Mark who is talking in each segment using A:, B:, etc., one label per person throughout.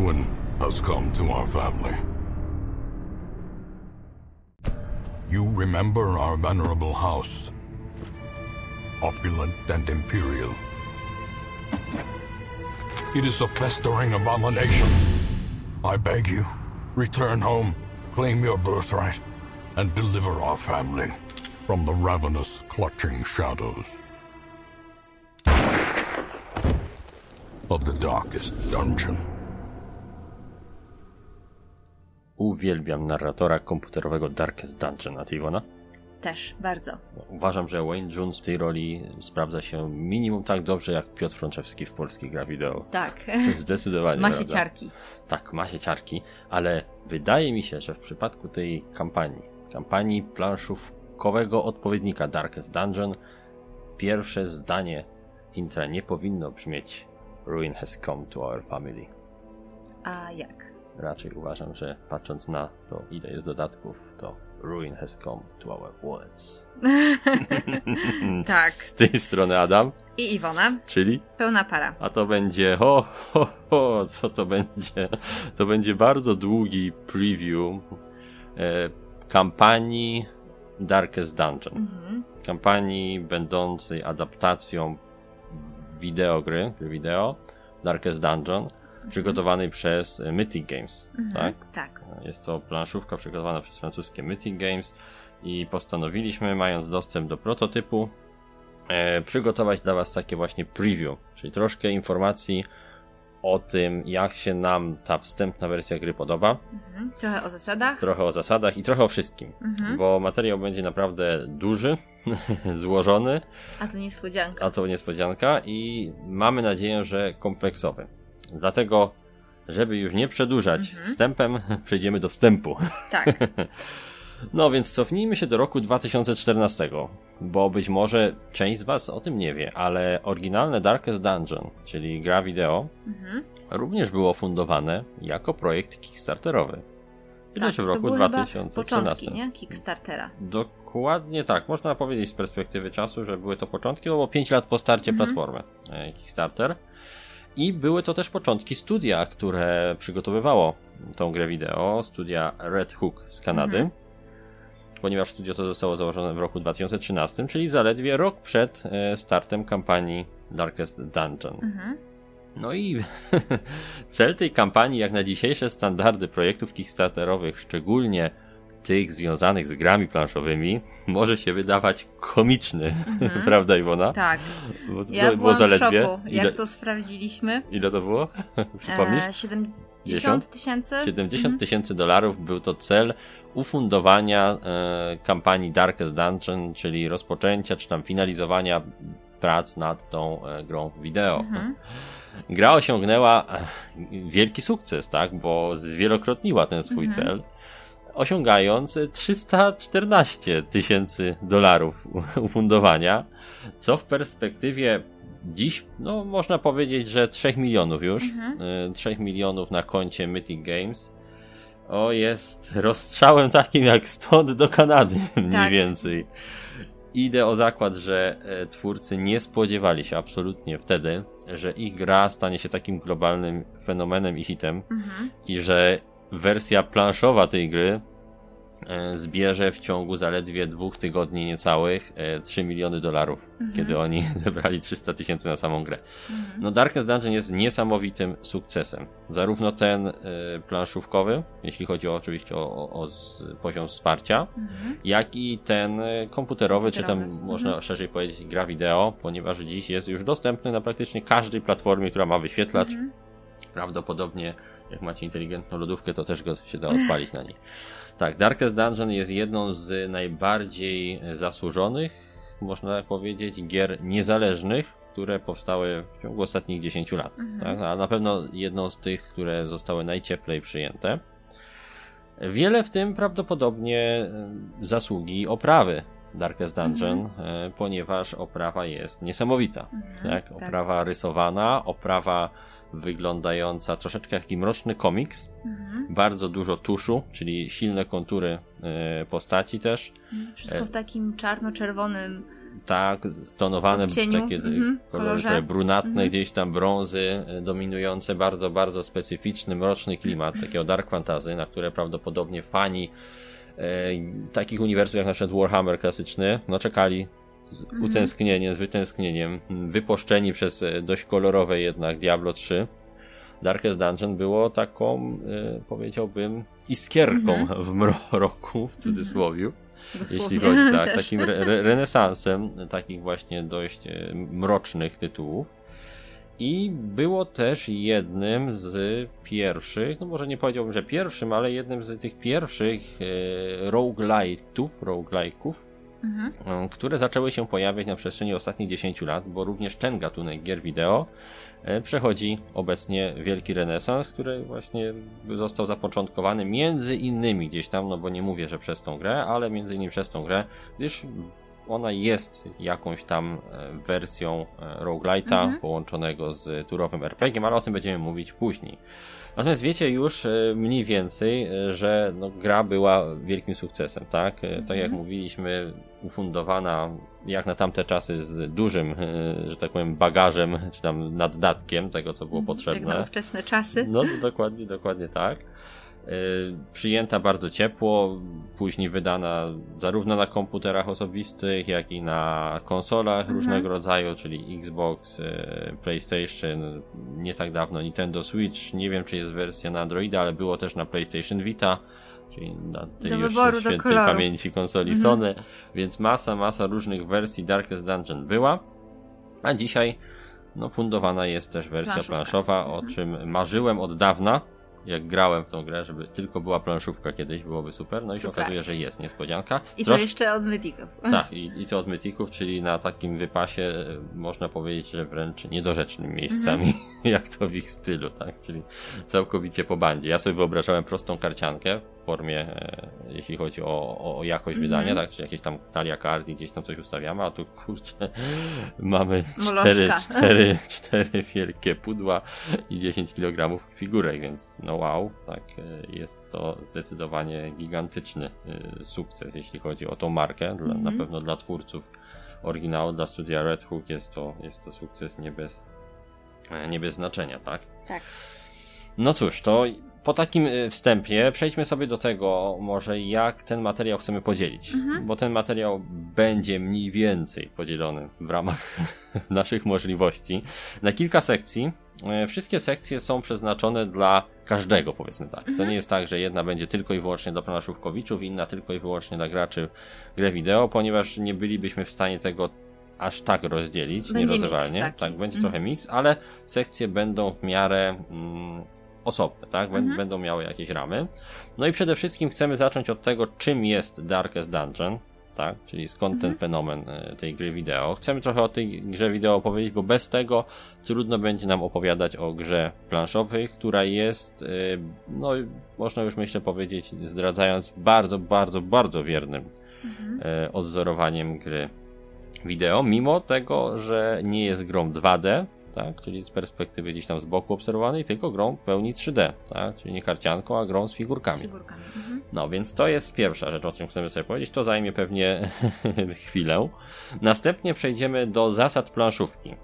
A: Ruin has come to our family. You remember our venerable house, opulent and imperial. It is a festering abomination. I beg you, return home, claim your birthright, and deliver our family from the ravenous, clutching shadows of the darkest dungeon.
B: Uwielbiam narratora komputerowego Darkest Dungeon, a ty, Iwona?
C: Też, bardzo.
B: Uważam, że Wayne Jones w tej roli sprawdza się minimum tak dobrze jak Piotr Frączewski w polskiej gra wideo.
C: Tak.
B: Zdecydowanie.
C: Ma się ciarki.
B: Tak, ma się ciarki, ale wydaje mi się, że w przypadku tej kampanii planszówkowego odpowiednika Darkest Dungeon, pierwsze zdanie intra nie powinno brzmieć Ruin has come to our family.
C: A jak?
B: Raczej uważam, że patrząc na to, ile jest dodatków, to Ruin has come to our woods.
C: Tak.
B: Z tej strony Adam.
C: I Iwona.
B: Czyli?
C: Pełna para.
B: A to będzie, co to będzie? To będzie bardzo długi preview kampanii Darkest Dungeon. Mhm. Kampanii będącej adaptacją gry wideo Darkest Dungeon, przygotowanej przez Mythic Games. Tak? Jest to planszówka przygotowana przez francuskie Mythic Games i postanowiliśmy, mając dostęp do prototypu, przygotować dla was takie właśnie preview, czyli troszkę informacji o tym, jak się nam ta wstępna wersja gry podoba.
C: Trochę o zasadach.
B: Trochę o zasadach i trochę o wszystkim, bo materiał będzie naprawdę duży, złożony.
C: A to
B: niespodzianka i mamy nadzieję, że kompleksowy. Dlatego, żeby już nie przedłużać wstępem, przejdziemy do wstępu.
C: Tak.
B: No więc cofnijmy się do roku 2014, bo być może część z was o tym nie wie, ale oryginalne Darkest Dungeon, czyli gra wideo, również było fundowane jako projekt kickstarterowy.
C: Tak,
B: w roku
C: to były
B: 2013.
C: Początki, nie? Kickstartera.
B: Dokładnie tak. Można powiedzieć z perspektywy czasu, że były to początki, bo 5 lat po starcie platformy Kickstarter. I były to też początki studia, które przygotowywało tą grę wideo, studia Red Hook z Kanady, ponieważ studio to zostało założone w roku 2013, czyli zaledwie rok przed startem kampanii Darkest Dungeon. No i cel tej kampanii, jak na dzisiejsze standardy projektów kickstarterowych, szczególnie tych związanych z grami planszowymi, może się wydawać komiczny, prawda, Iwona?
C: Tak.
B: Bo
C: ja byłam w szoku, jak to sprawdziliśmy.
B: Ile to było? Przypomnisz?
C: 70 tysięcy?
B: $70,000 był to cel ufundowania kampanii Darkest Dungeon, czyli rozpoczęcia czy tam finalizowania prac nad tą grą wideo. Gra osiągnęła wielki sukces, tak, bo zwielokrotniła ten swój cel, osiągając $314,000 ufundowania, co w perspektywie dziś, no można powiedzieć, że 3 milionów już, 3 milionów na koncie Mythic Games, jest rozstrzałem takim jak stąd do Kanady, mniej więcej. Idę o zakład, że twórcy nie spodziewali się absolutnie wtedy, że ich gra stanie się takim globalnym fenomenem i hitem i że wersja planszowa tej gry zbierze w ciągu zaledwie 2 tygodni niecałych $3 miliony, kiedy oni zebrali 300,000 na samą grę. No Darkest Dungeon jest niesamowitym sukcesem. Zarówno ten planszówkowy, jeśli chodzi oczywiście o poziom wsparcia, jak i ten komputerowy, czy tam można szerzej powiedzieć gra wideo, ponieważ dziś jest już dostępny na praktycznie każdej platformie, która ma wyświetlacz. Prawdopodobnie jak macie inteligentną lodówkę, to też go się da odpalić na niej. Tak, Darkest Dungeon jest jedną z najbardziej zasłużonych, można powiedzieć, gier niezależnych, które powstały w ciągu ostatnich 10 lat. Tak? A na pewno jedną z tych, które zostały najcieplej przyjęte. Wiele w tym prawdopodobnie zasługi oprawy Darkest Dungeon, ponieważ oprawa jest niesamowita. Tak? Oprawa rysowana, oprawa wyglądająca troszeczkę jak mroczny komiks. Bardzo dużo tuszu, czyli silne kontury postaci też.
C: Wszystko w takim czarno-czerwonym
B: Tak, stonowane takie kolory sobie brunatne, gdzieś tam brązy dominujące, bardzo, bardzo specyficzny, mroczny klimat takiego dark fantasy, na które prawdopodobnie fani takich uniwersów jak na przykład Warhammer klasyczny, no czekali z wytęsknieniem, wypuszczeni przez dość kolorowe jednak Diablo 3. Darkest Dungeon było taką, powiedziałbym, iskierką w mroku, w cudzysłowiu. Jeśli chodzi takim renesansem takich właśnie dość mrocznych tytułów. I było też jednym z pierwszych, no może nie powiedziałbym, że pierwszym, ale jednym z tych pierwszych roguelike'ów, które zaczęły się pojawiać na przestrzeni ostatnich 10 lat, bo również ten gatunek gier wideo przechodzi obecnie wielki renesans, który właśnie został zapoczątkowany między innymi gdzieś tam, no bo nie mówię, że przez tą grę, ale między innymi przez tą grę, gdyż ona jest jakąś tam wersją roguelite'a połączonego z turowym RPG-iem, ale o tym będziemy mówić później. Natomiast wiecie już mniej więcej, że no, gra była wielkim sukcesem, tak? Tak jak mówiliśmy, ufundowana jak na tamte czasy z dużym, że tak powiem, bagażem, czy tam naddatkiem tego, co było potrzebne.
C: Jak na ówczesne czasy.
B: No dokładnie tak. Przyjęta bardzo ciepło, później wydana zarówno na komputerach osobistych, jak i na konsolach różnego rodzaju, czyli Xbox, PlayStation, nie tak dawno Nintendo Switch, nie wiem czy jest wersja na Androida, ale było też na PlayStation Vita, czyli na tej już świętej pamięci konsoli Sony, więc masa różnych wersji Darkest Dungeon była, a dzisiaj no, fundowana jest też wersja planszowa, o czym marzyłem od dawna. Jak grałem w tą grę, żeby tylko była planszówka kiedyś, byłoby super. No i się okazuje, że jest niespodzianka.
C: I to jeszcze od Mythiców.
B: Tak, i to od Mythiców, czyli na takim wypasie można powiedzieć, że wręcz niedorzecznym miejscami, jak to w ich stylu, tak? Czyli całkowicie po bandzie. Ja sobie wyobrażałem prostą karciankę w formie, jeśli chodzi o jakość wydania, tak? Czy jakieś tam talia kart i gdzieś tam coś ustawiamy, a tu kurczę mamy cztery wielkie pudła i 10 kg figurek, więc no wow, tak, jest to zdecydowanie gigantyczny sukces, jeśli chodzi o tą markę, na pewno dla twórców oryginału, dla studia Red Hook jest to sukces nie bez znaczenia, tak?
C: Tak.
B: No cóż, to po takim wstępie przejdźmy sobie do tego może jak ten materiał chcemy podzielić, bo ten materiał będzie mniej więcej podzielony w ramach naszych możliwości na kilka sekcji. Wszystkie sekcje są przeznaczone dla każdego, powiedzmy tak. To nie jest tak, że jedna będzie tylko i wyłącznie dla planszówkowiczów, inna tylko i wyłącznie dla graczy grę wideo, ponieważ nie bylibyśmy w stanie tego aż tak rozdzielić, nierozerwalnie. Tak, będzie trochę miks, ale sekcje będą w miarę osobne, tak? Będą miały jakieś ramy. No i przede wszystkim chcemy zacząć od tego, czym jest Darkest Dungeon, tak? Czyli skąd ten fenomen tej gry wideo. Chcemy trochę o tej grze wideo opowiedzieć, bo bez tego trudno będzie nam opowiadać o grze planszowej, która jest, no można już myślę powiedzieć, zdradzając bardzo wiernym odzorowaniem gry wideo, mimo tego, że nie jest grą 2D, tak, czyli z perspektywy gdzieś tam z boku obserwowanej, tylko grą w pełni 3D, tak, czyli nie karcianką, a grą z figurkami. No, więc to jest pierwsza rzecz, o czym chcemy sobie powiedzieć, to zajmie pewnie chwilę. Następnie przejdziemy do zasad planszówki.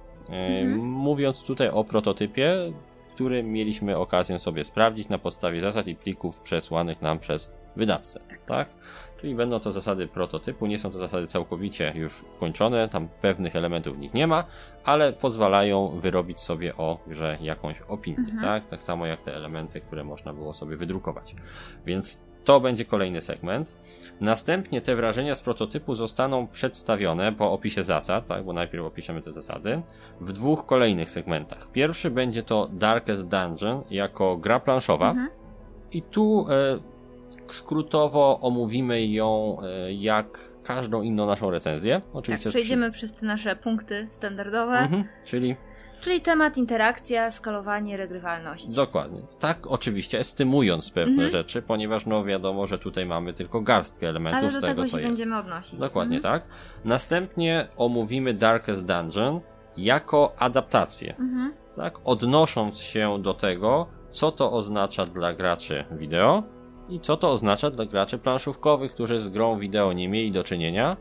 B: Mówiąc tutaj o prototypie, który mieliśmy okazję sobie sprawdzić na podstawie zasad i plików przesłanych nam przez wydawcę, tak? Czyli będą to zasady prototypu, nie są to zasady całkowicie już kończone, tam pewnych elementów w nich nie ma, ale pozwalają wyrobić sobie o grze jakąś opinię, tak? Tak samo jak te elementy, które można było sobie wydrukować. Więc to będzie kolejny segment. Następnie te wrażenia z prototypu zostaną przedstawione po opisie zasad, tak? Bo najpierw opiszemy te zasady, w dwóch kolejnych segmentach. Pierwszy będzie to Darkest Dungeon jako gra planszowa i tu skrótowo omówimy ją jak każdą inną naszą recenzję. Oczywiście
C: tak, przejdziemy przez te nasze punkty standardowe. Czyli temat, interakcja, skalowanie, regrywalność.
B: Dokładnie. Tak, oczywiście estymując pewne rzeczy, ponieważ no wiadomo, że tutaj mamy tylko garstkę elementów
C: ale
B: z
C: do
B: tego,
C: tego
B: co
C: się będziemy odnosić.
B: Dokładnie tak. Następnie omówimy Darkest Dungeon jako adaptację. Tak, odnosząc się do tego, co to oznacza dla graczy wideo i co to oznacza dla graczy planszówkowych, którzy z grą wideo nie mieli do czynienia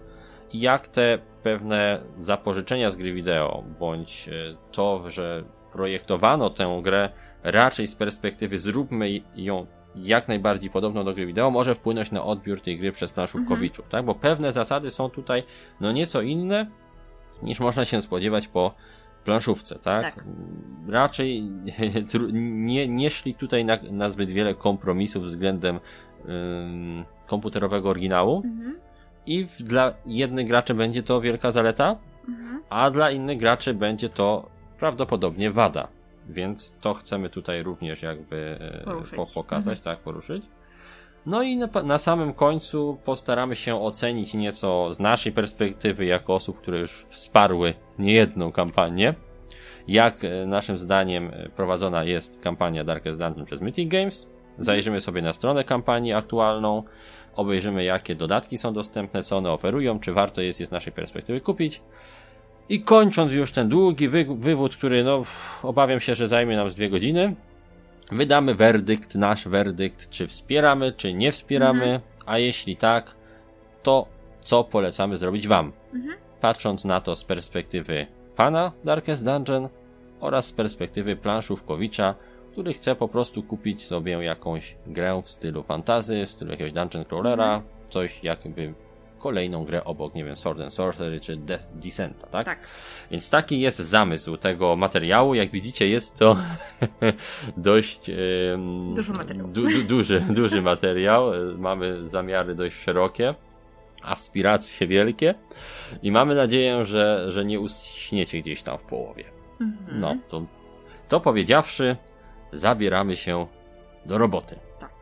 B: jak te pewne zapożyczenia z gry wideo, bądź to, że projektowano tę grę raczej z perspektywy zróbmy ją jak najbardziej podobną do gry wideo, może wpłynąć na odbiór tej gry przez planszówkowiczów, tak? Bo pewne zasady są tutaj nieco inne niż można się spodziewać po planszówce, tak? Raczej nie szli tutaj na zbyt wiele kompromisów względem komputerowego oryginału i dla jednych graczy będzie to wielka zaleta, a dla innych graczy będzie to prawdopodobnie wada. Więc to chcemy tutaj również jakby pokazać, poruszyć. No i na samym końcu postaramy się ocenić nieco z naszej perspektywy, jako osób, które już wsparły niejedną kampanię, jak naszym zdaniem prowadzona jest kampania Darkest Dungeon przez Mythic Games. Zajrzymy sobie na stronę kampanii aktualną, obejrzymy jakie dodatki są dostępne, co one oferują, czy warto jest je z naszej perspektywy kupić. I kończąc już ten długi wywód, który obawiam się, że zajmie nam z 2 godziny, wydamy nasz werdykt, czy wspieramy, czy nie wspieramy, a jeśli tak, to co polecamy zrobić wam? Patrząc na to z perspektywy fana Darkest Dungeon oraz z perspektywy planszówkowicza, który chce po prostu kupić sobie jakąś grę w stylu fantasy, w stylu jakiegoś dungeon crawlera, coś jakby kolejną grę obok, nie wiem, Sword and Sorcery czy Death Descenta, tak? Tak. Więc taki jest zamysł tego materiału. Jak widzicie, jest to dość duży materiał. Mamy zamiary dość szerokie, aspiracje wielkie i mamy nadzieję, że nie uśniecie gdzieś tam w połowie. No, to powiedziawszy, zabieramy się do roboty.
C: Tak.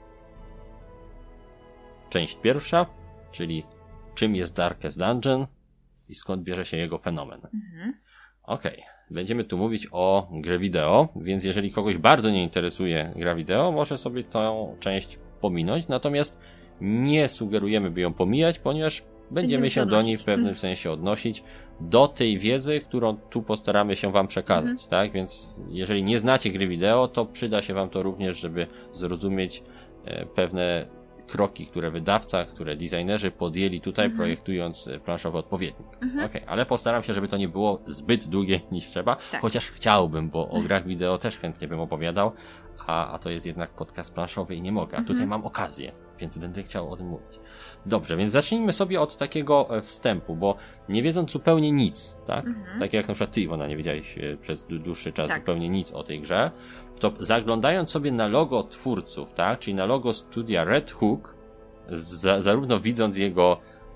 B: Część pierwsza, czyli czym jest Darkest Dungeon i skąd bierze się jego fenomen. Okej, będziemy tu mówić o grze wideo, więc jeżeli kogoś bardzo nie interesuje gra wideo, może sobie tą część pominąć, natomiast nie sugerujemy, by ją pomijać, ponieważ będziemy się do niej w pewnym sensie odnosić, do tej wiedzy, którą tu postaramy się wam przekazać, tak? Więc jeżeli nie znacie gry wideo, to przyda się wam to również, żeby zrozumieć pewne kroki, które wydawca, które designerzy podjęli tutaj, projektując planszowy odpowiednik. Ale postaram się, żeby to nie było zbyt długie niż trzeba, chociaż chciałbym, bo o grach wideo też chętnie bym opowiadał, a to jest jednak podcast planszowy i nie mogę, a tutaj mam okazję, więc będę chciał o tym mówić. Dobrze, więc zacznijmy sobie od takiego wstępu, bo nie wiedząc zupełnie nic, tak? Tak jak na przykład ty, Iwona, nie wiedziałeś przez dłuższy czas zupełnie nic o tej grze, to zaglądając sobie na logo twórców, tak? Czyli na logo studia Red Hook, zarówno widząc jego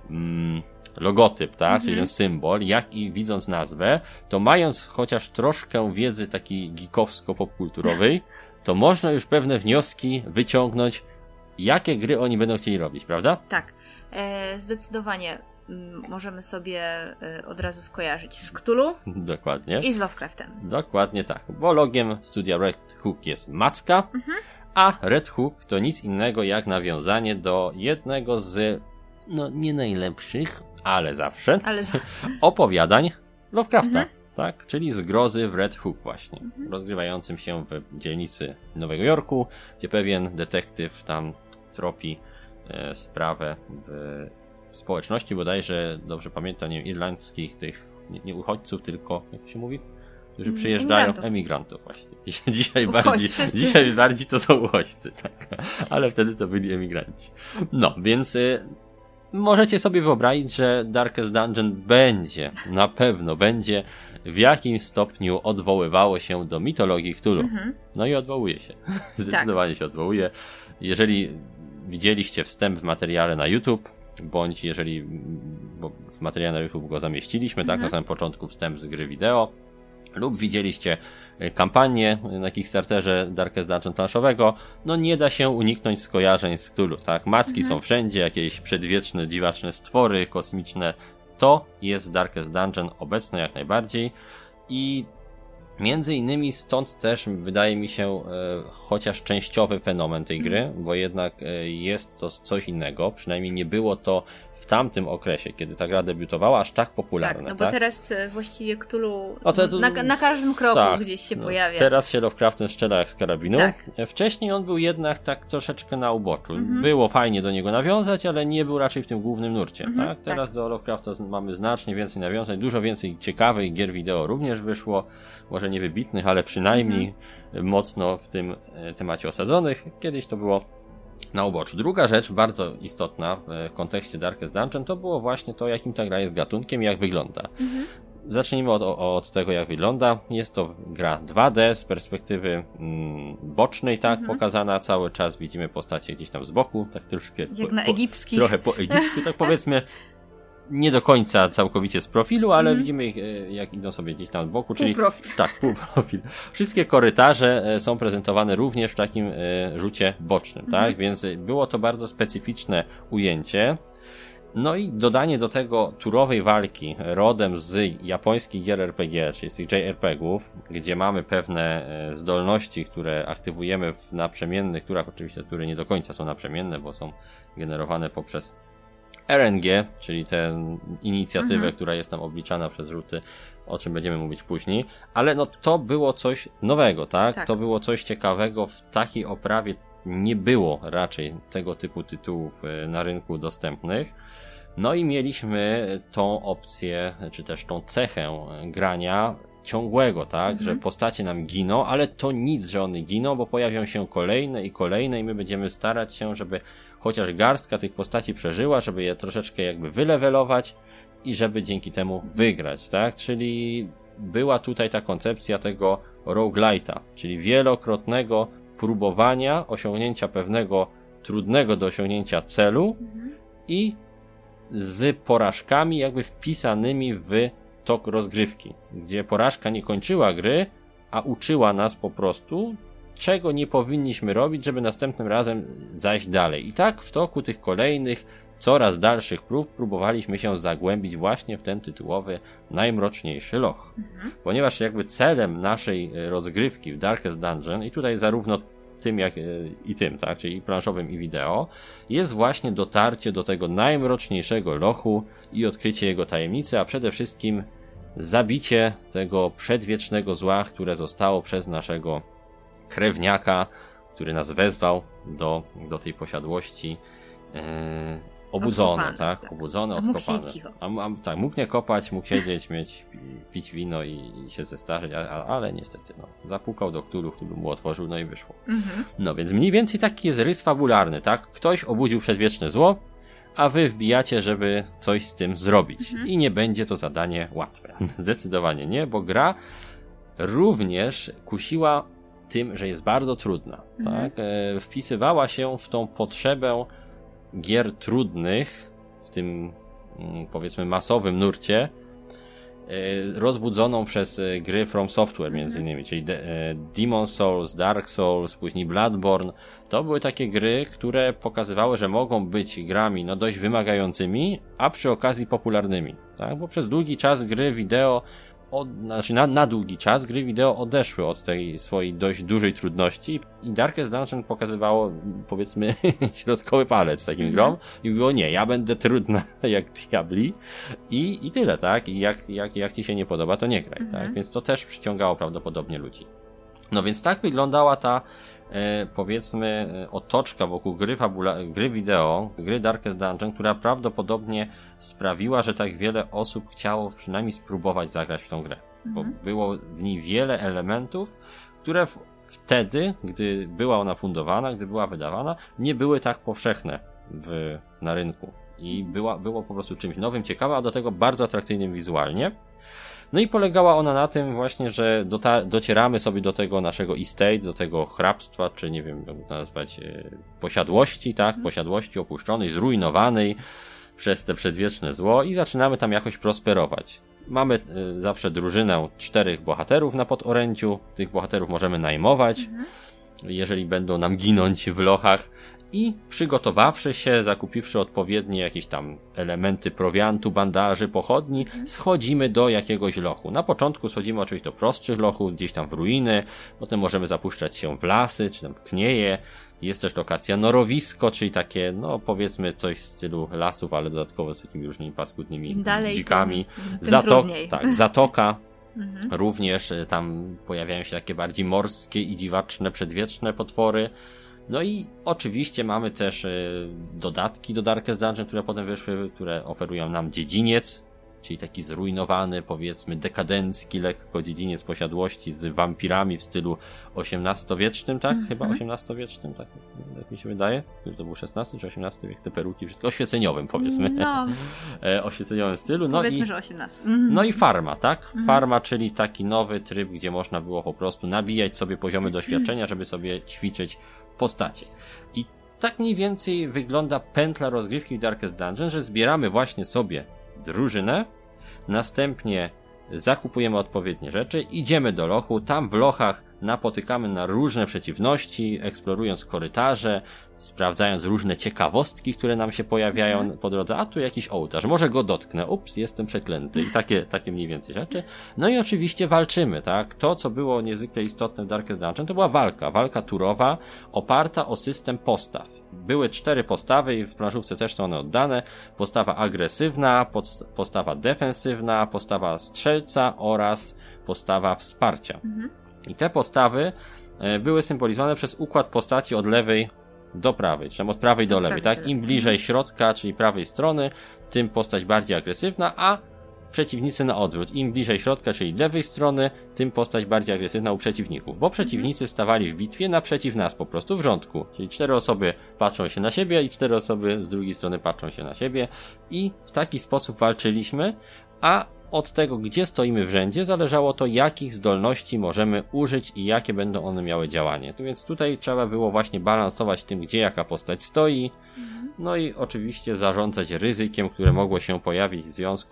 B: logotyp, tak? Czyli ten symbol, jak i widząc nazwę, to mając chociaż troszkę wiedzy takiej geekowsko-popkulturowej, to można już pewne wnioski wyciągnąć, jakie gry oni będą chcieli robić, prawda?
C: Tak, zdecydowanie możemy sobie od razu skojarzyć z Cthulhu.
B: Dokładnie.
C: I z Lovecraftem.
B: Dokładnie tak, bo logiem studia Red Hook jest macka, a Red Hook to nic innego jak nawiązanie do jednego z, nie najlepszych, ale zawsze, opowiadań Lovecrafta. Tak, czyli zgrozy w Red Hook właśnie, rozgrywającym się w dzielnicy Nowego Jorku, gdzie pewien detektyw tam tropi sprawę w społeczności, bodajże, dobrze pamiętam, nie wiem, irlandzkich tych, nie uchodźców, tylko, jak to się mówi? Którzy przyjeżdżają, emigrantów właśnie. Dzisiaj bardziej to są uchodźcy, tak. Ale wtedy to byli emigranci. No, więc możecie sobie wyobrazić, że Darkest Dungeon na pewno będzie w jakimś stopniu odwoływało się do mitologii Cthulhu. No i odwołuje się. Zdecydowanie się odwołuje. Jeżeli widzieliście wstęp w materiale na YouTube, bądź jeżeli, bo w materiale na YouTube go zamieściliśmy, tak, na samym początku wstęp z gry wideo, lub widzieliście kampanię na Kickstarterze Darkest Dungeon planszowego, nie da się uniknąć skojarzeń z Cthulhu, tak? Macki są wszędzie, jakieś przedwieczne, dziwaczne stwory kosmiczne. To jest Darkest Dungeon obecne jak najbardziej i między innymi stąd też wydaje mi się chociaż częściowy fenomen tej gry, bo jednak jest to coś innego, przynajmniej nie było to w tamtym okresie, kiedy ta gra debiutowała, aż tak popularne.
C: Tak, no bo teraz właściwie Cthulhu na każdym kroku gdzieś się pojawia.
B: Teraz się Lovecraftem strzela jak z karabinu. Tak. Wcześniej on był jednak tak troszeczkę na uboczu. Było fajnie do niego nawiązać, ale nie był raczej w tym głównym nurcie. Tak? Teraz do Lovecrafta mamy znacznie więcej nawiązań, dużo więcej ciekawych gier wideo również wyszło, może nie wybitnych, ale przynajmniej mocno w tym temacie osadzonych. Kiedyś to było na uboczu. Druga rzecz, bardzo istotna w kontekście Darkest Dungeon, to było właśnie to, jakim ta gra jest gatunkiem i jak wygląda. Zacznijmy od tego, jak wygląda. Jest to gra 2D z perspektywy bocznej, tak, pokazana. Cały czas widzimy postacie gdzieś tam z boku, tak troszkę...
C: Jak na egipskich.
B: Trochę po egipsku, tak powiedzmy. Nie do końca całkowicie z profilu, ale widzimy ich, jak idą sobie gdzieś tam z boku, czyli
C: półprofil.
B: Tak, półprofil. Wszystkie korytarze są prezentowane również w takim rzucie bocznym, tak? Więc było to bardzo specyficzne ujęcie. No i dodanie do tego turowej walki rodem z japońskich gier RPG, czyli z tych JRPG-ów, gdzie mamy pewne zdolności, które aktywujemy w naprzemiennych turach, oczywiście tury nie do końca są naprzemienne, bo są generowane poprzez RNG, czyli tę inicjatywę, która jest tam obliczana przez rzuty, o czym będziemy mówić później, ale no to było coś nowego, tak? To było coś ciekawego, w takiej oprawie nie było raczej tego typu tytułów na rynku dostępnych. No i mieliśmy tą opcję, czy też tą cechę grania ciągłego, tak? Że postacie nam giną, ale to nic, że one giną, bo pojawią się kolejne i my będziemy starać się, żeby chociaż garstka tych postaci przeżyła, żeby je troszeczkę jakby wylewelować i żeby dzięki temu wygrać, tak? Czyli była tutaj ta koncepcja tego roguelite'a, czyli wielokrotnego próbowania osiągnięcia pewnego trudnego do osiągnięcia celu i z porażkami jakby wpisanymi w tok rozgrywki, gdzie porażka nie kończyła gry, a uczyła nas po prostu, czego nie powinniśmy robić, żeby następnym razem zajść dalej. I tak w toku tych kolejnych, coraz dalszych prób próbowaliśmy się zagłębić właśnie w ten tytułowy najmroczniejszy loch. Ponieważ jakby celem naszej rozgrywki w Darkest Dungeon, i tutaj zarówno tym jak i tym, tak, czyli i planszowym i wideo, jest właśnie dotarcie do tego najmroczniejszego lochu i odkrycie jego tajemnicy, a przede wszystkim zabicie tego przedwiecznego zła, które zostało przez naszego krewniaka, który nas wezwał do tej posiadłości, obudzone,
C: odkopane,
B: tak? Obudzone, odkopane. Tak, mógł nie kopać, mógł siedzieć, pić wino i się zestarzeć, ale niestety, zapukał do Cthulhu mu otworzył, no i wyszło. No więc mniej więcej taki jest rys fabularny, tak? Ktoś obudził przedwieczne zło, a wy wbijacie, żeby coś z tym zrobić. I nie będzie to zadanie łatwe. Zdecydowanie nie, bo gra również kusiła tym, że jest bardzo trudna. Tak? Wpisywała się w tą potrzebę gier trudnych, w tym powiedzmy masowym nurcie, rozbudzoną przez gry From Software między innymi, czyli Demon's Souls, Dark Souls, później Bloodborne. To były takie gry, które pokazywały, że mogą być grami dość wymagającymi, a przy okazji popularnymi. Tak? Bo przez długi czas gry wideo na długi czas gry wideo odeszły od tej swojej dość dużej trudności i Darkest Dungeon pokazywało, powiedzmy, środkowy palec takim grom i było nie, ja będę trudna jak diabli i tyle, tak? I jak ci się nie podoba, to nie graj, tak? Więc to też przyciągało prawdopodobnie ludzi. No więc tak wyglądała ta powiedzmy otoczka wokół gry wideo, gry Darkest Dungeon, która prawdopodobnie sprawiła, że tak wiele osób chciało przynajmniej spróbować zagrać w tą grę. Bo było w niej wiele elementów, które wtedy, gdy była ona fundowana, gdy była wydawana, nie były tak powszechne na rynku. I było po prostu czymś nowym, ciekawym, a do tego bardzo atrakcyjnym wizualnie. No i polegała ona na tym właśnie, że docieramy sobie do tego naszego estate, do tego hrabstwa, czy nie wiem, jak to nazwać, posiadłości, tak? Posiadłości opuszczonej, zrujnowanej przez te przedwieczne zło i zaczynamy tam jakoś prosperować. Mamy zawsze drużynę 4 bohaterów na podorędziu, tych bohaterów możemy najmować, jeżeli będą nam ginąć w lochach i przygotowawszy się, zakupiwszy odpowiednie jakieś tam elementy prowiantu, bandaży, pochodni, schodzimy do jakiegoś lochu. Na początku schodzimy oczywiście do prostszych lochów, gdzieś tam w ruiny, potem możemy zapuszczać się w lasy, czy tam w knieje. Jest też lokacja norowisko, czyli takie, no powiedzmy coś w stylu lasów, ale dodatkowo z takimi różnymi paskudnymi dzikami. Zatoka. Również tam pojawiają się takie bardziej morskie i dziwaczne, przedwieczne potwory. No i oczywiście mamy też dodatki do Darkest Dungeon, które potem wyszły, które oferują nam dziedziniec, czyli taki zrujnowany, powiedzmy dekadencki lekko dziedziniec posiadłości z wampirami w stylu XVIII-wiecznym, tak? Chyba XVIII-wiecznym, tak mi się wydaje. To był XVI czy XVIII wiek, te peruki, wszystko oświeceniowym, powiedzmy. No. Oświeceniowym stylu. No
C: powiedzmy,
B: i,
C: że XVIII.
B: No i farma, tak? Farma, czyli taki nowy tryb, gdzie można było po prostu nabijać sobie poziomy doświadczenia, żeby sobie ćwiczyć postacie. I tak mniej więcej wygląda pętla rozgrywki w Darkest Dungeon, że zbieramy właśnie sobie drużynę, następnie zakupujemy odpowiednie rzeczy, idziemy do lochu, tam w lochach napotykamy na różne przeciwności, eksplorując korytarze, sprawdzając różne ciekawostki, które nam się pojawiają po drodze, a tu jakiś ołtarz, może go dotknę, ups, jestem przeklęty i takie mniej więcej rzeczy. No i oczywiście walczymy, tak? To, co było niezwykle istotne w Darkest Dungeon, to była walka turowa, oparta o system postaw. Były 4 postawy i w planszówce też są one oddane. Postawa agresywna, postawa defensywna, postawa strzelca oraz postawa wsparcia. I te postawy były symbolizowane przez układ postaci od lewej do prawej, czyli od prawej do lewej, tak? Im bliżej środka, czyli prawej strony, tym postać bardziej agresywna, a przeciwnicy na odwrót. Im bliżej środka, czyli lewej strony, tym postać bardziej agresywna u przeciwników, bo przeciwnicy stawali w bitwie naprzeciw nas po prostu w rządku, czyli 4 osoby patrzą się na siebie i 4 osoby z drugiej strony patrzą się na siebie i w taki sposób walczyliśmy, a od tego, gdzie stoimy w rzędzie, zależało to, jakich zdolności możemy użyć i jakie będą one miały działanie. Więc tutaj trzeba było właśnie balansować tym, gdzie jaka postać stoi, no i oczywiście zarządzać ryzykiem, które mogło się pojawić w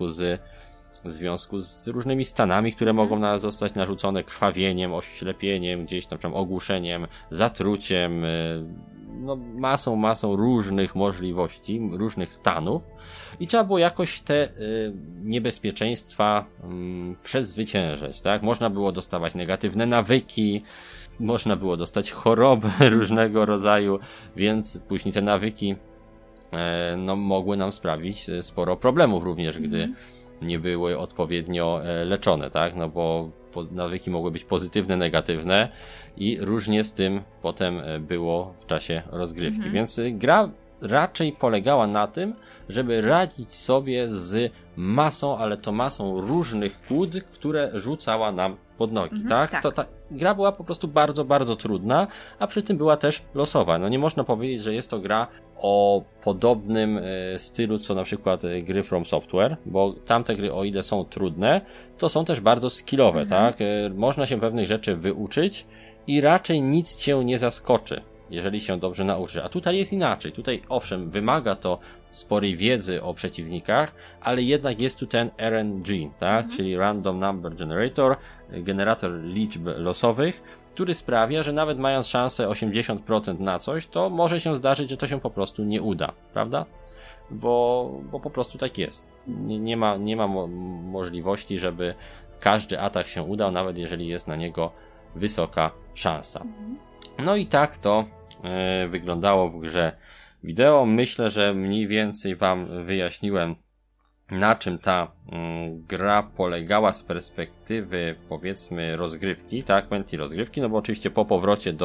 B: związku z różnymi stanami, które mogą na nas zostać narzucone, krwawieniem, oślepieniem, gdzieś tam ogłuszeniem, zatruciem, no masą różnych możliwości, różnych stanów i trzeba było jakoś te niebezpieczeństwa przezwyciężać, tak? Można było dostawać negatywne nawyki, można było dostać choroby różnego rodzaju, więc później te nawyki no mogły nam sprawić sporo problemów również, gdy nie były odpowiednio leczone, tak? No bo nawyki mogły być pozytywne, negatywne i różnie z tym potem było w czasie rozgrywki. Więc gra raczej polegała na tym, żeby radzić sobie z masą, ale to masą różnych kłód, które rzucała nam pod nogi, tak? Ta gra była po prostu bardzo, bardzo trudna, a przy tym była też losowa. No nie można powiedzieć, że jest to gra o podobnym stylu, co na przykład gry From Software, bo tamte gry, o ile są trudne, to są też bardzo skillowe, tak? Można się pewnych rzeczy wyuczyć i raczej nic cię nie zaskoczy, jeżeli się dobrze nauczy. A tutaj jest inaczej. Tutaj owszem, wymaga to sporej wiedzy o przeciwnikach, ale jednak jest tu ten RNG, tak? Czyli Random Number Generator, generator liczb losowych, który sprawia, że nawet mając szansę 80% na coś, to może się zdarzyć, że to się po prostu nie uda, prawda? Bo po prostu tak jest. Nie ma możliwości, żeby każdy atak się udał, nawet jeżeli jest na niego wysoka szansa. No i tak to wyglądało w grze wideo. Myślę, że mniej więcej wam wyjaśniłem, na czym ta gra polegała z perspektywy, powiedzmy, rozgrywki, tak, pętli rozgrywki, no bo oczywiście po powrocie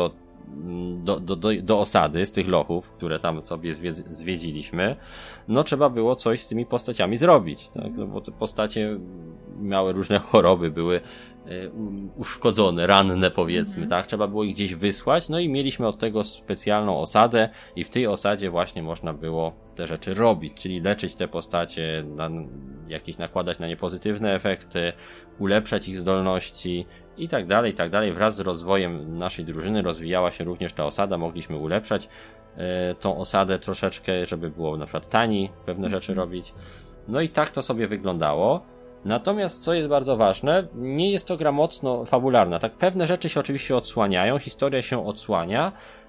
B: do osady, z tych lochów, które tam sobie zwiedziliśmy, no trzeba było coś z tymi postaciami zrobić, tak, no bo te postacie miały różne choroby, były uszkodzone, ranne powiedzmy, tak, trzeba było ich gdzieś wysłać, no i mieliśmy od tego specjalną osadę i w tej osadzie właśnie można było te rzeczy robić, czyli leczyć te postacie, jakieś nakładać na nie pozytywne efekty, ulepszać ich zdolności i tak dalej, i tak dalej. Wraz z rozwojem naszej drużyny rozwijała się również ta osada, mogliśmy ulepszać tą osadę troszeczkę, żeby było na przykład taniej pewne rzeczy robić. No i tak to sobie wyglądało. Natomiast, co jest bardzo ważne, nie jest to gra mocno fabularna. Tak, pewne rzeczy się oczywiście odsłaniają, historia się odsłania,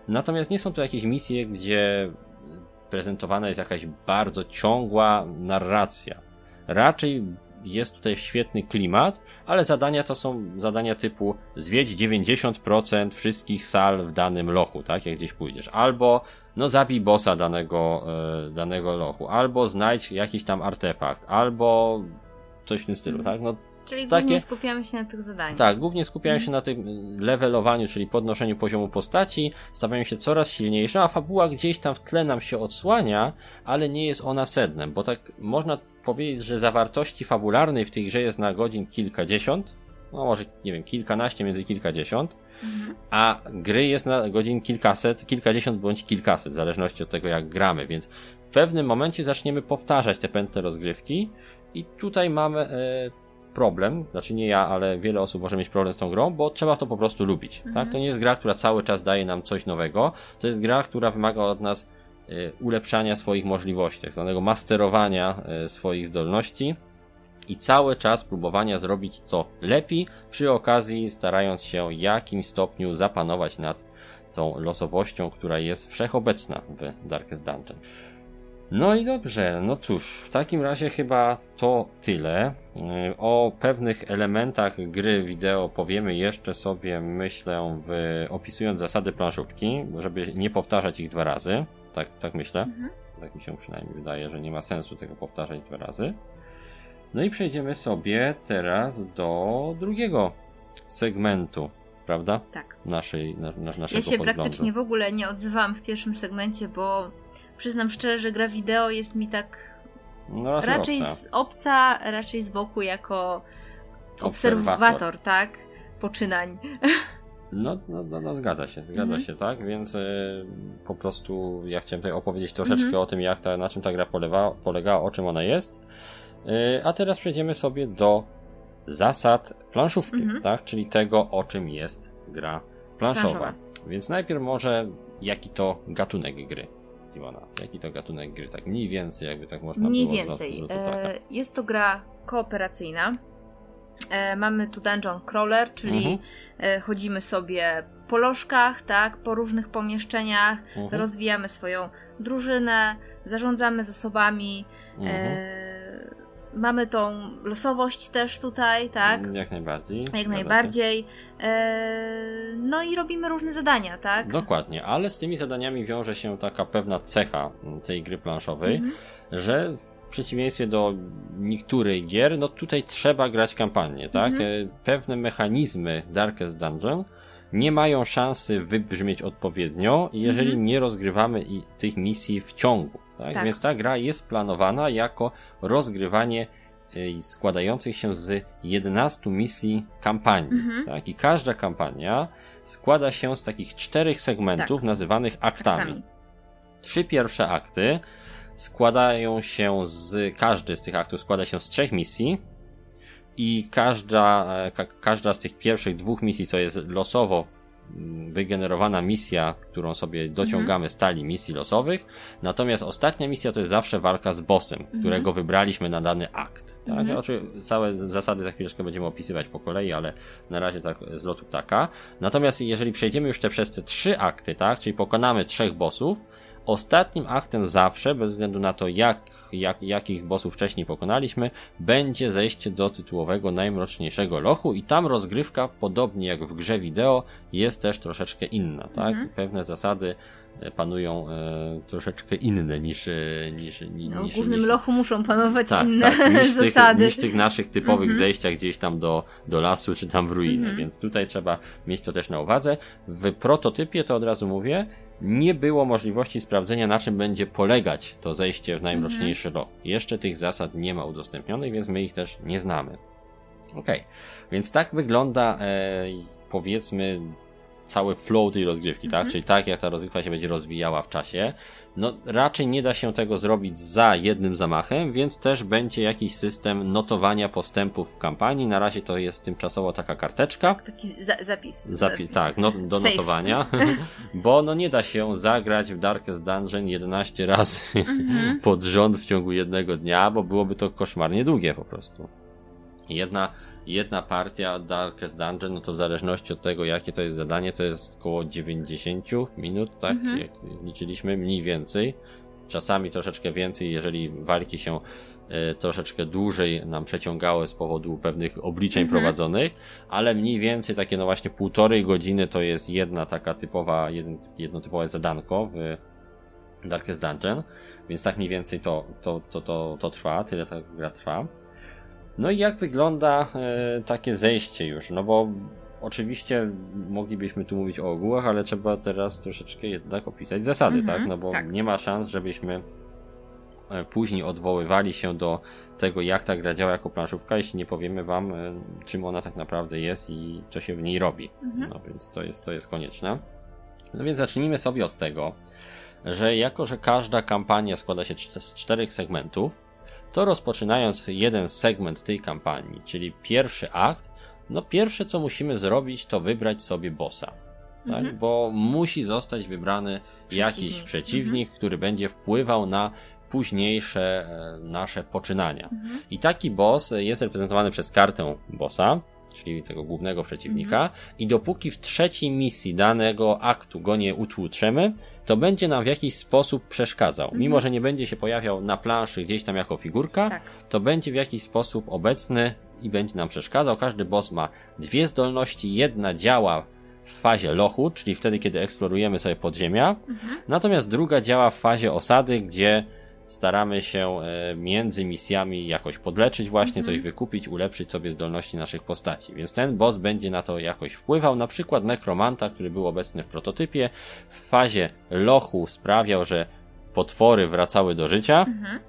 B: Natomiast nie są to jakieś misje, gdzie prezentowana jest jakaś bardzo ciągła narracja. Raczej jest tutaj świetny klimat, ale zadania to są zadania typu zwiedź 90% wszystkich sal w danym lochu, tak, jak gdzieś pójdziesz. Albo zabij bossa danego lochu, albo znajdź jakiś tam artefakt, albo coś w tym stylu, tak?
C: Czyli głównie skupiamy się na tych zadaniach.
B: Tak, głównie skupiamy się na tym levelowaniu, czyli podnoszeniu poziomu postaci, stawiają się coraz silniejsze, a fabuła gdzieś tam w tle nam się odsłania, ale nie jest ona sednem, bo tak można powiedzieć, że zawartości fabularnej w tej grze jest na godzin kilkadziesiąt, może nie wiem, kilkanaście między kilkadziesiąt, a gry jest na godzin kilkaset, kilkadziesiąt bądź kilkaset, w zależności od tego jak gramy, więc w pewnym momencie zaczniemy powtarzać te pętle rozgrywki i tutaj mamy problem, znaczy nie ja, ale wiele osób może mieć problem z tą grą, bo trzeba to po prostu lubić, tak? To nie jest gra, która cały czas daje nam coś nowego, to jest gra, która wymaga od nas ulepszania swoich możliwości, tak zwanego masterowania swoich zdolności i cały czas próbowania zrobić co lepiej, przy okazji starając się w jakimś stopniu zapanować nad tą losowością, która jest wszechobecna w Darkest Dungeon. No i dobrze, no cóż, w takim razie chyba to tyle. O pewnych elementach gry wideo powiemy jeszcze sobie, myślę, opisując zasady planszówki, żeby nie powtarzać ich 2 razy. Tak myślę. Tak mi się przynajmniej wydaje, że nie ma sensu tego powtarzać 2 razy. No i przejdziemy sobie teraz do drugiego segmentu, prawda?
C: Tak.
B: Naszego
C: Ja się praktycznie w ogóle nie odzywałam w pierwszym segmencie, bo przyznam szczerze, że gra wideo jest mi tak raczej obca, raczej z boku jako obserwator, tak? Poczynań.
B: No zgadza się, tak? Więc po prostu ja chciałem tutaj opowiedzieć troszeczkę o tym, na czym ta gra polegała, o czym ona jest. A teraz przejdziemy sobie do zasad planszówki, tak? Czyli tego, o czym jest gra planszowa. Więc najpierw może jaki to gatunek gry. Jaki to gatunek gry, tak mniej więcej, jakby tak można było
C: z lotu jest to gra kooperacyjna. Mamy tu dungeon crawler, czyli chodzimy sobie po lożkach, tak, po różnych pomieszczeniach, rozwijamy swoją drużynę, zarządzamy zasobami, mamy tą losowość też tutaj, tak?
B: Jak najbardziej.
C: No i robimy różne zadania, tak?
B: Dokładnie, ale z tymi zadaniami wiąże się taka pewna cecha tej gry planszowej, że w przeciwieństwie do niektórych gier, no tutaj trzeba grać kampanię, tak? Pewne mechanizmy Darkest Dungeon nie mają szansy wybrzmieć odpowiednio, jeżeli nie rozgrywamy tych misji w ciągu, tak? Więc ta gra jest planowana jako rozgrywanie składających się z 11 misji kampanii, tak? I każda kampania składa się z takich 4 segmentów nazywanych aktami. 3 pierwsze akty każdy z tych aktów składa się z 3 misji i każda z tych pierwszych 2 misji to jest losowo wygenerowana misja, którą sobie dociągamy z talii misji losowych, natomiast ostatnia misja to jest zawsze walka z bossem, którego wybraliśmy na dany akt. Tak? Całe zasady za chwileczkę będziemy opisywać po kolei, ale na razie tak z lotu ptaka. Natomiast jeżeli przejdziemy już przez te 3 akty, tak, czyli pokonamy 3 bossów, ostatnim aktem zawsze, bez względu na to jakich bossów wcześniej pokonaliśmy, będzie zejście do tytułowego najmroczniejszego lochu i tam rozgrywka, podobnie jak w grze wideo, jest też troszeczkę inna, tak? Pewne zasady panują troszeczkę inne niż
C: w głównym lochu muszą panować inne zasady.
B: Niż tych naszych typowych zejściach gdzieś tam do lasu, czy tam w ruinę, więc tutaj trzeba mieć to też na uwadze. W prototypie, to od razu mówię, nie było możliwości sprawdzenia, na czym będzie polegać to zejście w najmroczniejszy loch. Jeszcze tych zasad nie ma udostępnionych, więc my ich też nie znamy. Okej, więc tak wygląda powiedzmy cały flow tej rozgrywki, tak? Czyli tak jak ta rozgrywka się będzie rozwijała w czasie. No raczej nie da się tego zrobić za jednym zamachem, więc też będzie jakiś system notowania postępów w kampanii. Na razie to jest tymczasowo taka karteczka.
C: Taki zapis.
B: Tak, do Safe. Notowania. Bo no nie da się zagrać w Darkest Dungeon 11 razy pod rząd w ciągu jednego dnia, bo byłoby to koszmarnie długie po prostu. jedna partia Darkest Dungeon, no to w zależności od tego, jakie to jest zadanie, to jest około 90 minut, tak? Jak liczyliśmy, mniej więcej. Czasami troszeczkę więcej, jeżeli walki się troszeczkę dłużej nam przeciągały z powodu pewnych obliczeń prowadzonych, ale mniej więcej takie no właśnie 1,5 godziny to jest jedna taka jedno typowe zadanko w Darkest Dungeon, więc tak mniej więcej to trwa, tyle ta gra trwa. No i jak wygląda takie zejście już, no bo oczywiście moglibyśmy tu mówić o ogółach, ale trzeba teraz troszeczkę jednak opisać zasady, tak? No bo nie ma szans, żebyśmy później odwoływali się do tego, jak ta gra działa jako planszówka, jeśli nie powiemy wam, czym ona tak naprawdę jest i co się w niej robi. No więc to jest konieczne. No więc zacznijmy sobie od tego, że jako, że każda kampania składa się z 4 segmentów, to rozpoczynając jeden segment tej kampanii, czyli pierwszy akt, no pierwsze co musimy zrobić, to wybrać sobie bossa. Tak? Bo musi zostać wybrany jakiś przeciwnik, który będzie wpływał na późniejsze nasze poczynania. I taki boss jest reprezentowany przez kartę bossa, czyli tego głównego przeciwnika, i dopóki w trzeciej misji danego aktu go nie utłuczemy, to będzie nam w jakiś sposób przeszkadzał. Mimo, że nie będzie się pojawiał na planszy gdzieś tam jako figurka, to będzie w jakiś sposób obecny i będzie nam przeszkadzał. Każdy boss ma 2 zdolności, jedna działa w fazie lochu, czyli wtedy, kiedy eksplorujemy sobie podziemia, natomiast druga działa w fazie osady, gdzie staramy się między misjami jakoś podleczyć właśnie, coś wykupić, ulepszyć sobie zdolności naszych postaci. Więc ten boss będzie na to jakoś wpływał. Na przykład Nekromanta, który był obecny w prototypie, w fazie lochu sprawiał, że potwory wracały do życia,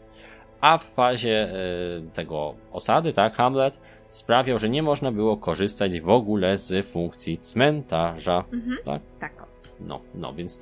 B: a w fazie tego osady, tak, Hamlet, sprawiał, że nie można było korzystać w ogóle z funkcji cmentarza. Tak? No, więc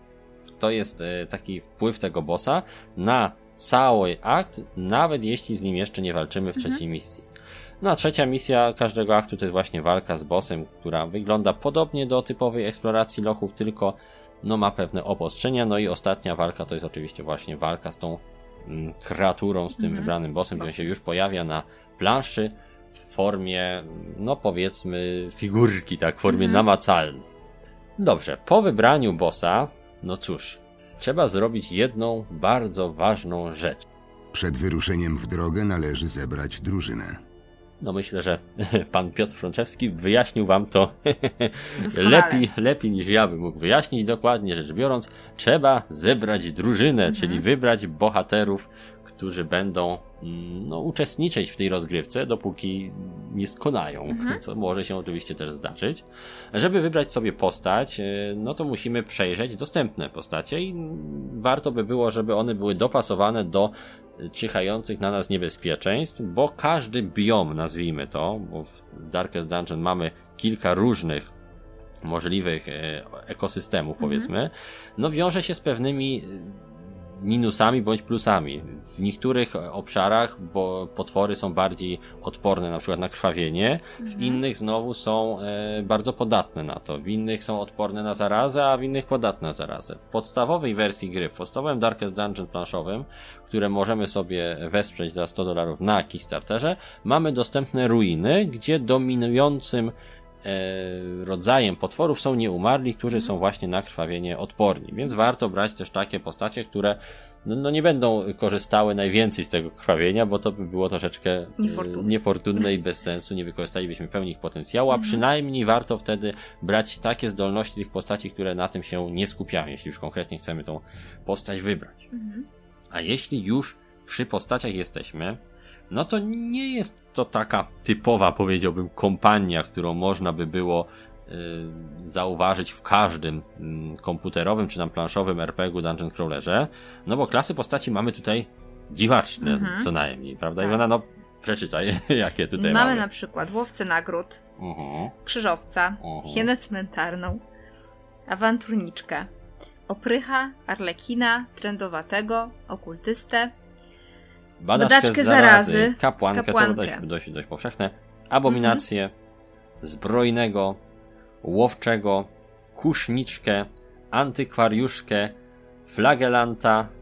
B: to jest taki wpływ tego bossa na cały akt, nawet jeśli z nim jeszcze nie walczymy w trzeciej misji. No a trzecia misja każdego aktu to jest właśnie walka z bossem, która wygląda podobnie do typowej eksploracji lochów, tylko no ma pewne obostrzenia. No i ostatnia walka to jest oczywiście właśnie walka z tą kreaturą, z tym wybranym bossem, który się już pojawia na planszy w formie, no powiedzmy, figurki, tak, w formie namacalnej. Dobrze, po wybraniu bossa, no cóż, trzeba zrobić jedną bardzo ważną rzecz.
D: Przed wyruszeniem w drogę należy zebrać drużynę.
B: No myślę, że pan Piotr Frączewski wyjaśnił wam to lepiej niż ja bym mógł wyjaśnić. Dokładnie rzecz biorąc, trzeba zebrać drużynę, czyli wybrać bohaterów, którzy będą uczestniczyć w tej rozgrywce, dopóki nie skonają, co może się oczywiście też zdarzyć. Żeby wybrać sobie postać, no to musimy przejrzeć dostępne postacie i warto by było, żeby one były dopasowane do czyhających na nas niebezpieczeństw, bo każdy biom, nazwijmy to, bo w Darkest Dungeon mamy kilka różnych możliwych ekosystemów, powiedzmy, no wiąże się z pewnymi minusami bądź plusami. W niektórych obszarach, bo potwory są bardziej odporne na przykład na krwawienie, w innych znowu są bardzo podatne na to, w innych są odporne na zarazę, a w innych podatne na zarazę. W podstawowej wersji gry, w podstawowym Darkest Dungeon planszowym, które możemy sobie wesprzeć za $100 na Kickstarterze, mamy dostępne ruiny, gdzie dominującym rodzajem potworów są nieumarli, którzy są właśnie na krwawienie odporni, więc warto brać też takie postacie, które no nie będą korzystały najwięcej z tego krwawienia, bo to by było troszeczkę niefortunne i bez sensu, nie wykorzystalibyśmy pełni ich potencjału, a przynajmniej warto wtedy brać takie zdolności tych postaci, które na tym się nie skupiają, jeśli już konkretnie chcemy tą postać wybrać. A jeśli już przy postaciach jesteśmy, no to nie jest to taka typowa, powiedziałbym, kompania, którą można by było zauważyć w każdym komputerowym czy tam planszowym RPG-u Dungeon Crawlerze, no bo klasy postaci mamy tutaj dziwaczne co najmniej, prawda?
C: Tak.
B: Iwona, no przeczytaj, jakie tutaj mamy.
C: Mamy na przykład łowcę nagród, krzyżowca, hienę cmentarną, awanturniczkę, oprycha, arlekina, trędowatego, okultystę, badaczkę zarazy,
B: kapłankę, to dość powszechne, abominację, zbrojnego, łowczego, kuszniczkę, antykwariuszkę, flagelanta,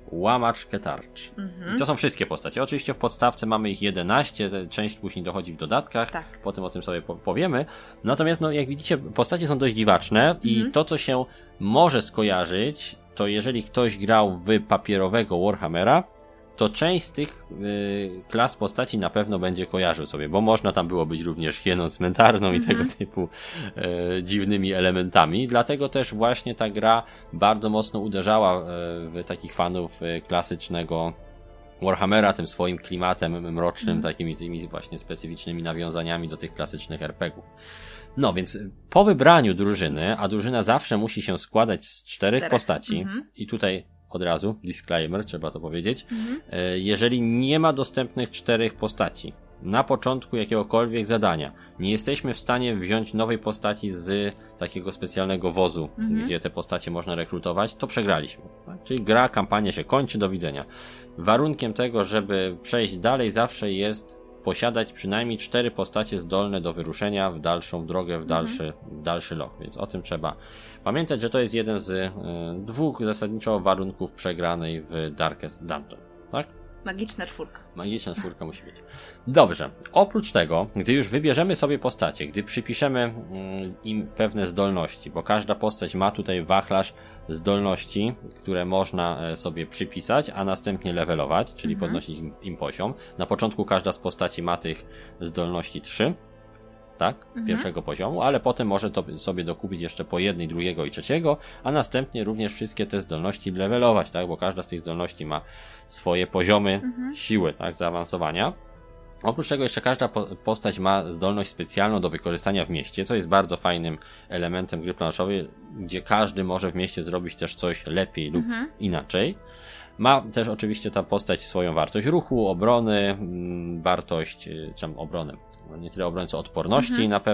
B: Łamaczkę tarcz. I to są wszystkie postacie. Oczywiście w podstawce mamy ich 11, część później dochodzi w dodatkach, potem o tym sobie powiemy. Natomiast no, jak widzicie, postacie są dość dziwaczne i to, co się może skojarzyć, to jeżeli ktoś grał w papierowego Warhammera, to część z tych klas postaci na pewno będzie kojarzył sobie, bo można tam było być również hieną cmentarną i tego typu dziwnymi elementami. Dlatego też właśnie ta gra bardzo mocno uderzała w takich fanów klasycznego Warhammera, tym swoim klimatem mrocznym, takimi tymi właśnie specyficznymi nawiązaniami do tych klasycznych RPGów. No więc po wybraniu drużyny, a drużyna zawsze musi się składać z 4 postaci i tutaj od razu, disclaimer, trzeba to powiedzieć, jeżeli nie ma dostępnych 4 postaci na początku jakiegokolwiek zadania, nie jesteśmy w stanie wziąć nowej postaci z takiego specjalnego wozu, gdzie te postacie można rekrutować, to przegraliśmy. Tak? Czyli gra, kampania się kończy, do widzenia. Warunkiem tego, żeby przejść dalej, zawsze jest posiadać przynajmniej 4 postacie zdolne do wyruszenia w dalszą drogę, w dalszy lok, więc o tym trzeba pamiętać, że to jest jeden z 2 zasadniczo warunków przegranej w Darkest Dungeon, tak?
C: Magiczna 4.
B: Magiczna 4 musi być. Dobrze, oprócz tego, gdy już wybierzemy sobie postacie, gdy przypiszemy im pewne zdolności, bo każda postać ma tutaj wachlarz zdolności, które można sobie przypisać, a następnie levelować, czyli podnosić im poziom. Na początku każda z postaci ma tych zdolności 3, tak, pierwszego poziomu, ale potem może to sobie dokupić jeszcze po 1, 2 i 3, a następnie również wszystkie te zdolności levelować, tak, bo każda z tych zdolności ma swoje poziomy siły, tak, zaawansowania. Oprócz tego jeszcze każda postać ma zdolność specjalną do wykorzystania w mieście, co jest bardzo fajnym elementem gry planszowej, gdzie każdy może w mieście zrobić też coś lepiej lub inaczej. Ma też oczywiście ta postać swoją wartość ruchu, obrony, wartość, obrony, nie tyle obrony, co odporności na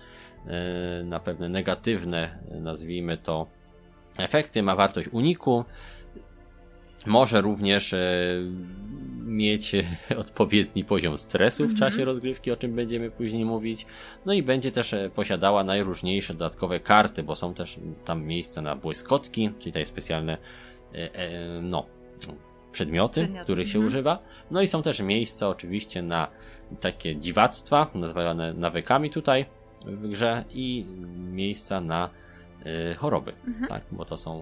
B: pewne negatywne, nazwijmy to, efekty, ma wartość uniku, może również mieć odpowiedni poziom stresu w czasie rozgrywki, o czym będziemy później mówić, no i będzie też posiadała najróżniejsze dodatkowe karty, bo są też tam miejsca na błyskotki, czyli te specjalne przedmioty, których się używa. No i są też miejsca oczywiście na takie dziwactwa, nazywane nawykami tutaj w grze, i miejsca na choroby, tak? Bo to są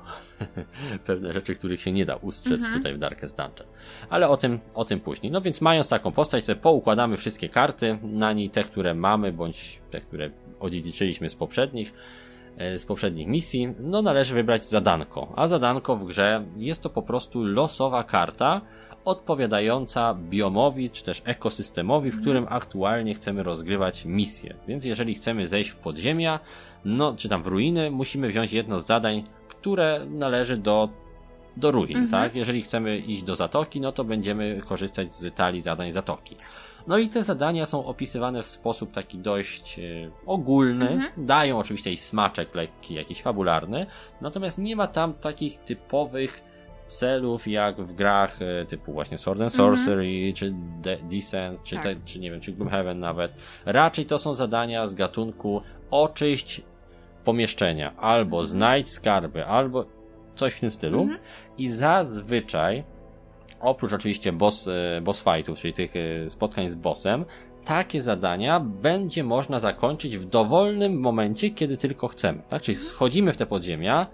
B: pewne rzeczy, których się nie da ustrzec tutaj w Darkest Dungeon. Ale o tym później. No więc mając taką postać, sobie poukładamy wszystkie karty na niej, te, które mamy, bądź te, które odziedziczyliśmy z poprzednich misji, no należy wybrać zadanko. A zadanko w grze jest to po prostu losowa karta odpowiadająca biomowi, czy też ekosystemowi, w którym aktualnie chcemy rozgrywać misję. Więc jeżeli chcemy zejść w podziemia, no, czy tam w ruiny, musimy wziąć jedno z zadań, które należy do ruin, tak? Jeżeli chcemy iść do zatoki, no to będziemy korzystać z talii zadań zatoki. No i te zadania są opisywane w sposób taki dość ogólny, dają oczywiście i smaczek lekki, jakiś fabularny, natomiast nie ma tam takich typowych celów jak w grach typu właśnie Sword and Sorcery, czy Descent, czy nie wiem, czy Gloomhaven nawet. Raczej to są zadania z gatunku oczyść pomieszczenia, albo znajdź skarby, albo coś w tym stylu. I zazwyczaj, oprócz oczywiście boss fightów, czyli tych spotkań z bossem, takie zadania będzie można zakończyć w dowolnym momencie, kiedy tylko chcemy. Tak? Czyli schodzimy w te podziemia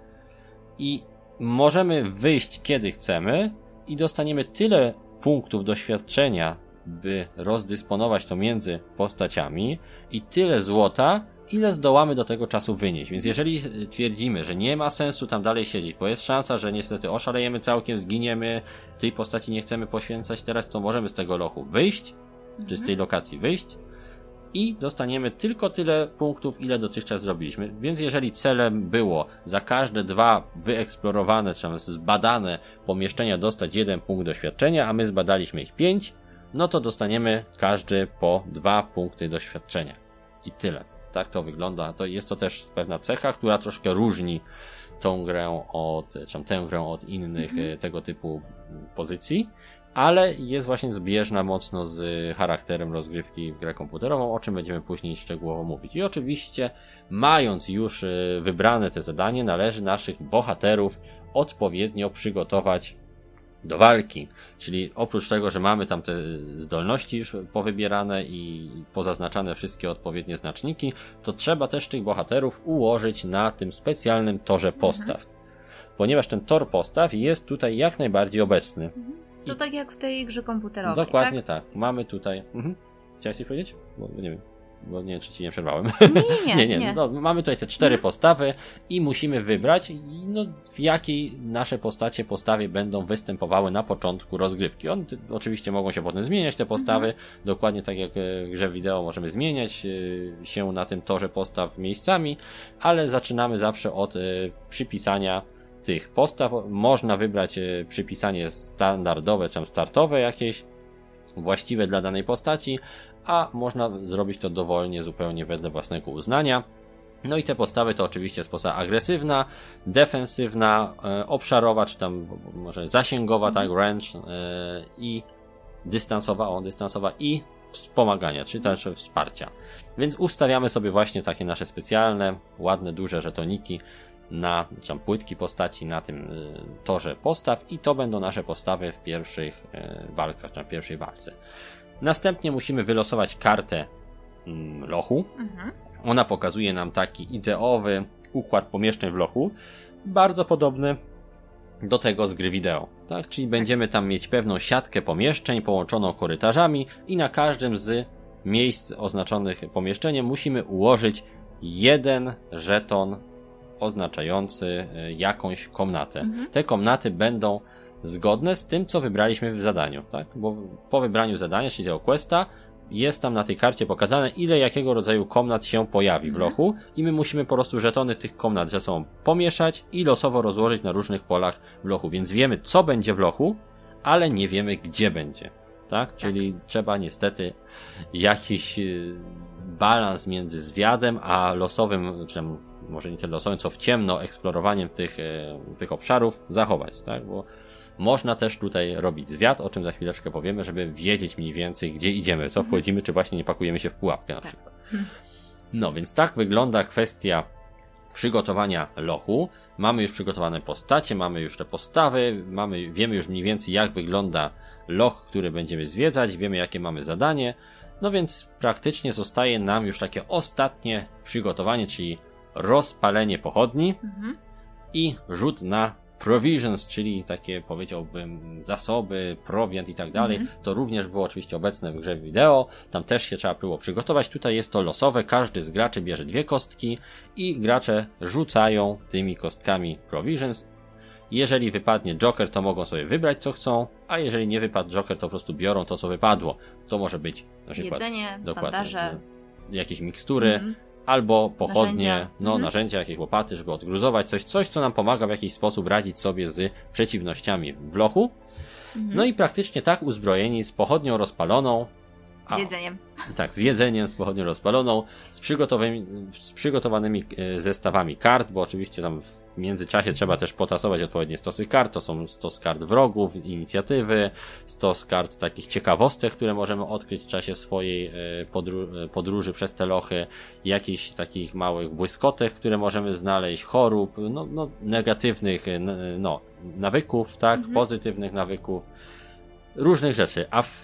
B: i możemy wyjść kiedy chcemy i dostaniemy tyle punktów doświadczenia, by rozdysponować to między postaciami, i tyle złota, ile zdołamy do tego czasu wynieść. Więc jeżeli twierdzimy, że nie ma sensu tam dalej siedzieć, bo jest szansa, że niestety oszalejemy całkiem, zginiemy, tej postaci nie chcemy poświęcać teraz, to możemy z tego lochu wyjść, czy z tej lokacji wyjść i dostaniemy tylko tyle punktów, ile dotychczas zrobiliśmy. Więc jeżeli celem było za każde 2 wyeksplorowane, czy tam zbadane pomieszczenia dostać 1 punkt doświadczenia, a my zbadaliśmy ich 5, no to dostaniemy każdy po 2 punkty doświadczenia. I tyle. Tak to wygląda. Jest to też pewna cecha, która troszkę różni tę grę od innych tego typu pozycji, ale jest właśnie zbieżna mocno z charakterem rozgrywki w grę komputerową, o czym będziemy później szczegółowo mówić. I oczywiście, mając już wybrane te zadanie, należy naszych bohaterów odpowiednio przygotować do walki. Czyli oprócz tego, że mamy tam te zdolności już powybierane i pozaznaczane wszystkie odpowiednie znaczniki, to trzeba też tych bohaterów ułożyć na tym specjalnym torze postaw. Ponieważ ten tor postaw jest tutaj jak najbardziej obecny.
C: To tak jak w tej grze komputerowej.
B: Dokładnie tak. Mamy tutaj... Chciałeś coś powiedzieć? Bo nie wiem. Bo nie wiem, czy ci nie przerwałem. Nie. No, mamy tutaj te 4 postawy i musimy wybrać, no, w jakiej nasze postawie będą występowały na początku rozgrywki. Oczywiście mogą się potem zmieniać te postawy, dokładnie tak jak w grze wideo możemy zmieniać się na tym torze postaw miejscami, ale zaczynamy zawsze od przypisania tych postaw. Można wybrać przypisanie standardowe, czy tam startowe jakieś, właściwe dla danej postaci, a można zrobić to dowolnie, zupełnie wedle własnego uznania. No i te postawy to oczywiście jest postawa agresywna, defensywna, obszarowa, czy tam może zasięgowa, tak, range, i dystansowa i wspomagania, czy też wsparcia. Więc ustawiamy sobie właśnie takie nasze specjalne, ładne, duże żetoniki na, czy tam płytki postaci na tym torze postaw i to będą nasze postawy w pierwszych walkach, czy na pierwszej walce. Następnie musimy wylosować kartę lochu. Ona pokazuje nam taki ideowy układ pomieszczeń w lochu, bardzo podobny do tego z gry wideo. Tak? Czyli będziemy tam mieć pewną siatkę pomieszczeń połączoną korytarzami i na każdym z miejsc oznaczonych pomieszczeniem musimy ułożyć jeden żeton oznaczający jakąś komnatę. Te komnaty będą zgodne z tym, co wybraliśmy w zadaniu, tak? Bo po wybraniu zadania, czyli tego questa, jest tam na tej karcie pokazane, ile jakiego rodzaju komnat się pojawi w lochu i my musimy po prostu żetony tych komnat ze sobą pomieszać i losowo rozłożyć na różnych polach w lochu, więc wiemy, co będzie w lochu, ale nie wiemy, gdzie będzie, tak? Czyli trzeba niestety jakiś balans między zwiadem a losowym, czy może nie tyle losowym, co w ciemno eksplorowaniem tych obszarów zachować, tak? Bo można też tutaj robić zwiad, o czym za chwileczkę powiemy, żeby wiedzieć mniej więcej, gdzie idziemy, co wchodzimy, czy właśnie nie pakujemy się w pułapkę na przykład. No więc tak wygląda kwestia przygotowania lochu. Mamy już przygotowane postacie, mamy już te postawy, wiemy już mniej więcej, jak wygląda loch, który będziemy zwiedzać, wiemy, jakie mamy zadanie. No więc praktycznie zostaje nam już takie ostatnie przygotowanie, czyli rozpalenie pochodni i rzut na provisions, czyli takie, powiedziałbym, zasoby, prowiant i tak dalej. To również było oczywiście obecne w grze wideo. Tam też się trzeba było przygotować. Tutaj jest to losowe. Każdy z graczy bierze 2 kostki i gracze rzucają tymi kostkami provisions. Jeżeli wypadnie Joker, to mogą sobie wybrać, co chcą, a jeżeli nie wypadł Joker, to po prostu biorą to, co wypadło. To może być na przykład
C: jedzenie,
B: dokładnie,
C: bandaże,
B: jakieś mikstury, albo pochodnie, narzędzia, jakieś łopaty, żeby odgruzować coś, co nam pomaga w jakiś sposób radzić sobie z przeciwnościami w lochu. No i praktycznie tak uzbrojeni, z pochodnią rozpaloną.
C: Z jedzeniem.
B: Tak, z jedzeniem, z pochodnią rozpaloną, z przygotowanymi zestawami kart, bo oczywiście tam w międzyczasie trzeba też potasować odpowiednie stosy kart. To są stos kart wrogów, inicjatywy, stos kart takich ciekawostek, które możemy odkryć w czasie swojej podróży przez te lochy, jakichś takich małych błyskotek, które możemy znaleźć, chorób, negatywnych nawyków, tak, pozytywnych nawyków, różnych rzeczy.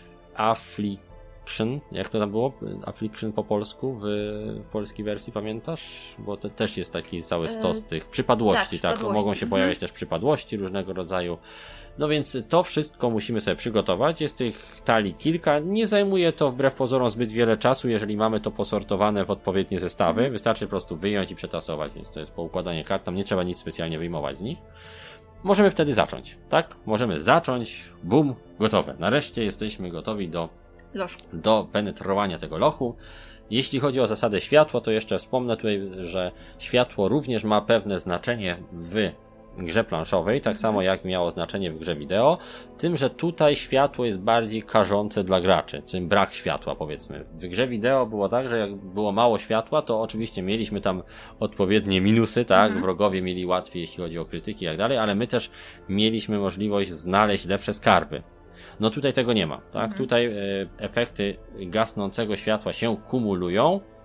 B: Jak to tam było? Affliction po polsku w polskiej wersji, pamiętasz? Bo to też jest taki cały stos tych przypadłości, tak? Mogą się pojawiać też przypadłości różnego rodzaju. No więc to wszystko musimy sobie przygotować. Jest tych talii kilka. Nie zajmuje to wbrew pozorom zbyt wiele czasu, jeżeli mamy to posortowane w odpowiednie zestawy. Wystarczy po prostu wyjąć i przetasować, więc to jest poukładanie kart. Tam nie trzeba nic specjalnie wyjmować z nich. Możemy wtedy zacząć, tak? Możemy zacząć. Bum, gotowe. Nareszcie jesteśmy gotowi do penetrowania tego lochu. Jeśli chodzi o zasadę światła, to jeszcze wspomnę tutaj, że światło również ma pewne znaczenie w grze planszowej, tak samo jak miało znaczenie w grze wideo, tym, że tutaj światło jest bardziej karzące dla graczy, czyli brak światła, powiedzmy. W grze wideo było tak, że jak było mało światła, to oczywiście mieliśmy tam odpowiednie minusy, tak, wrogowie mieli łatwiej, jeśli chodzi o krytyki i tak dalej, ale my też mieliśmy możliwość znaleźć lepsze skarby. No tutaj tego nie ma, tak? Tutaj efekty gasnącego światła się kumulują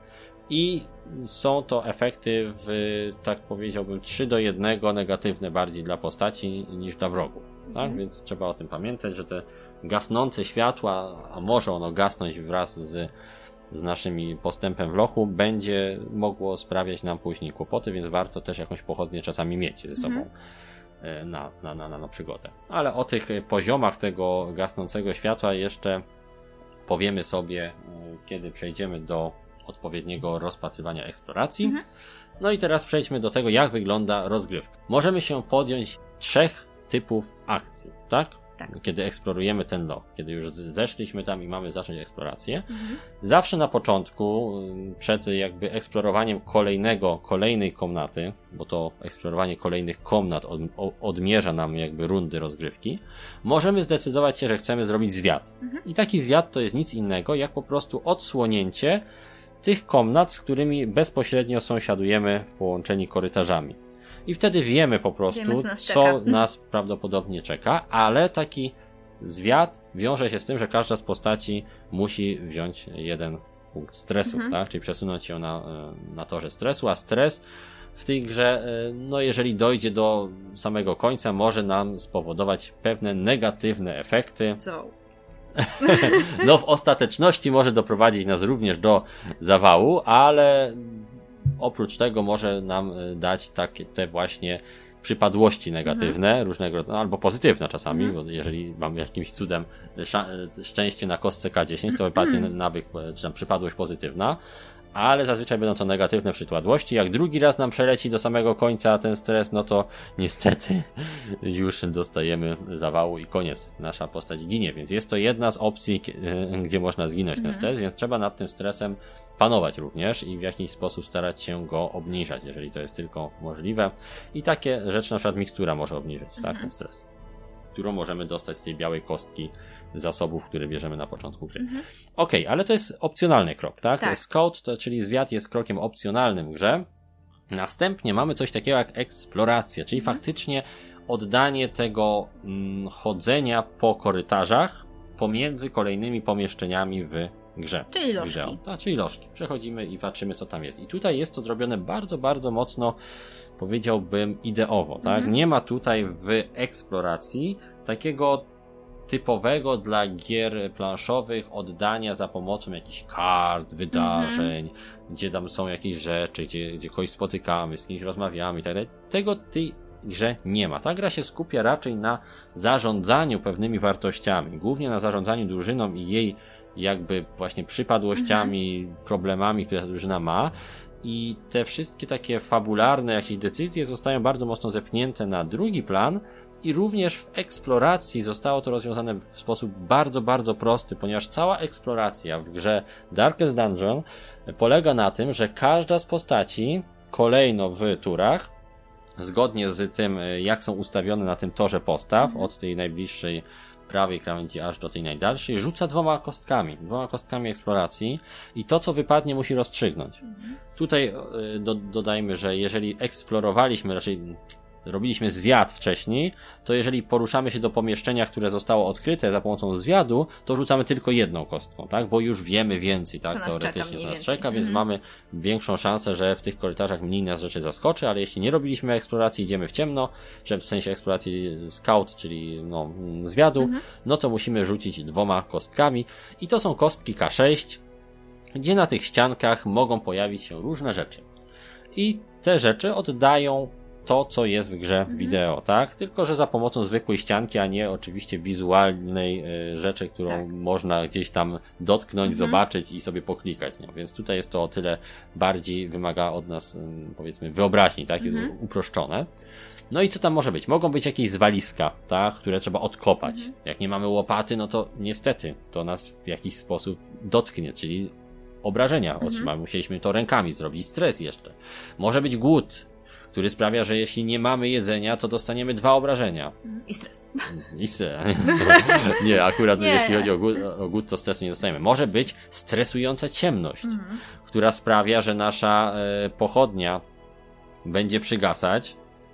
B: i są to efekty tak powiedziałbym 3:1 negatywne bardziej dla postaci niż dla wrogów, tak? Więc trzeba o tym pamiętać, że te gasnące światła, a może ono gasnąć wraz z naszym postępem w lochu, będzie mogło sprawiać nam później kłopoty, więc warto też jakąś pochodnię czasami mieć ze sobą na przygodę. Ale o tych poziomach tego gasnącego światła jeszcze powiemy sobie, kiedy przejdziemy do odpowiedniego rozpatrywania eksploracji. No i teraz przejdźmy do tego, jak wygląda rozgrywka. Możemy się podjąć 3 typów akcji, tak? Kiedy eksplorujemy ten loch, kiedy już zeszliśmy tam i mamy zacząć eksplorację. Zawsze na początku, przed jakby eksplorowaniem kolejnej komnaty, bo to eksplorowanie kolejnych komnat odmierza nam jakby rundy rozgrywki, możemy zdecydować się, że chcemy zrobić zwiat. I taki zwiat to jest nic innego, jak po prostu odsłonięcie tych komnat, z którymi bezpośrednio sąsiadujemy połączeni korytarzami. I wtedy wiemy po prostu, co nas prawdopodobnie czeka, ale taki zwiat wiąże się z tym, że każda z postaci musi wziąć 1 punkt stresu, tak? Czyli przesunąć się na torze stresu, a stres w tej grze, no jeżeli dojdzie do samego końca, może nam spowodować pewne negatywne efekty. No w ostateczności może doprowadzić nas również do zawału, ale oprócz tego może nam dać te właśnie przypadłości negatywne, różnego rodzaju, albo pozytywne czasami, bo jeżeli mamy jakimś cudem szczęście na kostce K10, to wypadnie nawyk, czy tam przypadłość pozytywna, ale zazwyczaj będą to negatywne przypadłości. Jak drugi raz nam przeleci do samego końca ten stres, no to niestety już dostajemy zawału i koniec, nasza postać ginie, więc jest to jedna z opcji, gdzie można zginąć ten stres, więc trzeba nad tym stresem panować również i w jakiś sposób starać się go obniżać, jeżeli to jest tylko możliwe. I takie rzeczy, na przykład mikstura może obniżyć, tak, ten stres, którą możemy dostać z tej białej kostki zasobów, które bierzemy na początku gry. Okej, ale to jest opcjonalny krok, tak? Scout, czyli zwiat, jest krokiem opcjonalnym w grze. Następnie mamy coś takiego jak eksploracja, czyli faktycznie oddanie tego chodzenia po korytarzach pomiędzy kolejnymi pomieszczeniami w grze.
C: Czyli lożki.
B: Czyli lożki. Przechodzimy i patrzymy, co tam jest. I tutaj jest to zrobione bardzo, bardzo mocno, powiedziałbym, ideowo, tak? Nie ma tutaj w eksploracji takiego typowego dla gier planszowych oddania za pomocą jakichś kart, wydarzeń, gdzie tam są jakieś rzeczy, gdzie kogoś spotykamy, z kimś rozmawiamy i tak dalej. Tego tej grze nie ma. Ta gra się skupia raczej na zarządzaniu pewnymi wartościami, głównie na zarządzaniu drużyną i jej jakby właśnie przypadłościami, problemami, które ta drużyna ma. I te wszystkie takie fabularne jakieś decyzje zostają bardzo mocno zepchnięte na drugi plan. I również w eksploracji zostało to rozwiązane w sposób bardzo, bardzo prosty, ponieważ cała eksploracja w grze Darkest Dungeon polega na tym, że każda z postaci kolejno w turach, zgodnie z tym, jak są ustawione na tym torze postaw, od tej najbliższej prawej krawędzi aż do tej najdalszej, rzuca 2 kostkami eksploracji i to, co wypadnie, musi rozstrzygnąć. Tutaj dodajmy, że jeżeli eksplorowaliśmy, raczej robiliśmy zwiat wcześniej, to jeżeli poruszamy się do pomieszczenia, które zostało odkryte za pomocą zwiadu, to rzucamy tylko 1 kostką, tak? Bo już wiemy więcej, tak? Teoretycznie co nas czeka, więc mamy większą szansę, że w tych korytarzach mniej nas rzeczy zaskoczy, ale jeśli nie robiliśmy eksploracji, idziemy w ciemno, czy w sensie eksploracji scout, czyli zwiadu, no to musimy rzucić 2 kostkami i to są kostki K6, gdzie na tych ściankach mogą pojawić się różne rzeczy. I te rzeczy oddają to, co jest w grze wideo, tak? Tylko że za pomocą zwykłej ścianki, a nie oczywiście wizualnej rzeczy, którą można gdzieś tam dotknąć, zobaczyć i sobie poklikać z nią. Więc tutaj jest to o tyle bardziej wymaga od nas, powiedzmy, wyobraźni, tak? Jest uproszczone. No i co tam może być? Mogą być jakieś zwaliska, tak? Które trzeba odkopać. Jak nie mamy łopaty, no to niestety to nas w jakiś sposób dotknie, czyli obrażenia otrzymamy. Musieliśmy to rękami zrobić, stres jeszcze. Może być głód, który sprawia, że jeśli nie mamy jedzenia, to dostaniemy 2 obrażenia.
C: I stres.
B: I stres. Nie, akurat jeśli chodzi o głód, to stresu nie dostajemy. Może być stresująca ciemność, która sprawia, że nasza pochodnia będzie przygasać,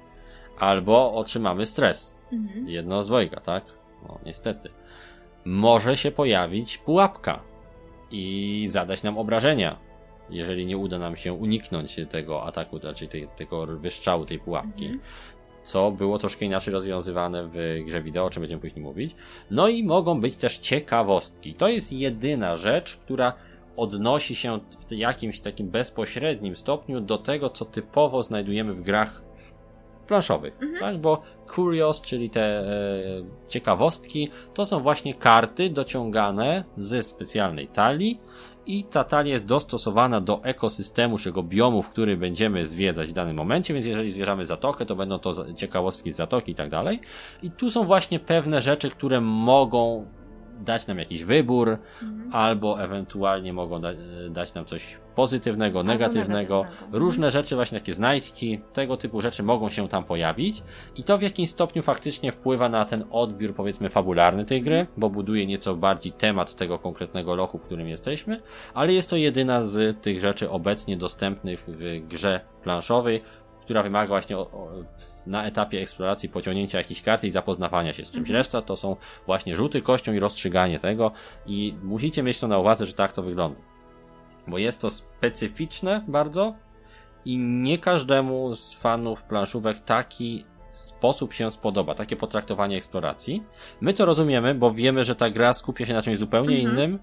B: albo otrzymamy stres. Jedno z dwojga, tak? No, niestety. Może się pojawić pułapka i zadać nam obrażenia. jeżeli nie uda nam się uniknąć tego ataku, znaczy tego wystrzału, tej pułapki. Co było troszkę inaczej rozwiązywane w grze wideo, o czym będziemy później mówić. No i mogą być też ciekawostki. To jest jedyna rzecz, która odnosi się w jakimś takim bezpośrednim stopniu do tego, co typowo znajdujemy w grach planszowych, tak? Bo curios, czyli te ciekawostki, to są właśnie karty dociągane ze specjalnej talii i ta talia jest dostosowana do ekosystemu, czego biomu, w który będziemy zwiedzać w danym momencie, więc jeżeli zwiedzamy zatokę, to będą to ciekawostki z zatoki i tak dalej. I tu są właśnie pewne rzeczy, które mogą dać nam jakiś wybór, albo ewentualnie mogą dać nam coś pozytywnego, negatywnego. Różne rzeczy, właśnie takie znajdźki, tego typu rzeczy mogą się tam pojawić i to w jakimś stopniu faktycznie wpływa na ten odbiór, powiedzmy, fabularny tej gry, bo buduje nieco bardziej temat tego konkretnego lochu, w którym jesteśmy, ale jest to jedyna z tych rzeczy obecnie dostępnych w grze planszowej, która wymaga właśnie na etapie eksploracji pociągnięcia jakichś kart i zapoznawania się z czymś. Reszta to są właśnie rzuty kością i rozstrzyganie tego i musicie mieć to na uwadze, że tak to wygląda. Bo jest to specyficzne bardzo i nie każdemu z fanów planszówek taki sposób się spodoba, takie potraktowanie eksploracji. My to rozumiemy, bo wiemy, że ta gra skupia się na czymś zupełnie innym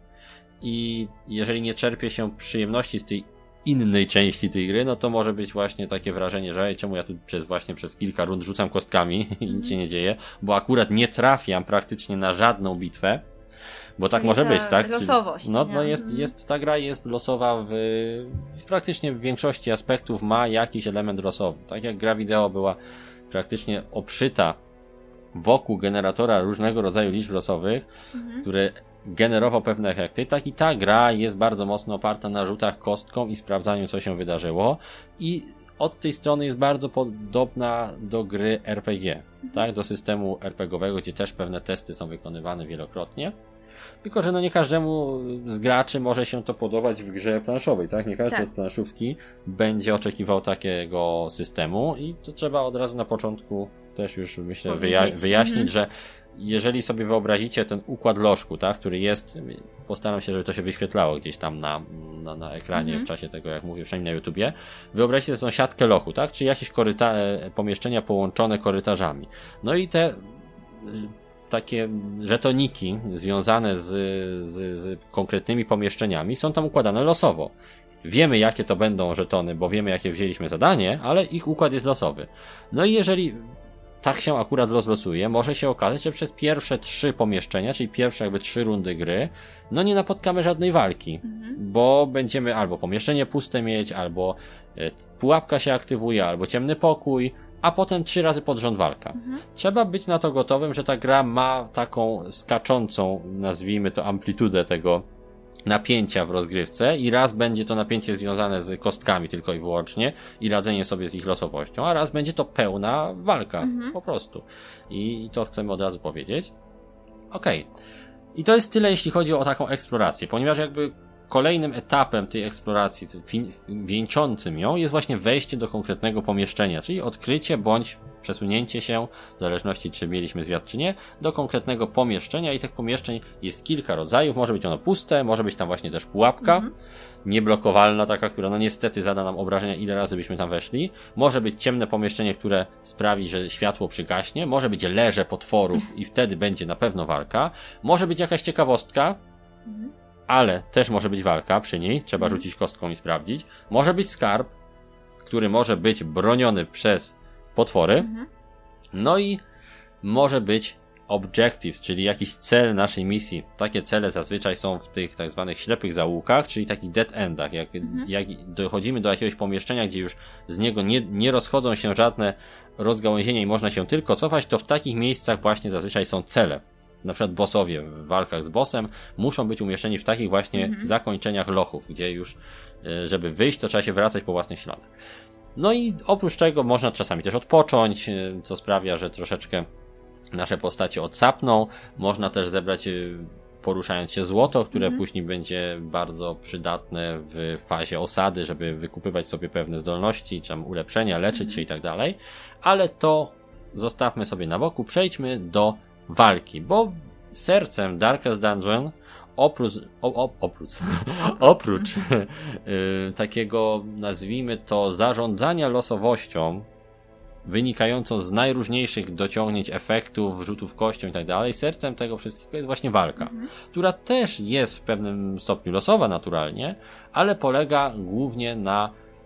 B: i jeżeli nie czerpie się przyjemności z tej innej części tej gry, no to może być właśnie takie wrażenie, że czemu ja tu przez kilka rund rzucam kostkami i nic się nie dzieje, bo akurat nie trafiam praktycznie na żadną bitwę, bo tak może być, tak?
C: Losowość.
B: Ta gra jest losowa praktycznie w większości aspektów ma jakiś element losowy. Tak jak gra wideo była praktycznie obszyta wokół generatora różnego rodzaju liczb losowych, które generował pewne efekty, tak i ta gra jest bardzo mocno oparta na rzutach kostką i sprawdzaniu, co się wydarzyło i od tej strony jest bardzo podobna do gry RPG, tak, do systemu RPGowego, gdzie też pewne testy są wykonywane wielokrotnie, tylko że no nie każdemu z graczy może się to podobać w grze planszowej, tak, nie każdy od planszówki będzie oczekiwał takiego systemu i to trzeba od razu na początku też już myślę wyjaśnić, że jeżeli sobie wyobrazicie ten układ lożku, tak, który jest, postaram się, żeby to się wyświetlało gdzieś tam na ekranie w czasie tego, jak mówię, przynajmniej na YouTubie, wyobraźcie sobie siatkę lochu, tak, czy jakieś pomieszczenia połączone korytarzami. No i te takie żetoniki związane z konkretnymi pomieszczeniami są tam układane losowo. Wiemy, jakie to będą żetony, bo wiemy, jakie wzięliśmy zadanie, ale ich układ jest losowy. No i jeżeli tak się akurat losuje, może się okazać, że przez pierwsze 3 pomieszczenia, czyli pierwsze jakby 3 rundy gry, no nie napotkamy żadnej walki, bo będziemy albo pomieszczenie puste mieć, albo pułapka się aktywuje, albo ciemny pokój, a potem 3 razy pod rząd walka. Trzeba być na to gotowym, że ta gra ma taką skaczącą, nazwijmy to, amplitudę tego napięcia w rozgrywce i raz będzie to napięcie związane z kostkami tylko i wyłącznie i radzeniem sobie z ich losowością, a raz będzie to pełna walka, po prostu. I to chcemy od razu powiedzieć. Okej. I to jest tyle, jeśli chodzi o taką eksplorację, ponieważ jakby kolejnym etapem tej eksploracji, wieńczącym ją, jest właśnie wejście do konkretnego pomieszczenia, czyli odkrycie bądź przesunięcie się, w zależności czy mieliśmy zwiat czy nie, do konkretnego pomieszczenia i tych pomieszczeń jest kilka rodzajów, może być ono puste, może być tam właśnie też pułapka, nieblokowalna taka, która no niestety zada nam obrażenia, ile razy byśmy tam weszli, może być ciemne pomieszczenie, które sprawi, że światło przygaśnie, może być leże potworów i wtedy będzie na pewno walka, może być jakaś ciekawostka, ale też może być walka przy niej, trzeba rzucić kostką i sprawdzić. Może być skarb, który może być broniony przez potwory. No i może być objectives, czyli jakiś cel naszej misji. Takie cele zazwyczaj są w tych tak zwanych ślepych zaułkach, czyli takich dead endach. Jak dochodzimy do jakiegoś pomieszczenia, gdzie już z niego nie rozchodzą się żadne rozgałęzienia i można się tylko cofać, to w takich miejscach właśnie zazwyczaj są cele. Na przykład bossowie w walkach z bossem muszą być umieszczeni w takich właśnie zakończeniach lochów, gdzie już, żeby wyjść, to trzeba się wracać po własnych śladach. No i oprócz tego można czasami też odpocząć, co sprawia, że troszeczkę nasze postacie odsapną. Można też zebrać, poruszając się, złoto, które później będzie bardzo przydatne w fazie osady, żeby wykupywać sobie pewne zdolności, czy tam ulepszenia, leczyć się i tak dalej. Ale to zostawmy sobie na boku, przejdźmy do walki, bo sercem Darkest Dungeon oprócz takiego, nazwijmy to, zarządzania losowością wynikającą z najróżniejszych dociągnięć, efektów, rzutów kością i tak dalej, sercem tego wszystkiego jest właśnie walka, która też jest w pewnym stopniu losowa naturalnie, ale polega głównie na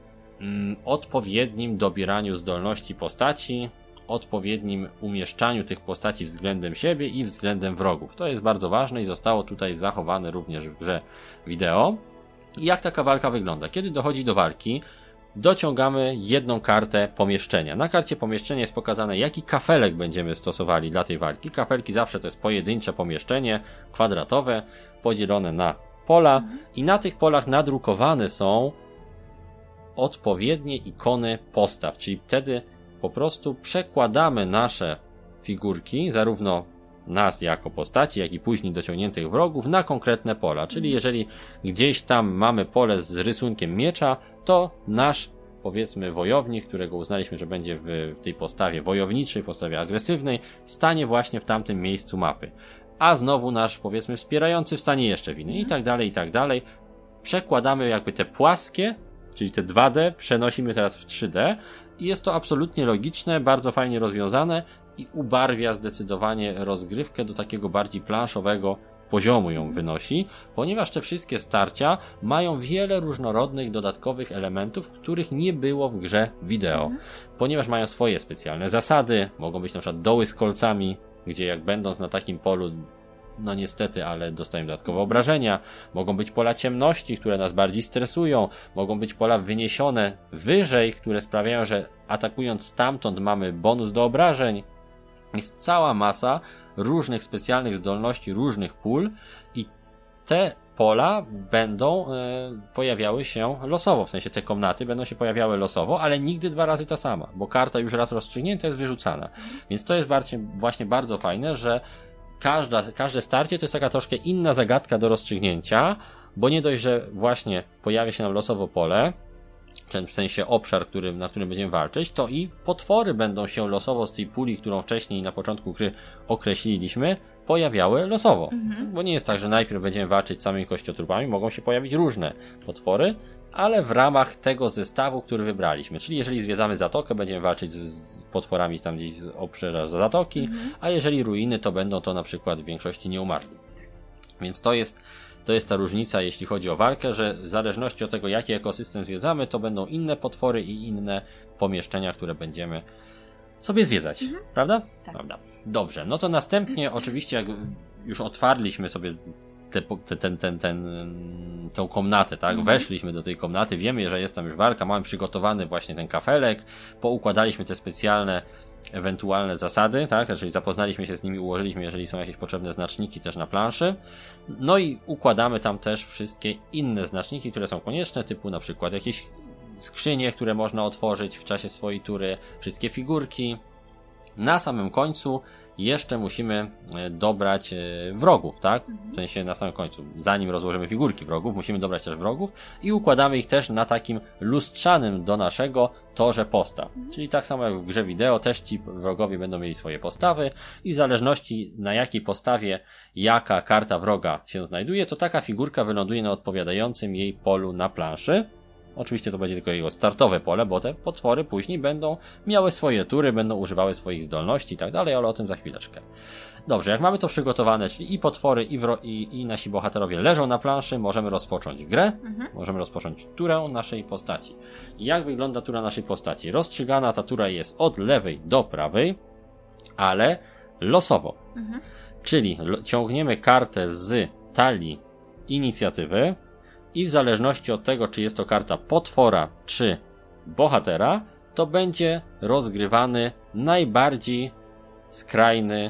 B: odpowiednim dobieraniu zdolności postaci, odpowiednim umieszczaniu tych postaci względem siebie i względem wrogów. To jest bardzo ważne i zostało tutaj zachowane również w grze wideo. I jak taka walka wygląda? Kiedy dochodzi do walki, dociągamy jedną kartę pomieszczenia. Na karcie pomieszczenia jest pokazane, jaki kafelek będziemy stosowali dla tej walki. Kafelki zawsze to jest pojedyncze pomieszczenie, kwadratowe, podzielone na pola i na tych polach nadrukowane są odpowiednie ikony postaw, czyli wtedy po prostu przekładamy nasze figurki, zarówno nas jako postaci, jak i później dociągniętych wrogów na konkretne pola. Czyli jeżeli gdzieś tam mamy pole z rysunkiem miecza, to nasz, powiedzmy, wojownik, którego uznaliśmy, że będzie w tej postawie wojowniczej, postawie agresywnej, stanie właśnie w tamtym miejscu mapy. A znowu nasz, powiedzmy, wspierający wstanie jeszcze w innej i tak dalej, i tak dalej. Przekładamy jakby te płaskie, czyli te 2D, przenosimy teraz w 3D i jest to absolutnie logiczne, bardzo fajnie rozwiązane i ubarwia zdecydowanie rozgrywkę do takiego bardziej planszowego poziomu ją wynosi, ponieważ te wszystkie starcia mają wiele różnorodnych dodatkowych elementów, których nie było w grze wideo, ponieważ mają swoje specjalne zasady, mogą być na przykład doły z kolcami, gdzie jak będąc na takim polu, no niestety, ale dostajemy dodatkowe obrażenia, mogą być pola ciemności, które nas bardziej stresują, mogą być pola wyniesione wyżej, które sprawiają, że atakując stamtąd mamy bonus do obrażeń. Jest cała masa różnych specjalnych zdolności, różnych pól i te pola będą pojawiały się losowo, w sensie te komnaty będą się pojawiały losowo, ale nigdy 2 razy ta sama, bo karta już raz rozstrzygnięta jest wyrzucana. Więc to jest właśnie bardzo fajne, że każde starcie to jest taka troszkę inna zagadka do rozstrzygnięcia, bo nie dość, że właśnie pojawia się nam losowo pole, w sensie obszar, na którym będziemy walczyć, to i potwory będą się losowo z tej puli, którą wcześniej na początku gry określiliśmy, pojawiały losowo. Bo nie jest tak, że najpierw będziemy walczyć z samymi kościotrupami, mogą się pojawić różne potwory, ale w ramach tego zestawu, który wybraliśmy. Czyli jeżeli zwiedzamy zatokę, będziemy walczyć z potworami tam gdzieś z obrzeża zatoki, a jeżeli ruiny, to będą to na przykład w większości nieumarli. Więc to jest ta różnica, jeśli chodzi o walkę, że w zależności od tego, jaki ekosystem zwiedzamy, to będą inne potwory i inne pomieszczenia, które będziemy sobie zwiedzać. Prawda?
C: Tak.
B: Prawda. Dobrze, no to następnie oczywiście, jak już otwarliśmy sobie tą komnatę, tak? Weszliśmy do tej komnaty, wiemy, że jest tam już walka, mamy przygotowany właśnie ten kafelek, poukładaliśmy te specjalne ewentualne zasady, tak? Czyli zapoznaliśmy się z nimi, ułożyliśmy, jeżeli są jakieś potrzebne znaczniki też na planszy. No i układamy tam też wszystkie inne znaczniki, które są konieczne, typu na przykład jakieś skrzynie, które można otworzyć w czasie swojej tury, wszystkie figurki. Na samym końcu jeszcze musimy dobrać wrogów, tak? W sensie na samym końcu, zanim rozłożymy figurki wrogów, musimy dobrać też wrogów i układamy ich też na takim lustrzanym do naszego torze postaw. Czyli tak samo jak w grze wideo, też ci wrogowie będą mieli swoje postawy i w zależności na jakiej postawie jaka karta wroga się znajduje, to taka figurka wyląduje na odpowiadającym jej polu na planszy. Oczywiście to będzie tylko jego startowe pole, bo te potwory później będą miały swoje tury, będą używały swoich zdolności i tak dalej, ale o tym za chwileczkę. Dobrze, jak mamy to przygotowane, czyli i potwory, i nasi bohaterowie leżą na planszy, możemy rozpocząć grę, możemy rozpocząć turę naszej postaci. Jak wygląda tura naszej postaci? Rozstrzygana ta tura jest od lewej do prawej, ale losowo. Czyli ciągniemy kartę z talii inicjatywy, i w zależności od tego, czy jest to karta potwora, czy bohatera, to będzie rozgrywany najbardziej skrajny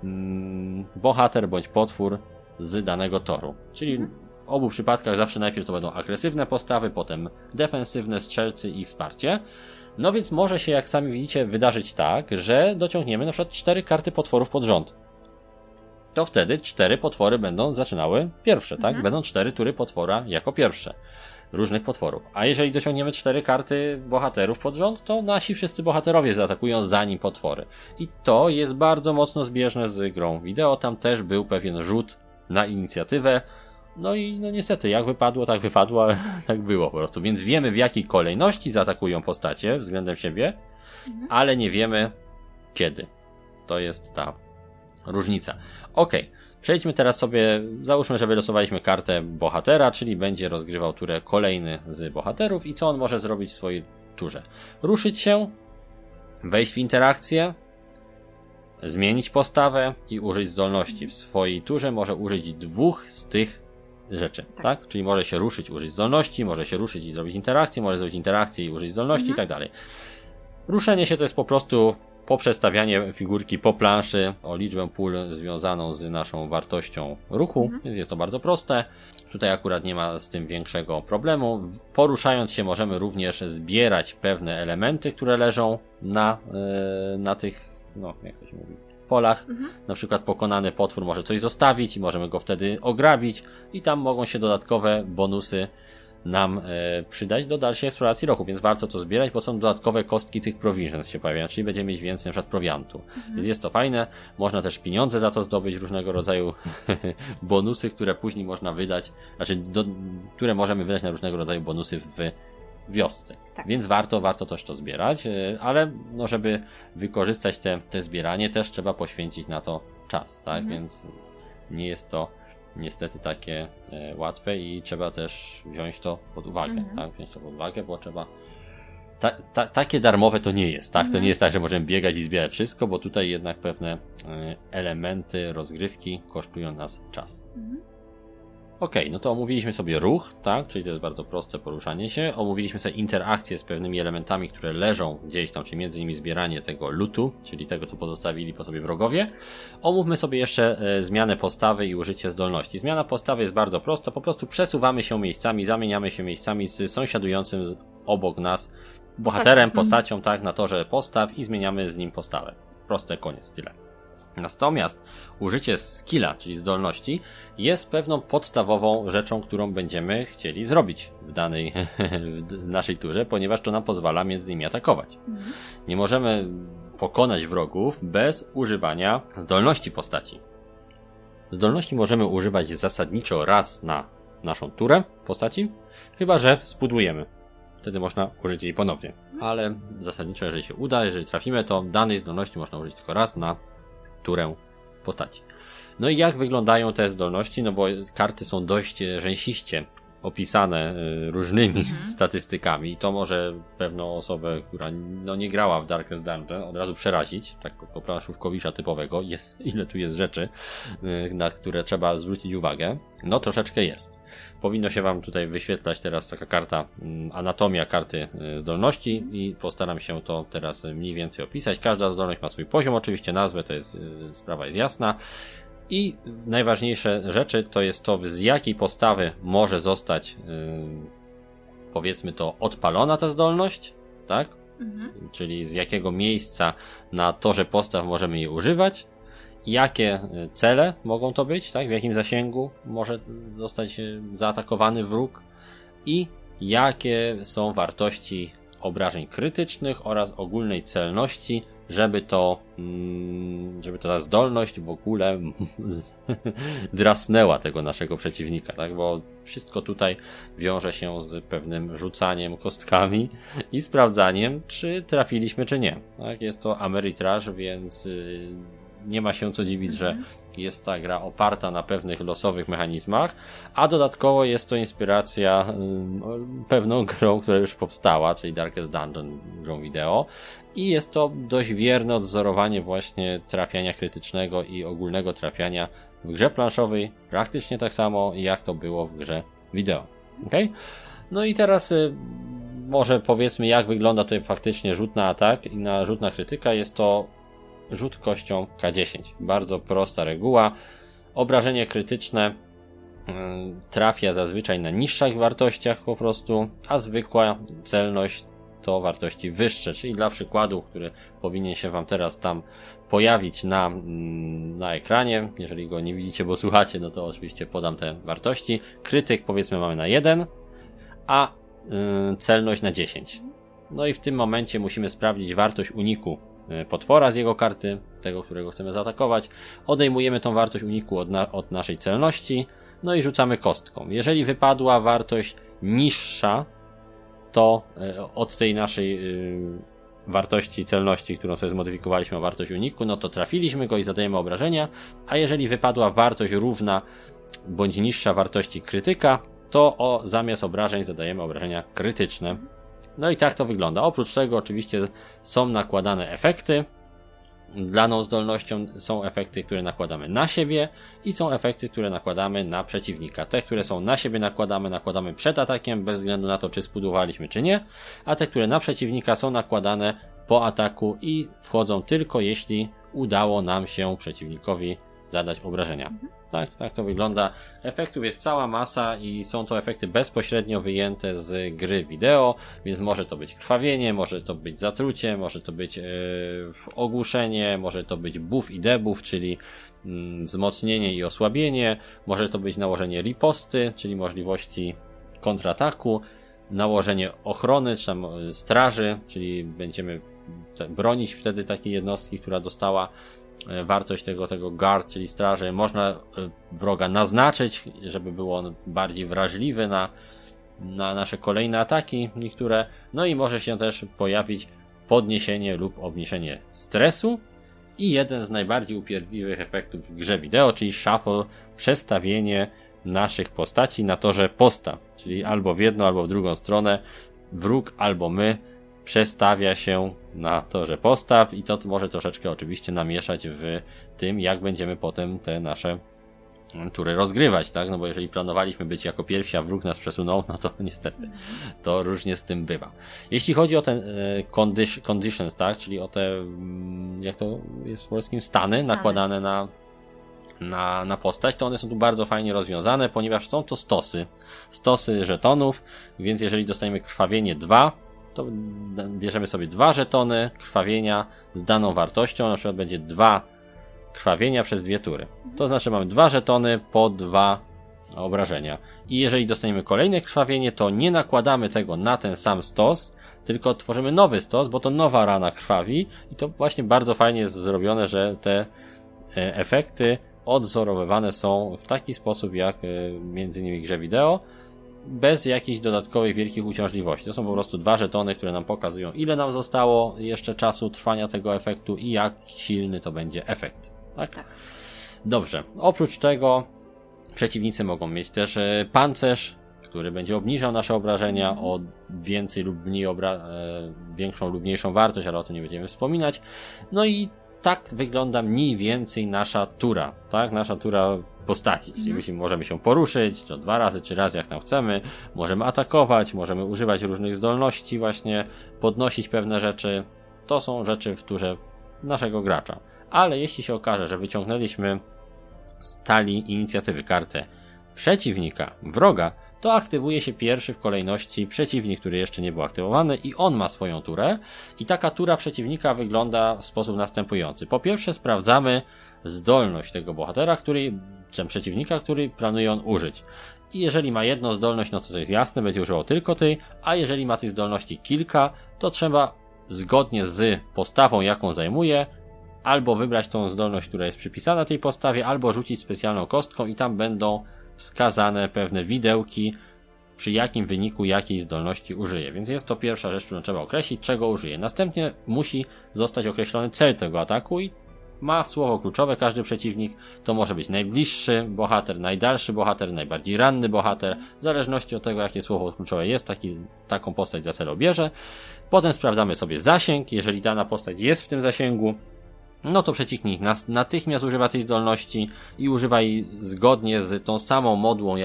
B: bohater bądź potwór z danego toru. Czyli w obu przypadkach zawsze najpierw to będą agresywne postawy, potem defensywne, strzelcy i wsparcie. No więc może się, jak sami widzicie, wydarzyć tak, że dociągniemy na przykład 4 karty potworów pod rząd. To wtedy 4 potwory będą zaczynały pierwsze, tak? Będą 4 tury potwora jako pierwsze. Różnych potworów. A jeżeli dociągniemy 4 karty bohaterów pod rząd, to nasi wszyscy bohaterowie zaatakują zanim potwory. I to jest bardzo mocno zbieżne z grą wideo. Tam też był pewien rzut na inicjatywę. No i no niestety, jak wypadło, tak wypadło, ale tak było po prostu. Więc wiemy, w jakiej kolejności zaatakują postacie względem siebie, ale nie wiemy kiedy. To jest ta różnica. Okej, przejdźmy teraz sobie, załóżmy, że wylosowaliśmy kartę bohatera, czyli będzie rozgrywał turę kolejny z bohaterów i co on może zrobić w swojej turze? Ruszyć się, wejść w interakcję, zmienić postawę i użyć zdolności. W swojej turze może użyć 2 z tych rzeczy, tak? Czyli może się ruszyć, użyć zdolności, może się ruszyć i zrobić interakcję, może zrobić interakcję i użyć zdolności i tak dalej. Ruszenie się to jest po prostu poprzestawianie figurki po planszy o liczbę pól związaną z naszą wartością ruchu, więc jest to bardzo proste. Tutaj akurat nie ma z tym większego problemu. Poruszając się możemy również zbierać pewne elementy, które leżą na tych, no jak to się mówi, polach. Na przykład pokonany potwór może coś zostawić i możemy go wtedy ograbić i tam mogą się dodatkowe bonusy nam przydać do dalszej eksploracji roku, więc warto to zbierać, bo są dodatkowe kostki tych provisions się pojawiają, czyli będziemy mieć więcej na przykład prowiantu. Więc jest to fajne, można też pieniądze za to zdobyć, różnego rodzaju bonusy, które później można wydać, znaczy które możemy wydać na różnego rodzaju bonusy w wiosce. Tak. Więc warto też to zbierać, ale no żeby wykorzystać te zbieranie też trzeba poświęcić na to czas, tak? Więc nie jest to niestety takie łatwe i trzeba też wziąć to pod uwagę, tak? Wziąć to pod uwagę, bo trzeba takie darmowe to nie jest, tak? To nie jest tak, że możemy biegać i zbierać wszystko, bo tutaj jednak pewne elementy rozgrywki kosztują nas czas. Okej, no to omówiliśmy sobie ruch, tak? Czyli to jest bardzo proste poruszanie się. Omówiliśmy sobie interakcje z pewnymi elementami, które leżą gdzieś tam, czyli między innymi zbieranie tego lootu, czyli tego, co pozostawili po sobie wrogowie. Omówmy sobie jeszcze zmianę postawy i użycie zdolności. Zmiana postawy jest bardzo prosta, po prostu przesuwamy się miejscami, zamieniamy się miejscami z sąsiadującym obok nas bohaterem, postacią, tak, na torze postaw i zmieniamy z nim postawę. Proste, koniec, tyle. Natomiast użycie skilla, czyli zdolności, jest pewną podstawową rzeczą, którą będziemy chcieli zrobić w naszej turze, ponieważ to nam pozwala między innymi atakować. Nie możemy pokonać wrogów bez używania zdolności postaci. Zdolności możemy używać zasadniczo raz na naszą turę postaci, chyba że spudłujemy. Wtedy można użyć jej ponownie. Ale zasadniczo, jeżeli się uda, jeżeli trafimy, to danej zdolności można użyć tylko raz na turę postaci. No i jak wyglądają te zdolności? No bo karty są dość rzęsiście opisane różnymi statystykami i to może pewną osobę, która no nie grała w Darkest Dungeon, od razu przerazić, tak po planszówkowicza typowego, ile tu jest rzeczy, na które trzeba zwrócić uwagę. No troszeczkę jest. Powinno się wam tutaj wyświetlać teraz taka karta, anatomia karty zdolności i postaram się to teraz mniej więcej opisać. Każda zdolność ma swój poziom, oczywiście nazwę, to jest, sprawa jest jasna. I najważniejsze rzeczy to jest to, z jakiej postawy może zostać, powiedzmy to, odpalona ta zdolność, tak? Czyli z jakiego miejsca na torze postaw możemy jej używać, jakie cele mogą to być, tak? W jakim zasięgu może zostać zaatakowany wróg i jakie są wartości obrażeń krytycznych oraz ogólnej celności, żeby ta zdolność w ogóle drasnęła tego naszego przeciwnika, tak? Bo wszystko tutaj wiąże się z pewnym rzucaniem kostkami i sprawdzaniem, czy trafiliśmy, czy nie. Tak? Jest to Ameritrash, więc nie ma się co dziwić, że jest ta gra oparta na pewnych losowych mechanizmach, a dodatkowo jest to inspiracja pewną grą, która już powstała, czyli Darkest Dungeon, grą wideo. I jest to dość wierne odzorowanie właśnie trafiania krytycznego i ogólnego trafiania w grze planszowej, praktycznie tak samo jak to było w grze wideo. Okay? No i teraz może powiedzmy, jak wygląda tutaj faktycznie rzut na atak i na rzut na krytyka. Jest to rzut kością K10. Bardzo prosta reguła. Obrażenie krytyczne trafia zazwyczaj na niższych wartościach po prostu, a zwykła celność to wartości wyższe, czyli dla przykładu, który powinien się wam teraz tam pojawić na ekranie, jeżeli go nie widzicie, bo słuchacie, no to oczywiście podam te wartości. Krytyk powiedzmy mamy na 1, a celność na 10. No i w tym momencie musimy sprawdzić wartość uniku potwora z jego karty, tego, którego chcemy zaatakować. Odejmujemy tą wartość uniku od naszej celności, no i rzucamy kostką. Jeżeli wypadła wartość niższa to od tej naszej wartości celności, którą sobie zmodyfikowaliśmy o wartość uniku, no to trafiliśmy go i zadajemy obrażenia, a jeżeli wypadła wartość równa bądź niższa wartości krytyka, to zamiast obrażeń zadajemy obrażenia krytyczne. No i tak to wygląda. Oprócz tego oczywiście są nakładane efekty. Daną zdolnością są efekty, które nakładamy na siebie i są efekty, które nakładamy na przeciwnika. Te, które są na siebie nakładamy przed atakiem, bez względu na to, czy spudłowaliśmy, czy nie, a te, które na przeciwnika są nakładane po ataku i wchodzą tylko jeśli udało nam się przeciwnikowi zadać obrażenia. Tak to wygląda. Efektów jest cała masa i są to efekty bezpośrednio wyjęte z gry wideo, więc może to być krwawienie, może to być zatrucie, może to być ogłuszenie, może to być buff i debuff, czyli wzmocnienie i osłabienie, może to być nałożenie riposty, czyli możliwości kontrataku, nałożenie ochrony, czy tam straży, czyli będziemy bronić wtedy takiej jednostki, która dostała wartość tego guard, czyli straży. Można wroga naznaczyć, żeby był on bardziej wrażliwy na nasze kolejne ataki niektóre. No i może się też pojawić podniesienie lub obniżenie stresu i jeden z najbardziej upierdliwych efektów w grze wideo, czyli shuffle, przestawienie naszych postaci na torze postaw, czyli albo w jedną, albo w drugą stronę wróg albo my przestawia się na torze postaw i to może troszeczkę oczywiście namieszać w tym, jak będziemy potem te nasze tury rozgrywać, tak? No bo jeżeli planowaliśmy być jako pierwsi, a wróg nas przesunął, no to niestety to różnie z tym bywa. Jeśli chodzi o te conditions, tak? Czyli o te, jak to jest w polskim, stany nakładane na postać, to one są tu bardzo fajnie rozwiązane, ponieważ są to stosy żetonów, więc jeżeli dostajemy krwawienie 2, to bierzemy sobie 2 żetony krwawienia z daną wartością, na przykład będzie 2 krwawienia przez 2 tury. To znaczy mamy 2 żetony po 2 obrażenia. I jeżeli dostaniemy kolejne krwawienie, to nie nakładamy tego na ten sam stos, tylko tworzymy nowy stos, bo to nowa rana krwawi i to właśnie bardzo fajnie jest zrobione, że te efekty odzorowywane są w taki sposób jak między innymi w grze wideo, bez jakichś dodatkowych wielkich uciążliwości. To są po prostu 2 żetony, które nam pokazują, ile nam zostało jeszcze czasu trwania tego efektu i jak silny to będzie efekt. Tak? Dobrze. Oprócz tego przeciwnicy mogą mieć też pancerz, który będzie obniżał nasze obrażenia o więcej lub mniej większą lub mniejszą wartość, ale o tym nie będziemy wspominać. No i tak wygląda mniej więcej nasza tura, tak? Nasza tura postaci, czyli możemy się poruszyć, to 2 razy, 3 razy jak tam chcemy, możemy atakować, możemy używać różnych zdolności właśnie, podnosić pewne rzeczy, to są rzeczy w turze naszego gracza. Ale jeśli się okaże, że wyciągnęliśmy z talii inicjatywy kartę przeciwnika, wroga, to aktywuje się pierwszy w kolejności przeciwnik, który jeszcze nie był aktywowany i on ma swoją turę i taka tura przeciwnika wygląda w sposób następujący. Po pierwsze sprawdzamy zdolność tego bohatera, czy przeciwnika, który planuje on użyć. I jeżeli ma jedną zdolność, no to jest jasne, będzie używał tylko tej, a jeżeli ma tych zdolności kilka, to trzeba zgodnie z postawą, jaką zajmuje, albo wybrać tą zdolność, która jest przypisana tej postawie, albo rzucić specjalną kostką i tam będą wskazane pewne widełki, przy jakim wyniku jakiej zdolności użyje. Więc jest to pierwsza rzecz, którą trzeba określić, czego użyje. Następnie musi zostać określony cel tego ataku i ma słowo kluczowe każdy przeciwnik. To może być najbliższy bohater, najdalszy bohater, najbardziej ranny bohater. W zależności od tego, jakie słowo kluczowe jest, taką postać za cel bierze. Potem sprawdzamy sobie zasięg. Jeżeli dana postać jest w tym zasięgu, no to przeciwnik natychmiast używa tej zdolności i używa jej zgodnie z tą samą modłą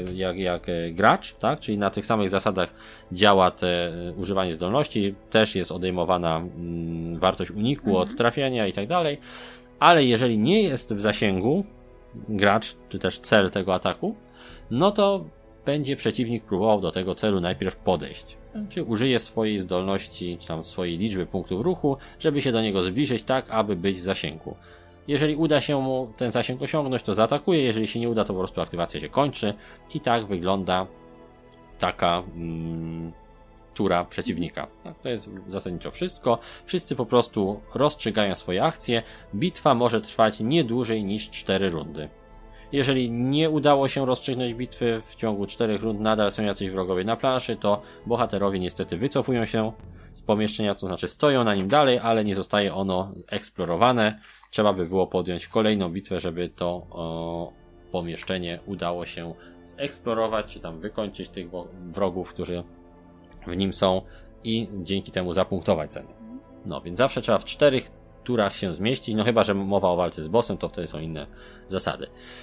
B: jak gracz, tak? Czyli na tych samych zasadach działa używanie zdolności, też jest odejmowana wartość uniku od trafienia i tak dalej, ale jeżeli nie jest w zasięgu gracz, czy też cel tego ataku, no to będzie przeciwnik próbował do tego celu najpierw podejść. Czyli użyje swojej zdolności, czy tam swojej liczby punktów ruchu, żeby się do niego zbliżyć tak, aby być w zasięgu. Jeżeli uda się mu ten zasięg osiągnąć, to zaatakuje, jeżeli się nie uda, to po prostu aktywacja się kończy i tak wygląda taka tura przeciwnika. To jest zasadniczo wszystko. Wszyscy po prostu rozstrzygają swoje akcje. Bitwa może trwać nie dłużej niż 4 rundy. Jeżeli nie udało się rozstrzygnąć bitwy w ciągu 4 rund, nadal są jacyś wrogowie na planszy, to bohaterowie niestety wycofują się z pomieszczenia, to znaczy stoją na nim dalej, ale nie zostaje ono eksplorowane. Trzeba by było podjąć kolejną bitwę, żeby to pomieszczenie udało się zeksplorować, czy tam wykończyć tych wrogów, którzy w nim są i dzięki temu zapunktować cenę. No więc zawsze trzeba w 4 turach się zmieścić, no chyba że mowa o walce z bossem, to wtedy są inne zasady.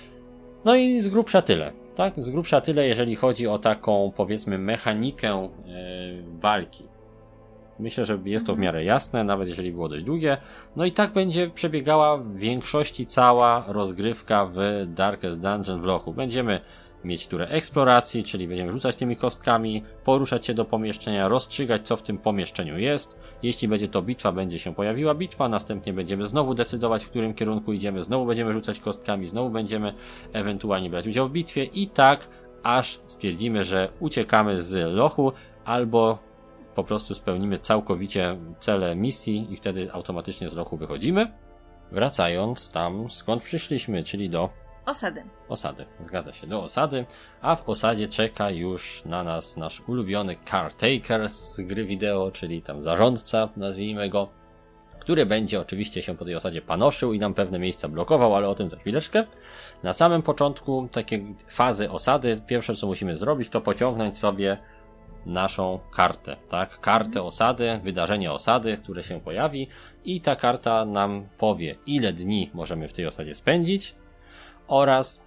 B: No i z grubsza tyle, tak? Z grubsza tyle, jeżeli chodzi o taką, powiedzmy, mechanikę walki. Myślę, że jest to w miarę jasne, nawet jeżeli było dość długie. No i tak będzie przebiegała w większości cała rozgrywka w Darkest Dungeon w lochu. Będziemy mieć turę eksploracji, czyli będziemy rzucać tymi kostkami, poruszać się do pomieszczenia, rozstrzygać, co w tym pomieszczeniu jest. Jeśli będzie to bitwa, będzie się pojawiła bitwa, następnie będziemy znowu decydować, w którym kierunku idziemy, znowu będziemy rzucać kostkami, znowu będziemy ewentualnie brać udział w bitwie i tak aż stwierdzimy, że uciekamy z lochu albo po prostu spełnimy całkowicie cele misji i wtedy automatycznie z lochu wychodzimy, wracając tam skąd przyszliśmy, czyli do osady, zgadza się, do osady, a w osadzie czeka już na nas nasz ulubiony caretaker z gry wideo, czyli tam zarządca, nazwijmy go, który będzie oczywiście się po tej osadzie panoszył i nam pewne miejsca blokował, ale o tym za chwileczkę. Na samym początku takiej fazy osady, pierwsze co musimy zrobić, to pociągnąć sobie naszą kartę, tak? Kartę osady, wydarzenie osady, które się pojawi i ta karta nam powie, ile dni możemy w tej osadzie spędzić oraz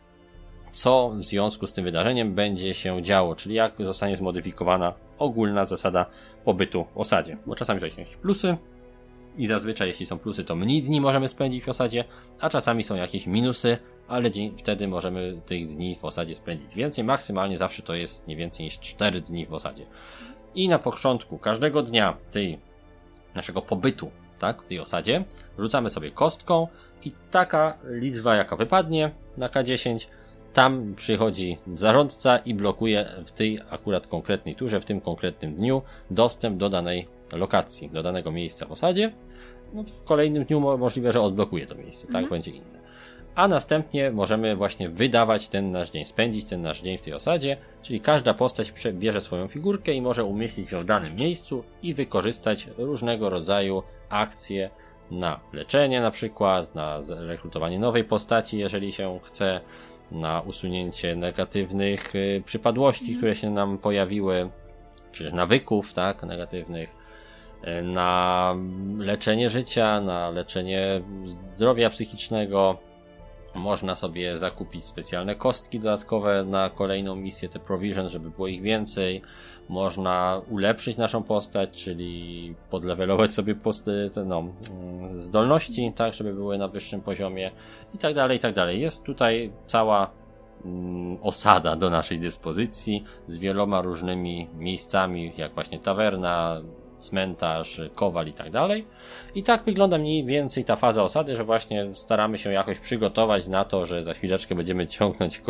B: co w związku z tym wydarzeniem będzie się działo, czyli jak zostanie zmodyfikowana ogólna zasada pobytu w osadzie, bo czasami są jakieś plusy i zazwyczaj jeśli są plusy, to mniej dni możemy spędzić w osadzie, a czasami są jakieś minusy, ale wtedy możemy tych dni w osadzie spędzić więcej. Maksymalnie zawsze to jest nie więcej niż 4 dni w osadzie. I na początku każdego dnia tej naszego pobytu, tak, w tej osadzie rzucamy sobie kostką i taka liczba jaka wypadnie na K10, tam przychodzi zarządca i blokuje w tej akurat konkretnej turze, w tym konkretnym dniu dostęp do danej lokacji, do danego miejsca w osadzie. No, w kolejnym dniu możliwe, że odblokuje to miejsce, tak, będzie inne. A następnie możemy właśnie wydawać ten nasz dzień, spędzić ten nasz dzień w tej osadzie, czyli każda postać bierze swoją figurkę i może umieścić ją w danym miejscu i wykorzystać różnego rodzaju akcje na leczenie na przykład, na rekrutowanie nowej postaci, jeżeli się chce, na usunięcie negatywnych przypadłości, które się nam pojawiły, czy nawyków, tak, negatywnych, na leczenie życia, na leczenie zdrowia psychicznego. Można sobie zakupić specjalne kostki dodatkowe na kolejną misję, te provision, żeby było ich więcej. Można ulepszyć naszą postać, czyli podlewelować sobie zdolności, tak, żeby były na wyższym poziomie i tak dalej, i tak dalej. Jest tutaj cała osada do naszej dyspozycji z wieloma różnymi miejscami, jak właśnie tawerna, cmentarz, kowal i tak dalej. I tak wygląda mniej więcej ta faza osady, że właśnie staramy się jakoś przygotować na to, że za chwileczkę będziemy ciągnąć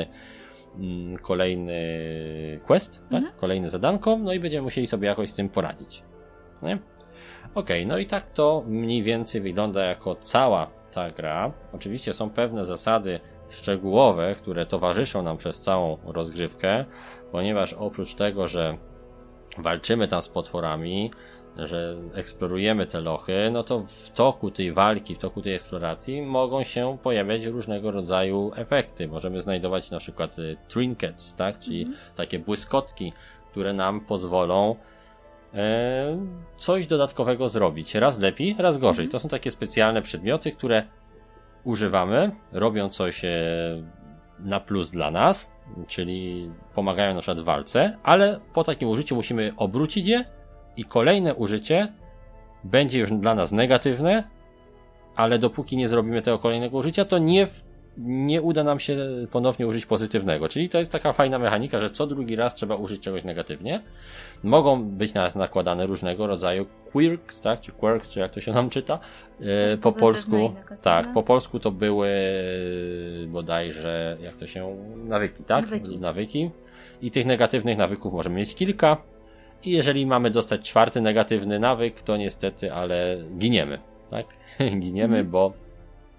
B: kolejny quest, tak? Kolejne zadanko, no i będziemy musieli sobie jakoś z tym poradzić. Nie? Okej, no i tak to mniej więcej wygląda jako cała ta gra. Oczywiście są pewne zasady szczegółowe, które towarzyszą nam przez całą rozgrywkę, ponieważ oprócz tego, że walczymy tam z potworami, że eksplorujemy te lochy, no to w toku tej walki, w toku tej eksploracji mogą się pojawiać różnego rodzaju efekty. Możemy znajdować na przykład trinkets, tak, czyli takie błyskotki, które nam pozwolą coś dodatkowego zrobić. Raz lepiej, raz gorzej. To są takie specjalne przedmioty, które używamy, robią coś na plus dla nas, czyli pomagają na przykład w walce, ale po takim użyciu musimy obrócić je i kolejne użycie będzie już dla nas negatywne, ale dopóki nie zrobimy tego kolejnego użycia, to nie uda nam się ponownie użyć pozytywnego. Czyli to jest taka fajna mechanika, że co drugi raz trzeba użyć czegoś negatywnie. Mogą być na nas nakładane różnego rodzaju quirks, tak? Czy quirks, czy jak to się nam czyta. Po polsku, tak, po polsku to były bodajże, jak to się, nawyki, tak? Nawyki. I tych negatywnych nawyków możemy mieć kilka. I jeżeli mamy dostać 4. negatywny nawyk, to niestety, ale giniemy, tak? Giniemy, bo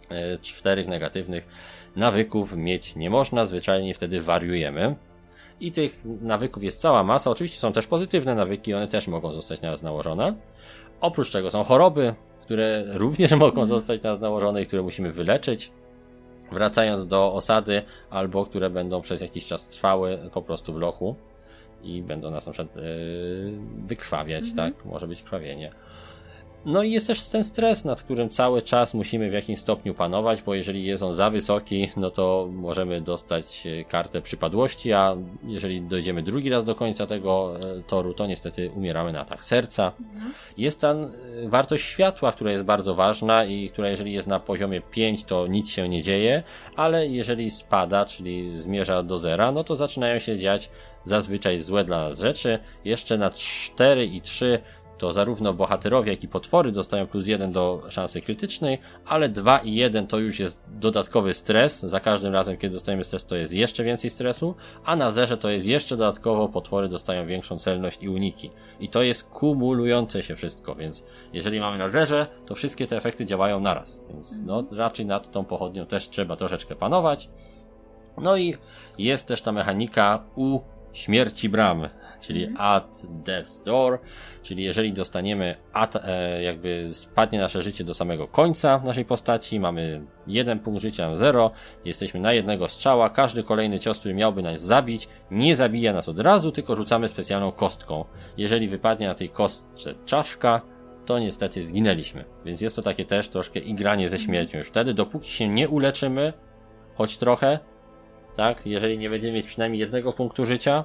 B: 4 negatywnych nawyków mieć nie można, zwyczajnie wtedy wariujemy. I tych nawyków jest cała masa. Oczywiście są też pozytywne nawyki, one też mogą zostać na nas nałożone. Oprócz tego są choroby, które również mogą zostać na nas nałożone i które musimy wyleczyć, wracając do osady, albo które będą przez jakiś czas trwały po prostu w lochu i będą nas na przykład wykrwawiać, tak? Może być krwawienie. No i jest też ten stres, nad którym cały czas musimy w jakimś stopniu panować, bo jeżeli jest on za wysoki, no to możemy dostać kartę przypadłości, a jeżeli dojdziemy drugi raz do końca tego toru, to niestety umieramy na atak serca. Jest tam wartość światła, która jest bardzo ważna i która jeżeli jest na poziomie 5, to nic się nie dzieje, ale jeżeli spada, czyli zmierza do zera, no to zaczynają się dziać zazwyczaj złe dla nas rzeczy. Jeszcze na 4 i 3 to zarówno bohaterowie, jak i potwory dostają +1 do szansy krytycznej, ale 2 i 1 to już jest dodatkowy stres. Za każdym razem, kiedy dostajemy stres, to jest jeszcze więcej stresu, a na zerze to jest jeszcze dodatkowo potwory dostają większą celność i uniki. I to jest kumulujące się wszystko, więc jeżeli mamy na zerze, to wszystkie te efekty działają naraz, więc no raczej nad tą pochodnią też trzeba troszeczkę panować. No i jest też ta mechanika u śmierci bram, czyli at death's door, czyli jeżeli dostaniemy jakby spadnie nasze życie do samego końca naszej postaci, mamy 1 punkt życia, 0, jesteśmy na jednego strzała, każdy kolejny cios, który miałby nas zabić, nie zabija nas od razu, tylko rzucamy specjalną kostką. Jeżeli wypadnie na tej kostce czaszka, to niestety zginęliśmy, więc jest to takie też troszkę igranie ze śmiercią już wtedy, dopóki się nie uleczymy, choć trochę, tak, jeżeli nie będziemy mieć przynajmniej 1 punktu życia,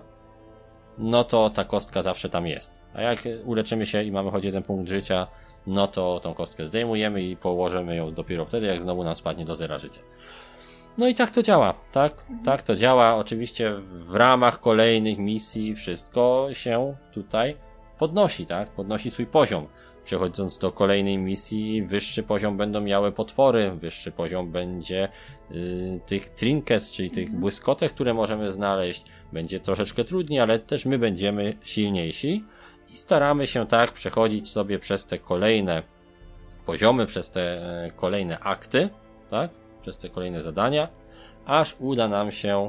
B: no to ta kostka zawsze tam jest. A jak uleczymy się i mamy choć 1 punkt życia, no to tą kostkę zdejmujemy i położymy ją dopiero wtedy, jak znowu nam spadnie do 0 życia. No i tak to działa, tak? Tak to działa. Oczywiście w ramach kolejnych misji wszystko się tutaj podnosi, tak? Podnosi swój poziom. Przechodząc do kolejnej misji, wyższy poziom będą miały potwory, wyższy poziom będzie tych trinkets, czyli tych błyskotek, które możemy znaleźć. Będzie troszeczkę trudniej, ale też my będziemy silniejsi i staramy się tak przechodzić sobie przez te kolejne poziomy, przez te kolejne akty, tak? Przez te kolejne zadania, aż uda nam się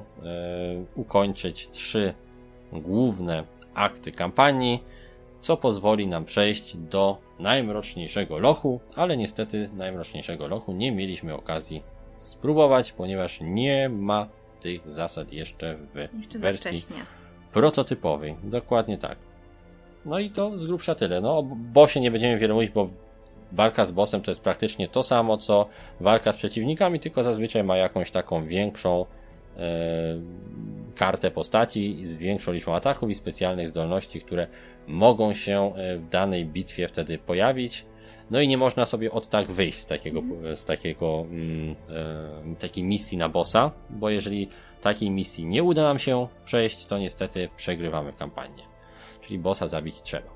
B: ukończyć 3 główne akty kampanii, co pozwoli nam przejść do najmroczniejszego lochu, ale niestety najmroczniejszego lochu nie mieliśmy okazji spróbować, ponieważ nie ma tych zasad jeszcze w wersji prototypowej. Dokładnie tak. No i to z grubsza tyle. No o bossie nie będziemy wiele mówić, bo walka z bossem to jest praktycznie to samo, co walka z przeciwnikami, tylko zazwyczaj ma jakąś taką większą kartę postaci z większą liczbą ataków i specjalnych zdolności, które mogą się w danej bitwie wtedy pojawić. No i nie można sobie od tak wyjść z takiej misji na bossa, bo jeżeli takiej misji nie uda nam się przejść, to niestety przegrywamy kampanię. Czyli bossa zabić trzeba.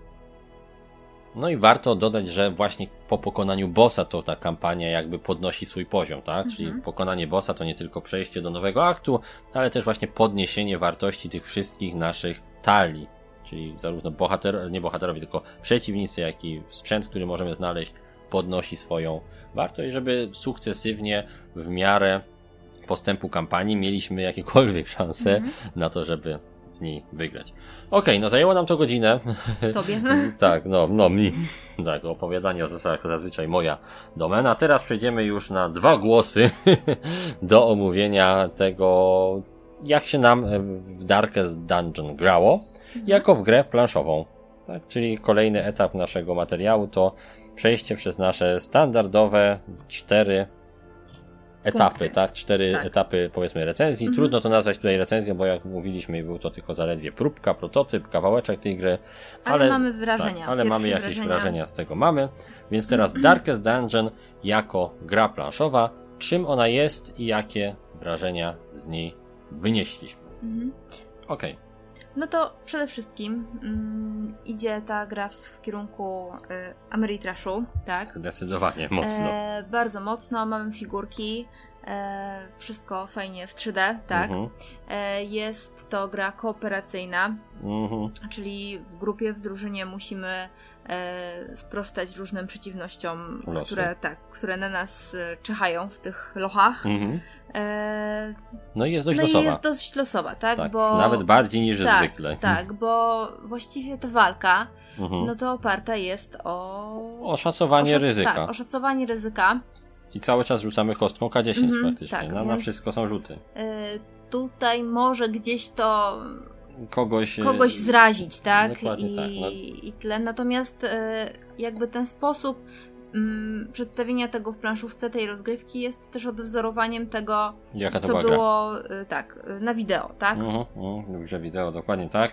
B: No i warto dodać, że właśnie po pokonaniu bossa to ta kampania jakby podnosi swój poziom, tak? Czyli pokonanie bossa to nie tylko przejście do nowego aktu, ale też właśnie podniesienie wartości tych wszystkich naszych talii. Czyli zarówno nie bohaterowie, tylko przeciwnicy, jak i sprzęt, który możemy znaleźć, podnosi swoją wartość, żeby sukcesywnie w miarę postępu kampanii mieliśmy jakiekolwiek szanse na to, żeby w niej wygrać. Okej, no zajęło nam to godzinę.
C: Tobie?
B: Tak, mi. Tak, opowiadanie o zasadach to zazwyczaj moja domena. Teraz przejdziemy już na 2 głosy do omówienia tego, jak się nam w Darkest Dungeon grało, jako w grę planszową. Tak? Czyli kolejny etap naszego materiału to przejście przez nasze standardowe 4 etapy, tak? 4 etapy, powiedzmy, recenzji. Trudno to nazwać tutaj recenzją, bo jak mówiliśmy, był to tylko zaledwie próbka, prototyp, kawałeczek tej gry.
C: Ale mamy wrażenia.
B: Tak, ale mamy jakieś wrażenia z tego mamy. Więc teraz Darkest Dungeon jako gra planszowa. Czym ona jest i jakie wrażenia z niej wynieśliśmy? Okej.
C: No to przede wszystkim idzie ta gra w kierunku Ameritrashu, tak?
B: Zdecydowanie, mocno.
C: Bardzo mocno, mamy figurki, wszystko fajnie w 3D, tak? Jest to gra kooperacyjna, czyli w grupie, w drużynie musimy sprostać różnym przeciwnościom,
B: Losu.
C: które na nas czyhają w tych lochach.
B: No i jest dość
C: no
B: losowa.
C: I jest dość losowa, tak?
B: Tak,
C: Bo
B: nawet bardziej niż zwykle.
C: Tak, bo właściwie ta walka no to oparta jest o
B: oszacowanie ryzyka.
C: Tak, oszacowanie ryzyka.
B: I cały czas rzucamy kostką K10 praktycznie.
C: Tak,
B: na wszystko są rzuty.
C: Tutaj może gdzieś to
B: kogoś
C: zrazić, tak?
B: Dokładnie tak. No.
C: I tyle. Natomiast jakby ten sposób przedstawienia tego w planszówce, tej rozgrywki jest też odwzorowaniem tego,
B: jaka to
C: co
B: była
C: było na wideo, tak?
B: W grze wideo, dokładnie tak.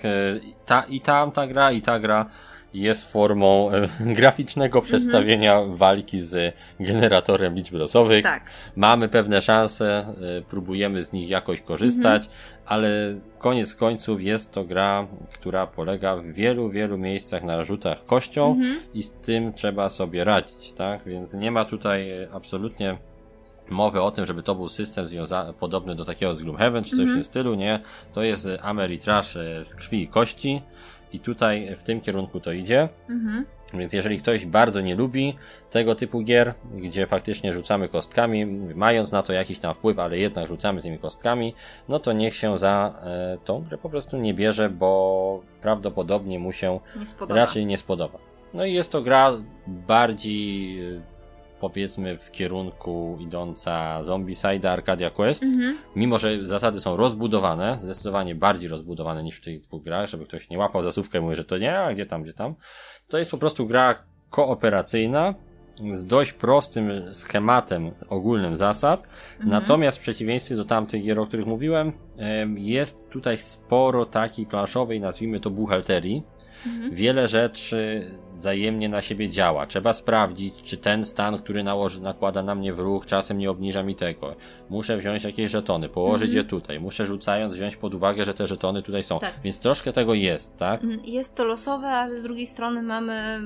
B: Ta gra jest formą graficznego przedstawienia walki z generatorem liczb losowych.
C: Tak.
B: Mamy pewne szanse, próbujemy z nich jakoś korzystać, ale koniec końców jest to gra, która polega w wielu, wielu miejscach na rzutach kością i z tym trzeba sobie radzić, tak? Więc nie ma tutaj absolutnie mowy o tym, żeby to był system podobny do takiego z Gloomhaven czy coś w tym stylu, nie. To jest Ameritrash z krwi i kości i tutaj w tym kierunku to idzie. Więc jeżeli ktoś bardzo nie lubi tego typu gier, gdzie faktycznie rzucamy kostkami, mając na to jakiś tam wpływ, ale jednak rzucamy tymi kostkami, no to niech się za tą grę po prostu nie bierze, bo prawdopodobnie mu się raczej nie spodoba. No i jest to gra bardziej powiedzmy w kierunku idąca Zombicide, Arcadia Quest, mimo że zasady są rozbudowane, zdecydowanie bardziej rozbudowane niż w tych dwóch grach, żeby ktoś nie łapał za słówkę i mówi, że to nie, a gdzie tam. To jest po prostu gra kooperacyjna z dość prostym schematem ogólnym zasad, natomiast w przeciwieństwie do tamtych gier, o których mówiłem, jest tutaj sporo takiej planszowej, nazwijmy to buchalterii. Wiele rzeczy wzajemnie na siebie działa. Trzeba sprawdzić, czy ten stan, który nakłada na mnie wróg, czasem nie obniża mi tego. Muszę wziąć jakieś żetony, położyć je tutaj. Muszę rzucając wziąć pod uwagę, że te żetony tutaj są. Tak. Więc troszkę tego jest, tak?
C: Jest to losowe, ale z drugiej strony mamy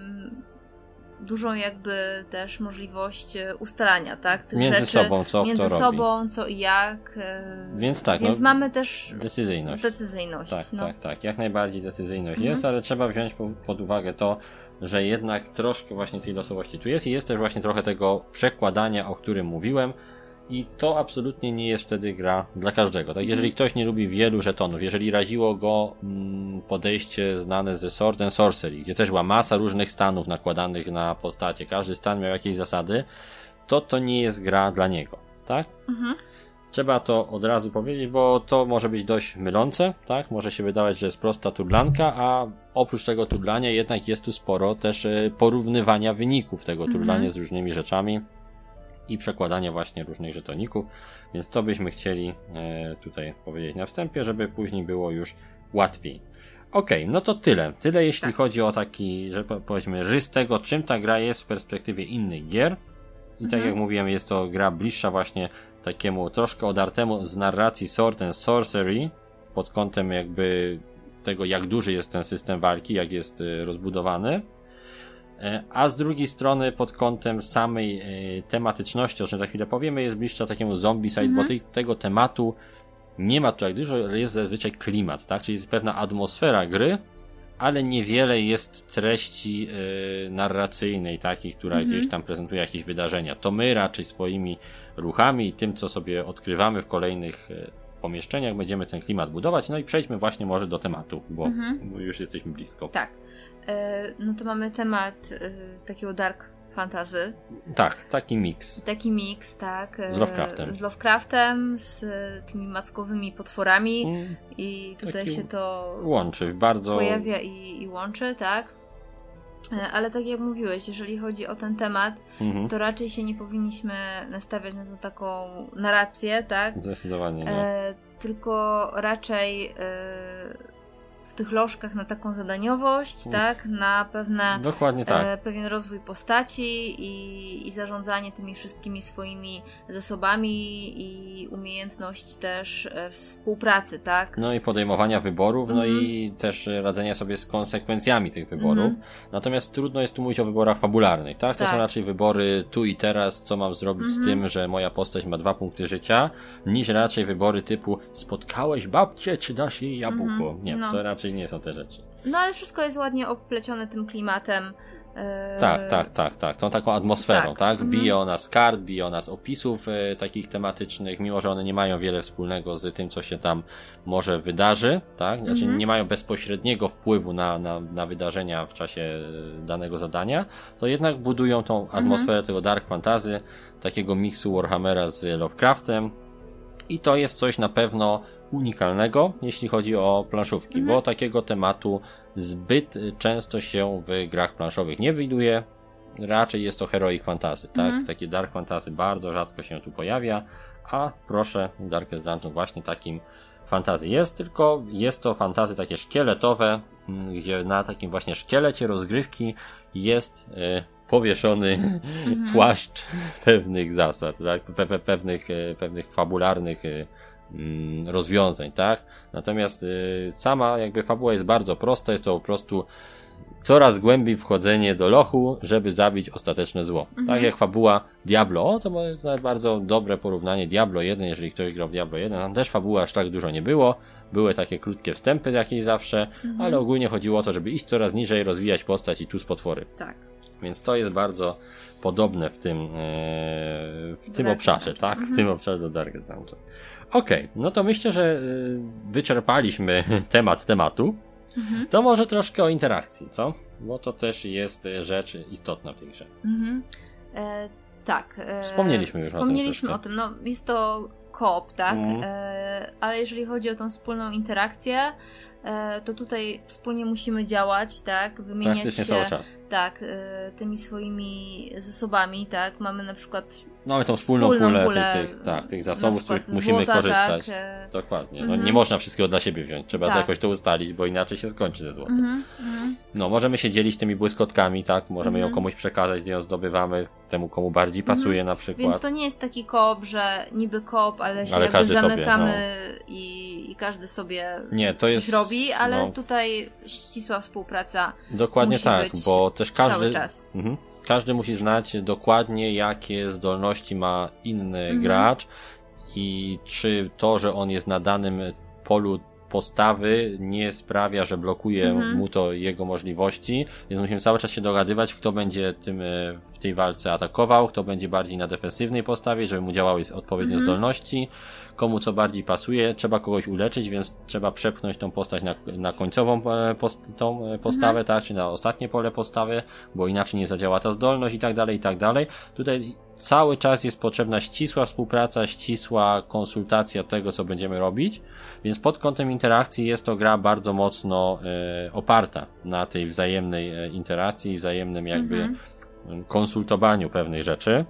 C: dużą jakby też możliwość ustalania, tak? Tych
B: między
C: rzeczy,
B: sobą, co
C: między
B: kto
C: sobą,
B: robi.
C: Co i jak.
B: Więc tak,
C: więc mamy też
B: decyzyjność. Tak, jak najbardziej decyzyjność jest, ale trzeba wziąć pod uwagę to, że jednak troszkę właśnie tej losowości tu jest i jest też właśnie trochę tego przekładania, o którym mówiłem. I to absolutnie nie jest wtedy gra dla każdego. Tak, jeżeli ktoś nie lubi wielu żetonów, jeżeli raziło go podejście znane ze Sword and Sorcery, gdzie też była masa różnych stanów nakładanych na postacie, każdy stan miał jakieś zasady, to nie jest gra dla niego, tak? Trzeba to od razu powiedzieć, bo to może być dość mylące, tak? Może się wydawać, że jest prosta turlanka, a oprócz tego turlania jednak jest tu sporo też porównywania wyników tego turlania z różnymi rzeczami i przekładania właśnie różnych żetoników, więc to byśmy chcieli tutaj powiedzieć na wstępie, żeby później było już łatwiej. Okej, no to tyle jeśli chodzi o taki, że powiedzmy rys tego, czym ta gra jest w perspektywie innych gier. I tak jak mówiłem, jest to gra bliższa właśnie takiemu troszkę odartemu z narracji Sword and Sorcery pod kątem jakby tego, jak duży jest ten system walki, jak jest rozbudowany. A z drugiej strony pod kątem samej tematyczności, o czym za chwilę powiemy, jest bliższa takiemu Zombicide, bo tego tematu nie ma tu jak dużo, ale jest zazwyczaj klimat, tak? Czyli jest pewna atmosfera gry, ale niewiele jest treści narracyjnej takiej, która gdzieś tam prezentuje jakieś wydarzenia. To my raczej swoimi ruchami i tym, co sobie odkrywamy w kolejnych pomieszczeniach, będziemy ten klimat budować. No i przejdźmy właśnie może do tematu, bo już jesteśmy blisko.
C: Tak. No to mamy temat takiego dark fantasy.
B: Tak, taki miks.
C: Tak.
B: Z Lovecraftem.
C: Z tymi mackowymi potworami i tutaj się to
B: łączy bardzo.
C: Pojawia i łączy, tak. Ale tak jak mówiłeś, jeżeli chodzi o ten temat, to raczej się nie powinniśmy nastawiać na tą taką narrację, tak?
B: Zdecydowanie nie.
C: Tylko raczej w tych lożkach na taką zadaniowość, tak? Na
B: dokładnie tak.
C: Pewien rozwój postaci i zarządzanie tymi wszystkimi swoimi zasobami i umiejętność też współpracy, tak?
B: No i podejmowania wyborów, no i też radzenia sobie z konsekwencjami tych wyborów. Natomiast trudno jest tu mówić o wyborach fabularnych, tak? To są raczej wybory tu i teraz, co mam zrobić z tym, że moja postać ma 2 punkty życia, niż raczej wybory typu spotkałeś babcię, czy dasz jej jabłko? Nie, to raczej nie są te rzeczy.
C: No ale wszystko jest ładnie oplecione tym klimatem.
B: Tak. Tą taką atmosferą, tak?
C: Mhm.
B: Bije ona z kart, bije ona z opisów takich tematycznych, mimo że one nie mają wiele wspólnego z tym, co się tam może wydarzy, tak? Znaczy nie mają bezpośredniego wpływu na wydarzenia w czasie danego zadania, to jednak budują tą atmosferę tego dark fantasy, takiego miksu Warhammera z Lovecraftem i to jest coś na pewno unikalnego, jeśli chodzi o planszówki, bo takiego tematu zbyt często się w grach planszowych nie widuje. Raczej jest to heroic fantasy, tak? Takie dark fantasy bardzo rzadko się tu pojawia, a proszę, Darkest Dungeon właśnie takim fantasy jest, tylko jest to fantasy takie szkieletowe, gdzie na takim właśnie szkielecie rozgrywki jest powieszony płaszcz pewnych zasad, tak? Pewnych fabularnych rozwiązań, tak? Natomiast sama jakby fabuła jest bardzo prosta, jest to po prostu coraz głębiej wchodzenie do lochu, żeby zabić ostateczne zło. Tak jak fabuła Diablo, to jest nawet bardzo dobre porównanie Diablo 1, jeżeli ktoś grał w Diablo 1, tam też fabuła aż tak dużo nie było, były takie krótkie wstępy jakieś zawsze, ale ogólnie chodziło o to, żeby iść coraz niżej, rozwijać postać i tu z potwory.
C: Tak.
B: Więc to jest bardzo podobne w tym obszarze, tak? W tym obszarze do Darkest Dungeon. Okej, no to myślę, że wyczerpaliśmy temat tematu. To może troszkę o interakcji, co? Bo to też jest rzecz istotna w tej grze.
C: Tak.
B: Wspomnieliśmy już
C: o tym. No, jest to koop, tak? Ale jeżeli chodzi o tą wspólną interakcję, to tutaj wspólnie musimy działać, tak? Wymieniać
B: praktycznie
C: się
B: cały czas.
C: Tak, tymi swoimi zasobami, tak? Mamy na przykład
B: mamy tą wspólną pulę tych zasobów, z których musimy korzystać. Tak, dokładnie. No, nie można wszystkiego dla siebie wziąć. Trzeba jakoś to ustalić, bo inaczej się skończy ze złotem. No, możemy się dzielić tymi błyskotkami, tak? Możemy ją komuś przekazać, gdy ją zdobywamy, temu komu bardziej pasuje na przykład.
C: Więc to nie jest taki koop, że niby koop, ale się jakby zamykamy sobie, i każdy sobie coś robi, ale tutaj ścisła współpraca.
B: Dokładnie
C: musi
B: tak,
C: być
B: bo też
C: cały czas.
B: Każdy musi znać dokładnie, jakie zdolności ma inny gracz i czy to, że on jest na danym polu postawy nie sprawia, że blokuje mu to jego możliwości, więc musimy cały czas się dogadywać, kto będzie w tej walce atakował, kto będzie bardziej na defensywnej postawie, żeby mu działały odpowiednie zdolności, komu co bardziej pasuje, trzeba kogoś uleczyć, więc trzeba przepchnąć tą postać na końcową postawę, tak, czy na ostatnie pole postawy, bo inaczej nie zadziała ta zdolność i tak dalej, i tak dalej. Tutaj cały czas jest potrzebna ścisła współpraca, ścisła konsultacja tego, co będziemy robić, więc pod kątem interakcji jest to gra bardzo mocno oparta na tej wzajemnej interakcji, wzajemnym jakby konsultowaniu pewnych rzeczy,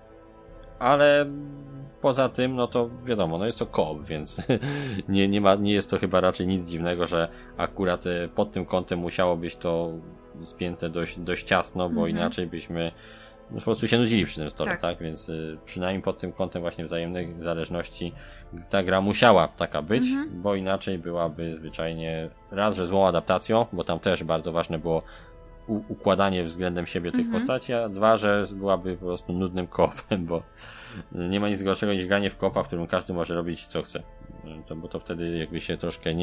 B: ale poza tym, no to wiadomo, no jest to koop, więc nie jest to chyba raczej nic dziwnego, że akurat pod tym kątem musiało być to spięte dość ciasno, bo inaczej byśmy po prostu się nudzili przy tym stole, tak? Więc przynajmniej pod tym kątem właśnie wzajemnej zależności ta gra musiała taka być, bo inaczej byłaby zwyczajnie raz, że złą adaptacją, bo tam też bardzo ważne było układanie względem siebie tych postaci, a dwa, że byłaby po prostu nudnym koopem, bo nie ma nic gorszego niż granie w koopa, w którym każdy może robić co chce, bo to wtedy jakby się troszkę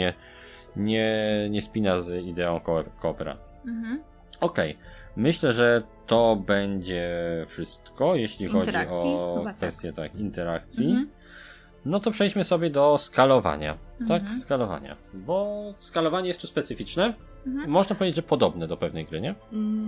B: nie spina z ideą kooperacji. Okej. Myślę, że to będzie wszystko, jeśli chodzi o kwestię interakcji. No to przejdźmy sobie do skalowania. Tak, skalowania. Bo skalowanie jest tu specyficzne. Można powiedzieć, że podobne do pewnej gry, nie?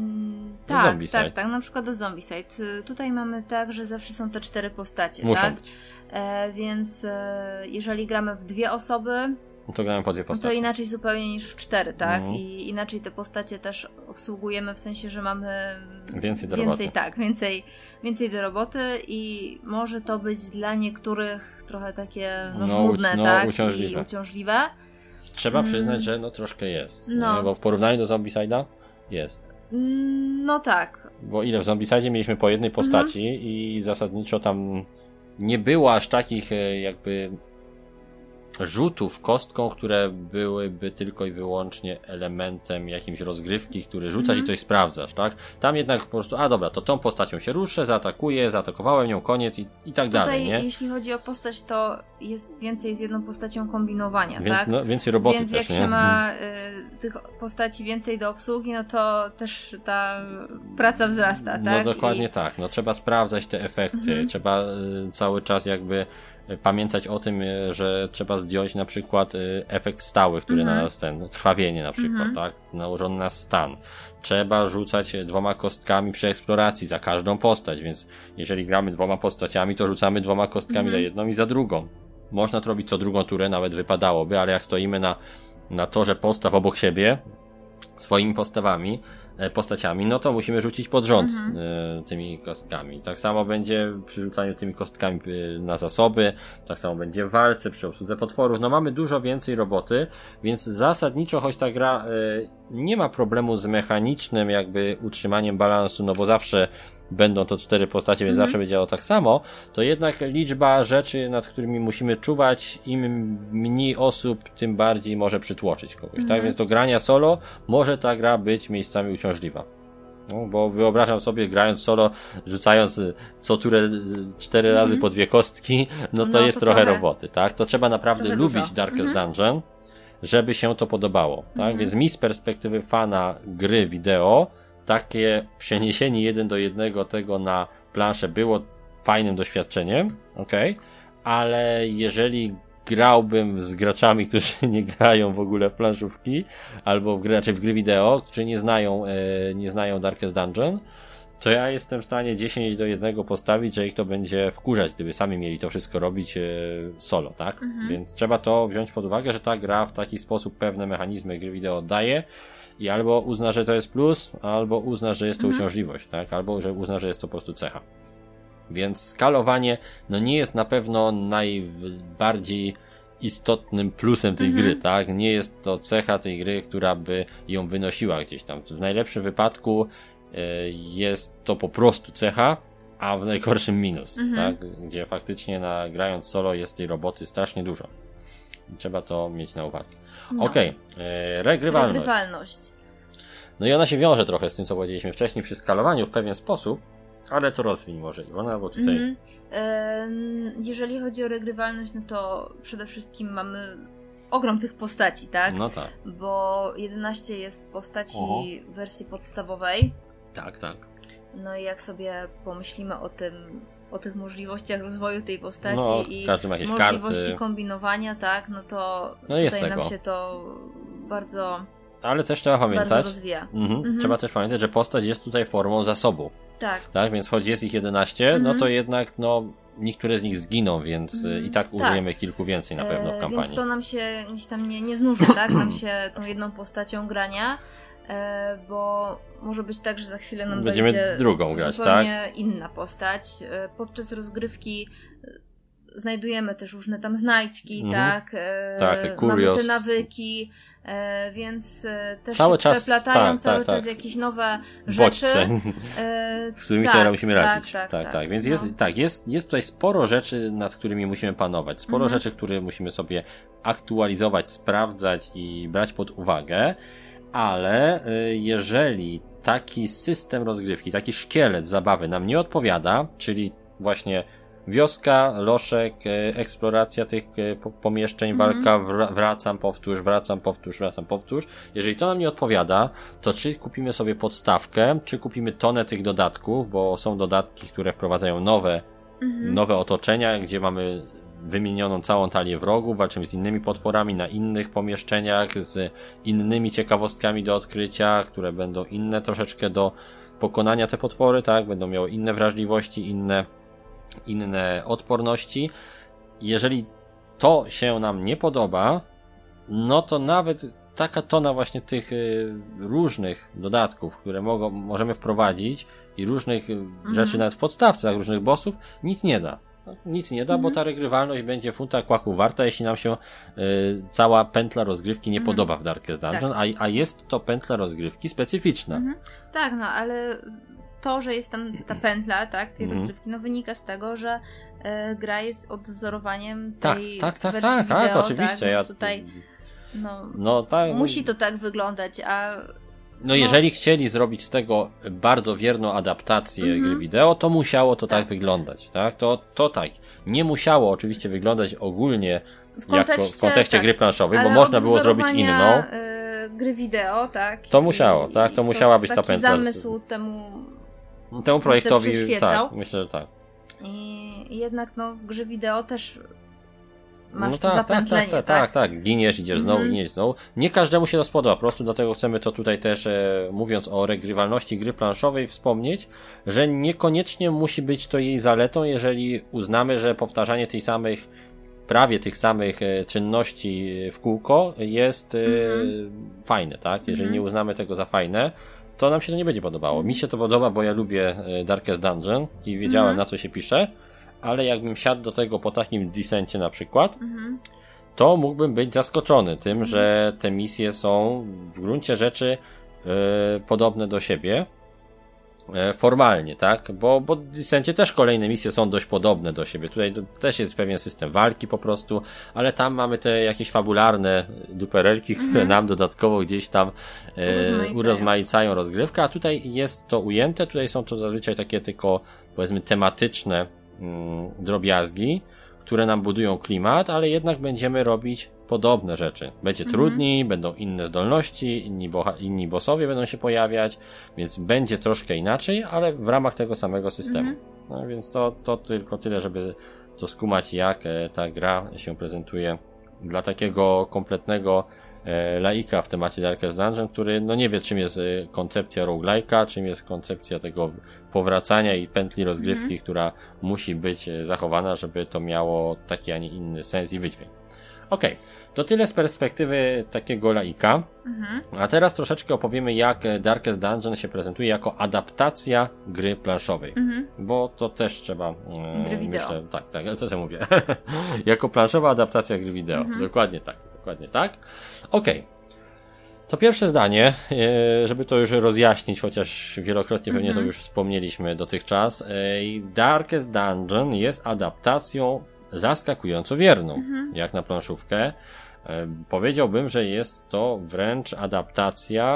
C: Tak. Na przykład do Zombicide. Tutaj mamy tak, że zawsze są te 4 postacie.
B: Muszą być.
C: Więc jeżeli gramy w 2 osoby,
B: no to gramy po 2 postacie.
C: To inaczej zupełnie niż w 4, tak? I inaczej te postacie też obsługujemy, w sensie, że mamy więcej do roboty i może to być dla niektórych trochę takie żmudne, tak? I uciążliwe.
B: Trzeba przyznać, że troszkę jest. Bo w porównaniu do Zombicide'a jest.
C: No tak.
B: Bo ile w Zombicide'zie mieliśmy po jednej postaci i zasadniczo tam nie było aż takich jakby rzutów kostką, które byłyby tylko i wyłącznie elementem jakimś rozgrywki, który rzucasz i coś sprawdzasz, tak? Tam jednak po prostu, dobra, to tą postacią się ruszę, zaatakuję, zaatakowałem ją, koniec i tak dalej, nie?
C: Jeśli chodzi o postać, to jest więcej z jedną postacią kombinowania, tak?
B: No, więcej roboty
C: więc
B: też,
C: jak
B: nie?
C: się ma tych postaci więcej do obsługi, no to też ta praca wzrasta, tak?
B: No dokładnie tak, no trzeba sprawdzać te efekty, trzeba cały czas jakby pamiętać o tym, że trzeba zdjąć na przykład efekt stały, który na nas krwawienie na przykład, tak? Nałożony na stan. Trzeba rzucać 2 kostkami przy eksploracji za każdą postać, więc jeżeli gramy 2 postaciami, to rzucamy 2 kostkami za jedną i za drugą. Można to robić co drugą turę, nawet wypadałoby, ale jak stoimy na torze postaw obok siebie, swoimi postaciami, no to musimy rzucić pod rząd tymi kostkami. Tak samo będzie przy rzucaniu tymi kostkami na zasoby, tak samo będzie w walce, przy obsłudze potworów. No mamy dużo więcej roboty, więc zasadniczo, choć ta gra nie ma problemu z mechanicznym jakby utrzymaniem balansu, no bo zawsze będą to 4 postacie, więc zawsze będzie działało tak samo, to jednak liczba rzeczy, nad którymi musimy czuwać, im mniej osób, tym bardziej może przytłoczyć kogoś, tak? Więc do grania solo może ta gra być miejscami uciążliwa. No, bo wyobrażam sobie, grając solo, rzucając co turę 4 razy po 2 kostki, no to jest trochę roboty, tak? To trzeba naprawdę lubić Darkest Dungeon, żeby się to podobało, tak? Więc mi z perspektywy fana gry wideo takie przeniesienie 1:1 tego na planszę było fajnym doświadczeniem, ale jeżeli grałbym z graczami, którzy nie grają w ogóle w planszówki, albo w gry wideo, którzy nie znają Darkest Dungeon, to ja jestem w stanie 10:1 postawić, że ich to będzie wkurzać, gdyby sami mieli to wszystko robić solo, tak? Więc trzeba to wziąć pod uwagę, że ta gra w taki sposób pewne mechanizmy gry wideo daje i albo uzna, że to jest plus, albo uzna, że jest to uciążliwość, tak? Albo że uzna, że jest to po prostu cecha. Więc skalowanie no nie jest na pewno najbardziej istotnym plusem tej gry, tak? Nie jest to cecha tej gry, która by ją wynosiła gdzieś tam. W najlepszym wypadku jest to po prostu cecha, a w najgorszym minus, tak? Gdzie faktycznie grając solo jest tej roboty strasznie dużo. Trzeba to mieć na uwadze.
C: No.
B: Regrywalność. No i ona się wiąże trochę z tym, co powiedzieliśmy wcześniej przy skalowaniu w pewien sposób, ale to rozwiń może Iwona, bo tutaj...
C: Jeżeli chodzi o regrywalność, no to przede wszystkim mamy ogrom tych postaci, tak?
B: No tak.
C: Bo 11 jest postaci w wersji podstawowej.
B: Tak, tak.
C: No i jak sobie pomyślimy o tych możliwościach rozwoju tej postaci i
B: każdy ma jakieś
C: możliwości
B: karty.
C: kombinowania, tak, no to
B: tutaj
C: nam się to bardzo...
B: Ale też trzeba pamiętać, trzeba też pamiętać, że postać jest tutaj formą zasobu. Tak, więc choć jest ich 11, no to jednak niektóre z nich zginą, więc i tak użyjemy kilku więcej na pewno w kampanii.
C: Więc to nam się gdzieś tam nie znuży, tak? Nam się tą jedną postacią grania, bo może być tak, że za chwilę nam
B: będziemy drugą grać,
C: zupełnie inna postać. Podczas rozgrywki znajdujemy też różne tam znajdźki, tak?
B: Te
C: mamy te nawyki, więc też cały czas przeplatają cały czas jakieś nowe rzeczy.
B: Z którymi sobie musimy radzić. Tak. Więc jest tutaj sporo rzeczy, nad którymi musimy panować. Sporo rzeczy, które musimy sobie aktualizować, sprawdzać i brać pod uwagę, ale jeżeli taki system rozgrywki, taki szkielet zabawy nam nie odpowiada, czyli właśnie wioska, loszek, eksploracja tych pomieszczeń, walka, wracam, powtórz. Jeżeli to nam nie odpowiada, to czy kupimy sobie podstawkę, czy kupimy tonę tych dodatków, bo są dodatki, które wprowadzają nowe otoczenia, gdzie mamy wymienioną całą talię wrogów, walczymy z innymi potworami na innych pomieszczeniach, z innymi ciekawostkami do odkrycia, które będą inne troszeczkę do pokonania te potwory, tak? Będą miały inne wrażliwości, inne odporności. Jeżeli to się nam nie podoba, no to nawet taka tona właśnie tych różnych dodatków, które możemy wprowadzić i różnych rzeczy nawet w podstawce, różnych bossów, nic nie da. Nic nie da, bo ta regrywalność będzie funta kłaku warta, jeśli nam się cała pętla rozgrywki nie podoba w Darkest Dungeon, a jest to pętla rozgrywki specyficzna.
C: Tak, no ale to, że jest tam ta pętla, tak, tej rozgrywki, no wynika z tego, że gra jest odwzorowaniem tej wersji wideo,
B: oczywiście.
C: Tak, tutaj musi to tak wyglądać, a...
B: No jeżeli chcieli zrobić z tego bardzo wierną adaptację gry wideo, to musiało to tak wyglądać, tak? To tak. Nie musiało oczywiście wyglądać ogólnie w kontekście gry planszowej, bo można było zrobić inną.
C: Gry wideo, tak?
B: To musiało, tak? To musiała być ta pętla.
C: Zamysł temu
B: projektowi,
C: przyświecał.
B: tak, myślę, że tak.
C: I jednak w grze wideo też masz to zapętlenie,
B: tak. Giniesz, idziesz znowu. Nie każdemu się to spodoba, po prostu dlatego chcemy to tutaj też, mówiąc o regrywalności gry planszowej, wspomnieć, że niekoniecznie musi być to jej zaletą, jeżeli uznamy, że powtarzanie prawie tych samych czynności w kółko jest fajne, tak? Jeżeli nie uznamy tego za fajne, to nam się to nie będzie podobało. Mi się to podoba, bo ja lubię Darkest Dungeon i wiedziałem, na co się pisze, ale jakbym siadł do tego po takim Descencie na przykład, to mógłbym być zaskoczony tym, że te misje są w gruncie rzeczy podobne do siebie. Formalnie, tak? Bo w Descencie też kolejne misje są dość podobne do siebie. Tutaj też jest pewien system walki po prostu, ale tam mamy te jakieś fabularne duperelki, które nam dodatkowo gdzieś tam urozmaicają rozgrywkę, a tutaj jest to ujęte, tutaj są to zazwyczaj takie tylko, powiedzmy, tematyczne drobiazgi, które nam budują klimat, ale jednak będziemy robić podobne rzeczy. Będzie trudniej, będą inne zdolności, inni bossowie będą się pojawiać, więc będzie troszkę inaczej, ale w ramach tego samego systemu. No więc to tylko tyle, żeby to skumać, jak ta gra się prezentuje dla takiego kompletnego laika w temacie Darkest Dungeon, który nie wie, czym jest koncepcja roguelike'a, czym jest koncepcja tego powracania i pętli rozgrywki, która musi być zachowana, żeby to miało taki, a nie inny sens i wydźwięk. Okej, to tyle z perspektywy takiego laika. A teraz troszeczkę opowiemy, jak Darkest Dungeon się prezentuje jako adaptacja gry planszowej. Bo to też trzeba...
C: gry wideo.
B: Myślę, tak, co ja mówię? Jako planszowa adaptacja gry wideo. Dokładnie tak. Okej. To pierwsze zdanie, żeby to już rozjaśnić, chociaż wielokrotnie pewnie to już wspomnieliśmy dotychczas. Darkest Dungeon jest adaptacją zaskakująco wierną, jak na planszówkę. Powiedziałbym, że jest to wręcz adaptacja,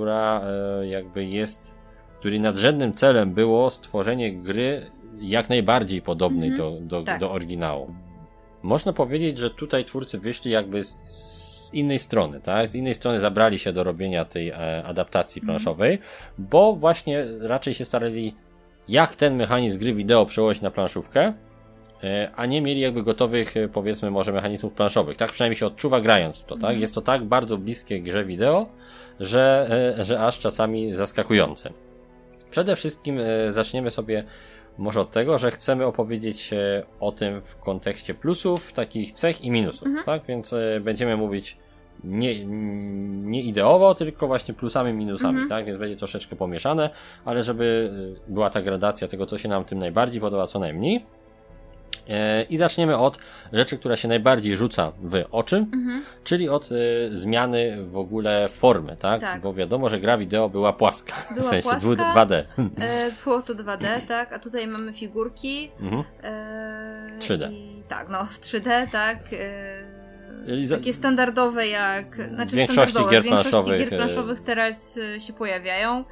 B: której nadrzędnym celem było stworzenie gry jak najbardziej podobnej do oryginału. Można powiedzieć, że tutaj twórcy wyszli jakby z innej strony, tak? Z innej strony zabrali się do robienia tej adaptacji planszowej, bo właśnie raczej się starali, jak ten mechanizm gry wideo przełożyć na planszówkę, a nie mieli jakby gotowych, powiedzmy, może mechanizmów planszowych. Tak przynajmniej się odczuwa grając w to, tak? Jest to tak bardzo bliskie grze wideo, że aż czasami zaskakujące. Przede wszystkim zaczniemy sobie może od tego, że chcemy opowiedzieć o tym w kontekście plusów, takich cech i minusów, tak? Więc będziemy mówić nie ideowo, tylko właśnie plusami, minusami, tak? Więc będzie troszeczkę pomieszane, ale żeby była ta gradacja tego, co się nam tym najbardziej podoba, co najmniej. I zaczniemy od rzeczy, która się najbardziej rzuca w oczy, czyli od zmiany w ogóle formy, tak? Bo wiadomo, że gra wideo była płaska, w sensie 2D.
C: Było to 2D, tak? A tutaj mamy figurki.
B: 3D.
C: 3D, tak? Takie standardowe
B: w większości gier
C: planszowych teraz się pojawiają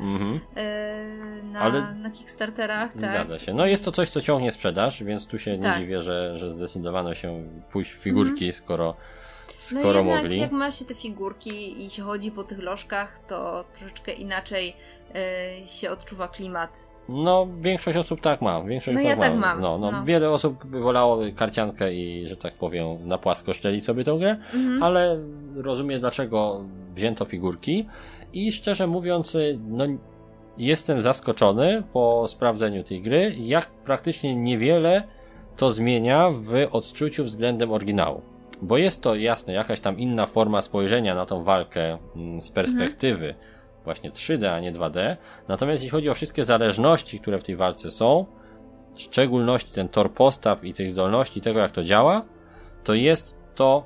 C: na Kickstarterach.
B: Zgadza się. No jest to coś, co ciągnie sprzedaż, więc tu się nie dziwię, że zdecydowano się pójść w figurki, skoro mogli.
C: Jak ma się te figurki i się chodzi po tych lożkach, to troszeczkę inaczej się odczuwa klimat.
B: No, większość osób tak ma.
C: Ja tak mam.
B: Wiele osób by wolało karciankę i, że tak powiem, na płasko szczelić sobie tą grę, ale rozumiem, dlaczego wzięto figurki i szczerze mówiąc, jestem zaskoczony po sprawdzeniu tej gry, jak praktycznie niewiele to zmienia w odczuciu względem oryginału. Bo jest to, jasne, jakaś tam inna forma spojrzenia na tą walkę z perspektywy właśnie 3D, a nie 2D. Natomiast jeśli chodzi o wszystkie zależności, które w tej walce są, w szczególności ten tor postaw i tych zdolności, tego jak to działa, to jest to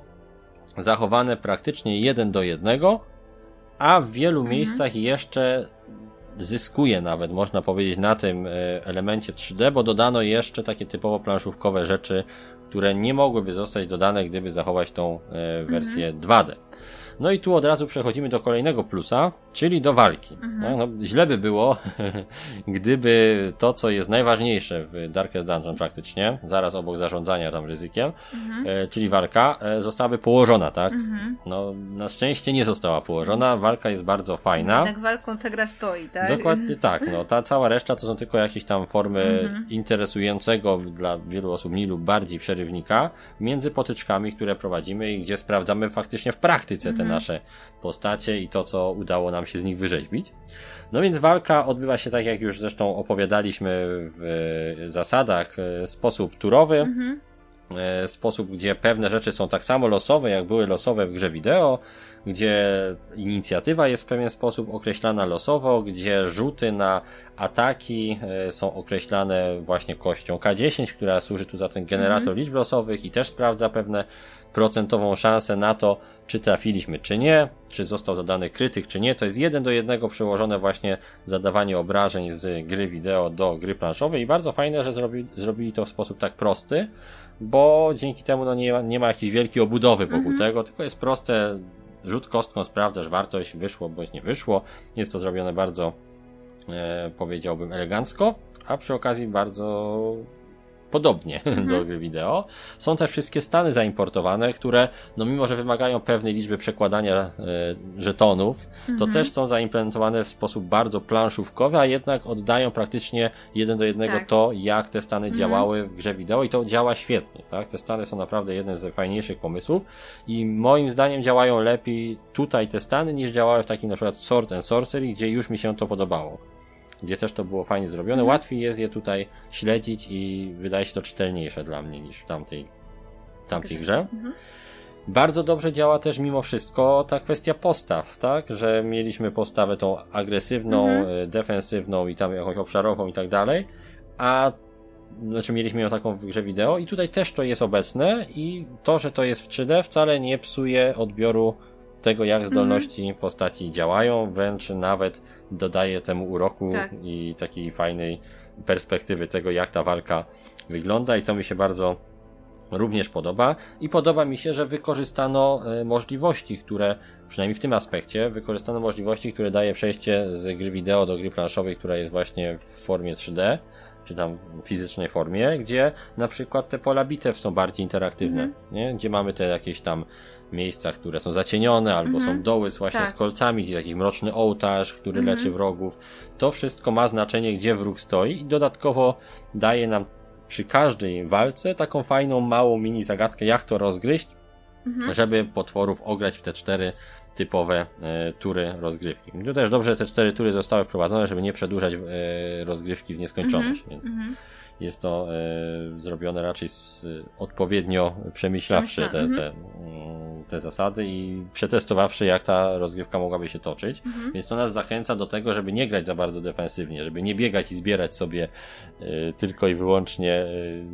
B: zachowane praktycznie 1:1, a w wielu miejscach jeszcze zyskuje nawet, można powiedzieć, na tym elemencie 3D, bo dodano jeszcze takie typowo planszówkowe rzeczy, które nie mogłyby zostać dodane, gdyby zachować tą wersję 2D. No i tu od razu przechodzimy do kolejnego plusa, czyli do walki. No, źle by było, gdyby to, co jest najważniejsze w Darkest Dungeon praktycznie, zaraz obok zarządzania tam ryzykiem, czyli walka, zostałaby położona, tak? No, na szczęście nie została położona, walka jest bardzo fajna.
C: Jednak walką ta gra stoi, tak?
B: Dokładnie tak, no, ta cała reszta to są tylko jakieś tam formy interesującego dla wielu osób mniej lub bardziej przerywnika między potyczkami, które prowadzimy i gdzie sprawdzamy faktycznie w praktyce te nasze postacie i to, co udało nam się z nich wyrzeźbić. No więc walka odbywa się, tak jak już zresztą opowiadaliśmy w zasadach, w sposób turowy, sposób, gdzie pewne rzeczy są tak samo losowe, jak były losowe w grze wideo, gdzie inicjatywa jest w pewien sposób określana losowo, gdzie rzuty na ataki są określane właśnie kością K10, która służy tu za ten generator liczb losowych i też sprawdza pewne procentową szansę na to, czy trafiliśmy, czy nie, czy został zadany krytyk, czy nie. To jest 1:1 przełożone właśnie zadawanie obrażeń z gry wideo do gry planszowej i bardzo fajne, że zrobili to w sposób tak prosty, bo dzięki temu no nie ma jakiejś wielkiej obudowy wokół tego, tylko jest proste, rzut kostką, sprawdzasz wartość, wyszło bądź nie wyszło. Jest to zrobione bardzo, powiedziałbym, elegancko, a przy okazji bardzo podobnie do gry wideo. Są też wszystkie stany zaimportowane, które, no mimo że wymagają pewnej liczby przekładania żetonów, to też są zaimplementowane w sposób bardzo planszówkowy, a jednak oddają praktycznie 1:1 to, jak te stany działały w grze wideo i to działa świetnie, tak? Te stany są naprawdę jeden z fajniejszych pomysłów i moim zdaniem działają lepiej tutaj te stany, niż działały w takim na przykład Sword and Sorcery, gdzie już mi się to podobało. Gdzie też to było fajnie zrobione. Łatwiej jest je tutaj śledzić i wydaje się to czytelniejsze dla mnie niż w tamtej grze. Bardzo dobrze działa też mimo wszystko ta kwestia postaw, tak? Że mieliśmy postawę tą agresywną, defensywną i tam jakąś obszarową i tak dalej, znaczy mieliśmy ją taką w grze wideo i tutaj też to jest obecne i to, że to jest w 3D wcale nie psuje odbioru tego, jak zdolności postaci działają, wręcz nawet dodaje temu uroku i takiej fajnej perspektywy tego, jak ta walka wygląda i to mi się bardzo również podoba i podoba mi się, że wykorzystano możliwości, które, przynajmniej w tym aspekcie, wykorzystano możliwości, które daje przejście z gry wideo do gry planszowej, która jest właśnie w formie 3D, czy tam w fizycznej formie, gdzie na przykład te pola bitew są bardziej interaktywne, nie? Gdzie mamy te jakieś tam miejsca, które są zacienione, albo są doły właśnie z kolcami, gdzie jakiś mroczny ołtarz, który leczy wrogów. To wszystko ma znaczenie, gdzie wróg stoi i dodatkowo daje nam przy każdej walce taką fajną, małą mini zagadkę, jak to rozgryźć, żeby potworów ograć w te 4 typowe tury rozgrywki. Tu też dobrze, że te 4 tury zostały wprowadzone, żeby nie przedłużać rozgrywki w nieskończoność, więc jest to zrobione raczej odpowiednio przemyślawszy te zasady i przetestowawszy, jak ta rozgrywka mogłaby się toczyć. Więc to nas zachęca do tego, żeby nie grać za bardzo defensywnie, żeby nie biegać i zbierać sobie tylko i wyłącznie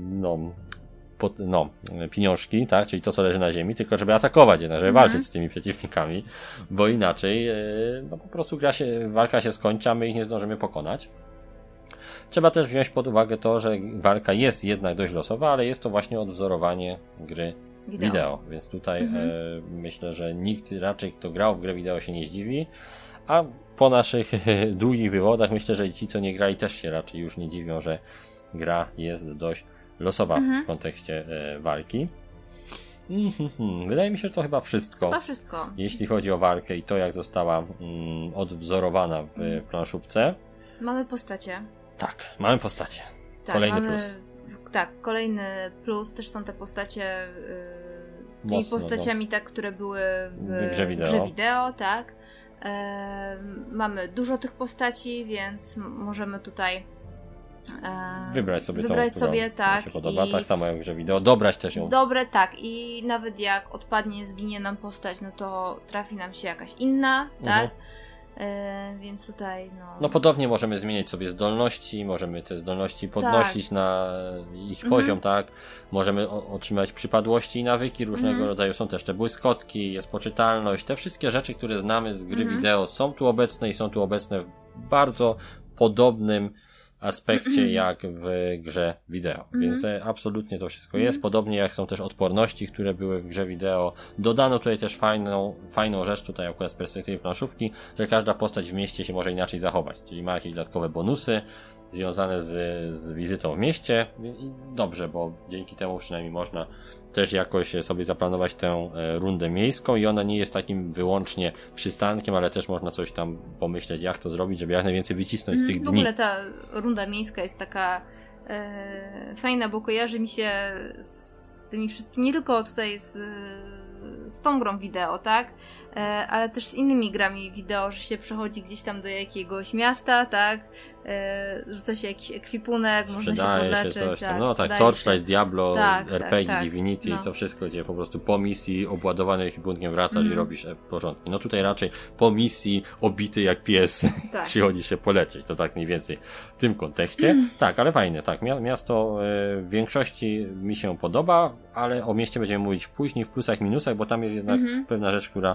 B: pieniążki, tak, czyli to, co leży na ziemi, tylko żeby atakować jednak, żeby walczyć z tymi przeciwnikami, bo inaczej po prostu walka się skończy, a my ich nie zdążymy pokonać. Trzeba też wziąć pod uwagę to, że walka jest jednak dość losowa, ale jest to właśnie odwzorowanie gry wideo. Więc tutaj myślę, że nikt raczej, kto grał w grę wideo, się nie zdziwi, a po naszych długich wywodach myślę, że ci, co nie grali, też się raczej już nie dziwią, że gra jest dość losowa w kontekście walki. Wydaje mi się, że to chyba wszystko. Jeśli chodzi o walkę i to, jak została odwzorowana w planszówce.
C: Mamy postacie.
B: Tak, mamy postacie. Kolejny plus.
C: Tak, kolejny plus. Też są te postacie tymi postaciami, tak, które były w grze wideo, tak. Mamy dużo tych postaci, więc możemy tutaj
B: wybrać sobie
C: tak,
B: się podoba, tak samo jak w grze wideo, dobrać też ją.
C: Dobre, tak, i nawet jak odpadnie, zginie nam postać, no to trafi nam się jakaś inna, tak? Więc tutaj
B: no podobnie możemy zmieniać sobie zdolności, możemy te zdolności podnosić na ich poziom, tak? Możemy otrzymać przypadłości i nawyki różnego rodzaju, są też te błyskotki, jest poczytalność, te wszystkie rzeczy, które znamy z gry wideo są tu obecne i są tu obecne w bardzo podobnym aspekcie jak w grze wideo, więc absolutnie to wszystko jest, podobnie jak są też odporności, które były w grze wideo. Dodano tutaj też fajną rzecz, tutaj akurat z perspektywy planszówki, że każda postać w mieście się może inaczej zachować, czyli ma jakieś dodatkowe bonusy związane z wizytą w mieście i dobrze, bo dzięki temu przynajmniej można też jakoś sobie zaplanować tę rundę miejską i ona nie jest takim wyłącznie przystankiem, ale też można coś tam pomyśleć, jak to zrobić, żeby jak najwięcej wycisnąć z tych dni.
C: W ogóle ta runda miejska jest taka fajna, bo kojarzy mi się z tymi wszystkimi, nie tylko tutaj z tą grą wideo, tak? Ale też z innymi grami wideo, że się przechodzi gdzieś tam do jakiegoś miasta, tak? Rzuca się jakiś ekwipunek,
B: sprzedaje
C: można się podleczyć.
B: Coś tam. No tak, Torchlight, Diablo, RPG,
C: tak.
B: Divinity, to wszystko, gdzie po prostu po misji obładowany ekwipunkiem wracasz i robisz porządki. No tutaj raczej po misji obity jak pies przychodzi się polecieć, to tak mniej więcej w tym kontekście. Tak, ale fajne, tak. Miasto w większości mi się podoba, ale o mieście będziemy mówić później w plusach, minusach, bo tam jest jednak pewna rzecz, która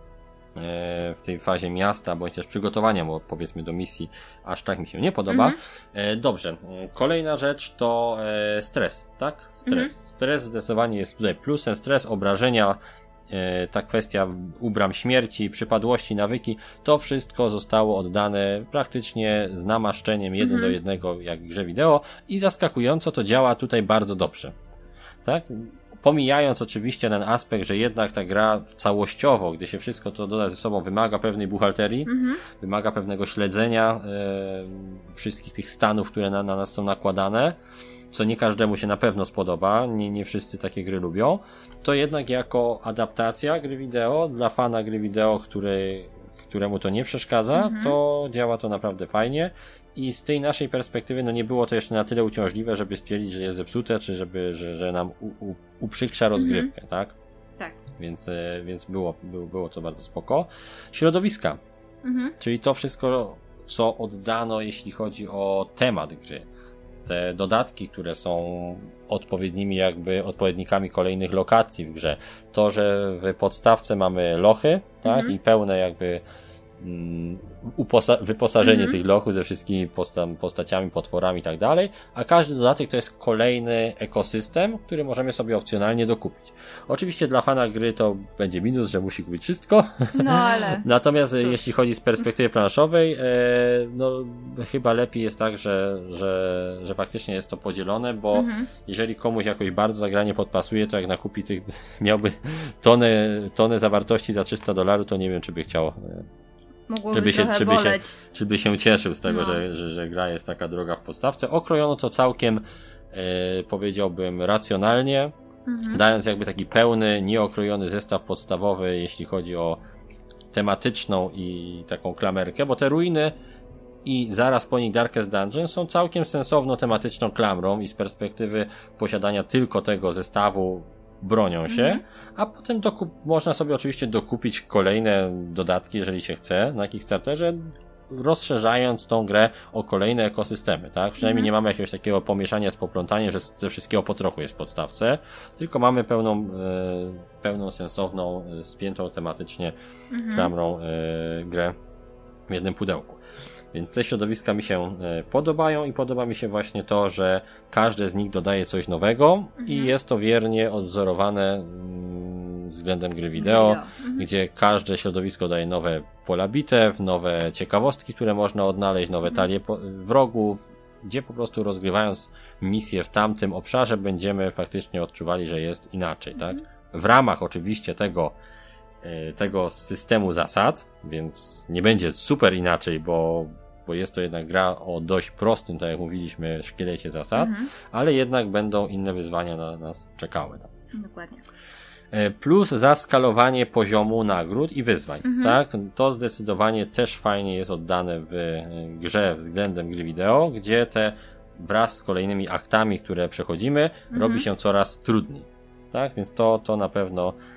B: w tej fazie miasta, bądź też przygotowania, bo powiedzmy do misji, aż tak mi się nie podoba. Dobrze, kolejna rzecz to stres, tak? Stres zdecydowanie jest tutaj plusem, stres, obrażenia, ta kwestia ubram śmierci, przypadłości, nawyki, to wszystko zostało oddane praktycznie z namaszczeniem 1 do 1 jak w grze wideo i zaskakująco to działa tutaj bardzo dobrze, tak? Pomijając oczywiście ten aspekt, że jednak ta gra całościowo, gdy się wszystko to doda ze sobą, wymaga pewnej buchalterii, wymaga pewnego śledzenia wszystkich tych stanów, które na nas są nakładane, co nie każdemu się na pewno spodoba, nie wszyscy takie gry lubią, to jednak jako adaptacja gry wideo, dla fana gry wideo, któremu to nie przeszkadza, to działa to naprawdę fajnie. I z tej naszej perspektywy, no nie było to jeszcze na tyle uciążliwe, żeby stwierdzić, że jest zepsute, czy że nam uprzykrza rozgrywkę, tak? Tak. Więc było to bardzo spoko. Środowiska. Czyli to wszystko, co oddano, jeśli chodzi o temat gry. Te dodatki, które są odpowiednikami kolejnych lokacji w grze. To, że w podstawce mamy lochy, tak? I pełne jakby wyposażenie tych lochów ze wszystkimi postaciami, potworami i tak dalej, a każdy dodatek to jest kolejny ekosystem, który możemy sobie opcjonalnie dokupić. Oczywiście dla fana gry to będzie minus, że musi kupić wszystko,
C: no ale
B: natomiast jeśli chodzi z perspektywy planszowej, no chyba lepiej jest tak, że faktycznie jest to podzielone, bo jeżeli komuś jakoś bardzo zagranie podpasuje, to jak nakupi tych, miałby tonę zawartości za $300, to nie wiem, czy by chciał czy by się cieszył z tego, że gra jest taka droga w podstawce. Okrojono to całkiem, powiedziałbym, racjonalnie, dając jakby taki pełny, nieokrojony zestaw podstawowy, jeśli chodzi o tematyczną i taką klamerkę, bo te ruiny i zaraz po nich Darkest Dungeon są całkiem sensowną tematyczną klamrą i z perspektywy posiadania tylko tego zestawu bronią się, a potem można sobie oczywiście dokupić kolejne dodatki, jeżeli się chce, na Kickstarterze, rozszerzając tą grę o kolejne ekosystemy, tak? Przynajmniej nie mamy jakiegoś takiego pomieszania z poplątaniem, że ze wszystkiego po trochu jest w podstawce, tylko mamy pełną sensowną, spiętą tematycznie klamrą grę w jednym pudełku. Więc te środowiska mi się podobają i podoba mi się właśnie to, że każde z nich dodaje coś nowego i jest to wiernie odwzorowane względem gry wideo, gdzie każde środowisko daje nowe pola bitew, nowe ciekawostki, które można odnaleźć, nowe talie wrogów, gdzie po prostu rozgrywając misję w tamtym obszarze będziemy faktycznie odczuwali, że jest inaczej, tak? W ramach oczywiście tego systemu zasad, więc nie będzie super inaczej, bo jest to jednak gra o dość prostym, tak jak mówiliśmy, szkielecie zasad, ale jednak będą inne wyzwania na nas czekały.
C: Dokładnie.
B: Plus zaskalowanie poziomu nagród i wyzwań, tak? To zdecydowanie też fajnie jest oddane w grze względem gry wideo, gdzie wraz z kolejnymi aktami, które przechodzimy, robi się coraz trudniej, tak? Więc to na pewno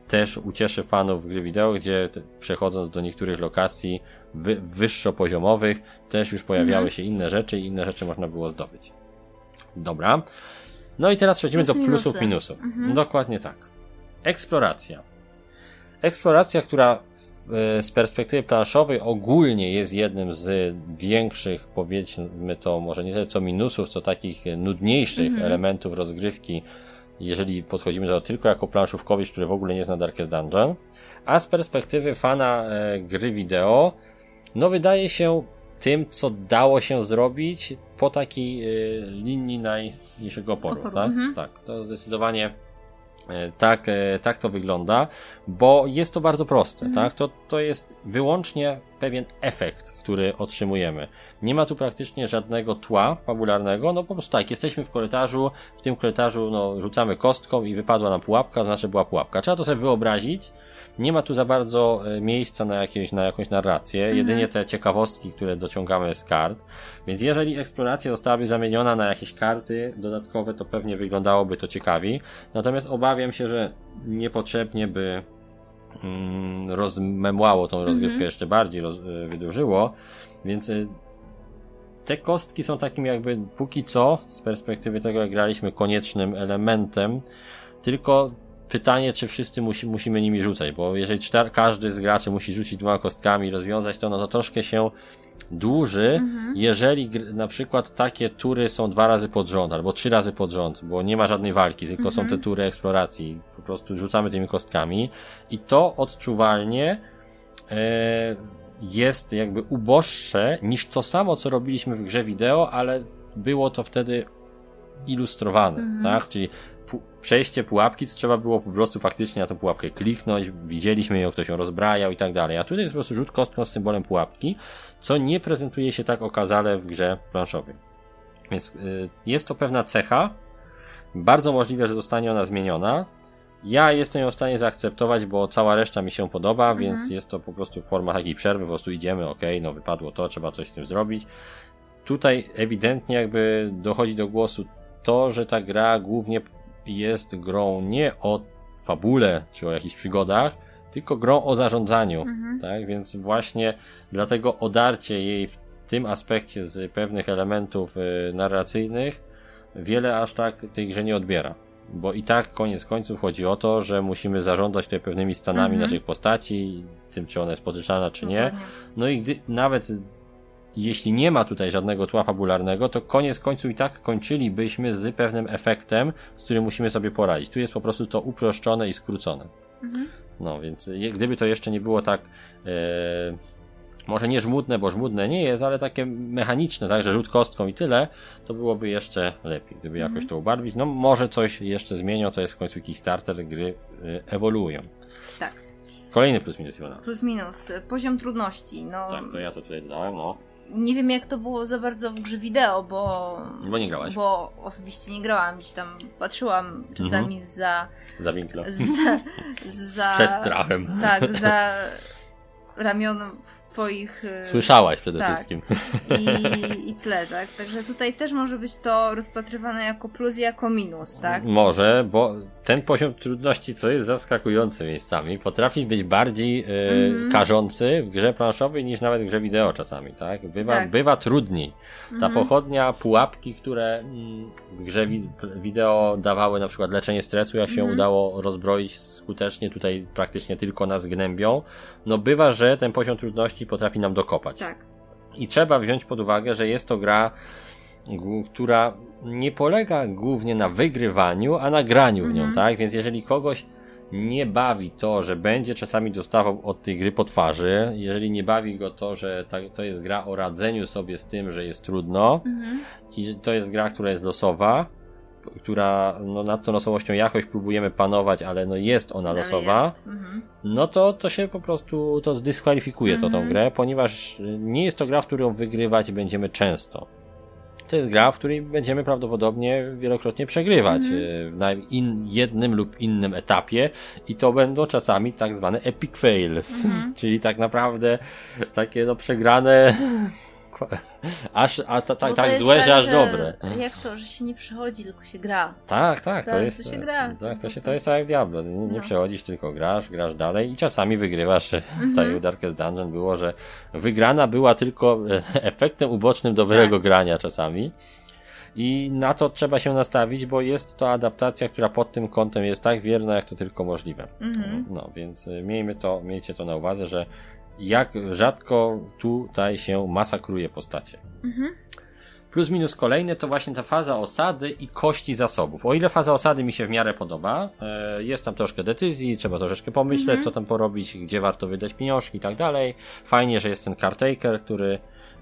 B: też ucieszy fanów gry wideo, gdzie przechodząc do niektórych lokacji wyższopoziomowych też już pojawiały się inne rzeczy i inne rzeczy można było zdobyć. Dobra. No i teraz przechodzimy do plusów, minusów. Dokładnie tak. Eksploracja. Eksploracja, która z perspektywy planszowej ogólnie jest jednym z większych, powiedzmy to, może nie tyle co minusów, co takich nudniejszych elementów rozgrywki, jeżeli podchodzimy do tego tylko jako planszówkowicz, który w ogóle nie zna Darkest Dungeon. A z perspektywy fana gry wideo, no wydaje się tym, co dało się zrobić po takiej linii najmniejszego oporu. Tak? Tak, to zdecydowanie tak to wygląda, bo jest to bardzo proste, tak? To jest wyłącznie pewien efekt, który otrzymujemy. Nie ma tu praktycznie żadnego tła fabularnego, no po prostu tak, jesteśmy w korytarzu, w tym korytarzu no, rzucamy kostką i wypadła nam pułapka, to znaczy była pułapka. Trzeba to sobie wyobrazić. Nie ma tu za bardzo miejsca na jakąś narrację, jedynie te ciekawostki, które dociągamy z kart. Więc jeżeli eksploracja zostałaby zamieniona na jakieś karty dodatkowe, to pewnie wyglądałoby to ciekawiej. Natomiast obawiam się, że niepotrzebnie by rozmemłało tą rozgrywkę jeszcze bardziej, wydłużyło. Więc te kostki są takim jakby póki co, z perspektywy tego jak graliśmy, koniecznym elementem. Tylko pytanie, czy wszyscy musimy nimi rzucać, bo jeżeli każdy z graczy musi rzucić 2 kostkami i rozwiązać to, no to troszkę się dłuży, jeżeli na przykład takie tury są 2 razy pod rząd, albo 3 razy pod rząd, bo nie ma żadnej walki, tylko są te tury eksploracji, po prostu rzucamy tymi kostkami i to odczuwalnie jest jakby uboższe niż to samo, co robiliśmy w grze wideo, ale było to wtedy ilustrowane, tak? Czyli przejście pułapki, to trzeba było po prostu faktycznie na tę pułapkę kliknąć, widzieliśmy ją, ktoś ją rozbrajał i tak dalej. A tutaj jest po prostu rzut kostką z symbolem pułapki, co nie prezentuje się tak okazale w grze planszowej. Więc jest to pewna cecha, bardzo możliwe, że zostanie ona zmieniona. Ja jestem ją w stanie zaakceptować, bo cała reszta mi się podoba, więc jest to po prostu forma takiej przerwy, po prostu idziemy, okej, no wypadło to, trzeba coś z tym zrobić. Tutaj ewidentnie jakby dochodzi do głosu to, że ta gra głównie jest grą nie o fabule czy o jakichś przygodach, tylko grą o zarządzaniu, tak? Więc właśnie dlatego odarcie jej w tym aspekcie z pewnych elementów narracyjnych wiele aż tak tej grze nie odbiera. Bo i tak koniec końców chodzi o to, że musimy zarządzać tutaj pewnymi stanami naszych postaci, tym czy ona jest potyczana czy nie. No i nawet jeśli nie ma tutaj żadnego tła fabularnego, to koniec końców i tak kończylibyśmy z pewnym efektem, z którym musimy sobie poradzić. Tu jest po prostu to uproszczone i skrócone. No więc gdyby to jeszcze nie było tak może nie żmudne, bo żmudne nie jest, ale takie mechaniczne, tak, że rzut kostką i tyle, to byłoby jeszcze lepiej, gdyby jakoś to ubarwić. No może coś jeszcze zmienią, to jest w końcu Kickstarter, gry ewoluują.
C: Tak.
B: Kolejny plus minus, Iwona.
C: Plus minus, poziom trudności. No,
B: tak, to ja to tutaj dodałem, no.
C: Nie wiem jak to było za bardzo w grze wideo, bo
B: nie grałaś.
C: Bo osobiście nie grałam, gdzieś tam patrzyłam czasami za
B: winkla.
C: Z
B: przestrachem.
C: Tak, za ramionem twoich...
B: Słyszałaś przede wszystkim.
C: I tyle, tak? Także tutaj też może być to rozpatrywane jako plus i jako minus, tak?
B: Może, bo ten poziom trudności, co jest zaskakujący miejscami, potrafi być bardziej karzący w grze planszowej niż nawet w grze wideo czasami, tak? Bywa trudniej. Ta pochodnia, pułapki, które w grze wideo dawały na przykład leczenie stresu, jak się udało rozbroić skutecznie, tutaj praktycznie tylko nas gnębią. No bywa, że ten poziom trudności potrafi nam dokopać.
C: Tak.
B: I trzeba wziąć pod uwagę, że jest to gra, która nie polega głównie na wygrywaniu, a na graniu w nią, tak? Więc jeżeli kogoś nie bawi to, że będzie czasami dostawał od tej gry po twarzy, jeżeli nie bawi go to, że to jest gra o radzeniu sobie z tym, że jest trudno i że to jest gra, która jest losowa, która no, nad tą losowością jakoś próbujemy panować, ale no jest ona losowa, no to się po prostu to zdyskwalifikuje tą grę, ponieważ nie jest to gra, w którą wygrywać będziemy często. To jest gra, w której będziemy prawdopodobnie wielokrotnie przegrywać na jednym lub innym etapie i to będą czasami tak zwane epic fails, czyli tak naprawdę takie no przegrane tak złe, że aż dobre.
C: Jak to, że się nie przychodzi, tylko się gra.
B: Tak, to jest.
C: To się gra.
B: To jest tak jak Diablo. Nie przechodzisz, tylko grasz dalej i czasami wygrywasz. Tak w Darkest Dungeon było, że wygrana była tylko efektem ubocznym dobrego grania czasami. I na to trzeba się nastawić, bo jest to adaptacja, która pod tym kątem jest tak wierna, jak to tylko możliwe. No, więc miejcie to na uwadze, że jak rzadko tutaj się masakruje postacie. Plus minus kolejny to właśnie ta faza osady i kości zasobów. O ile faza osady mi się w miarę podoba, jest tam troszkę decyzji, trzeba troszeczkę pomyśleć, co tam porobić, gdzie warto wydać pieniążki i tak dalej. Fajnie, że jest ten caretaker, który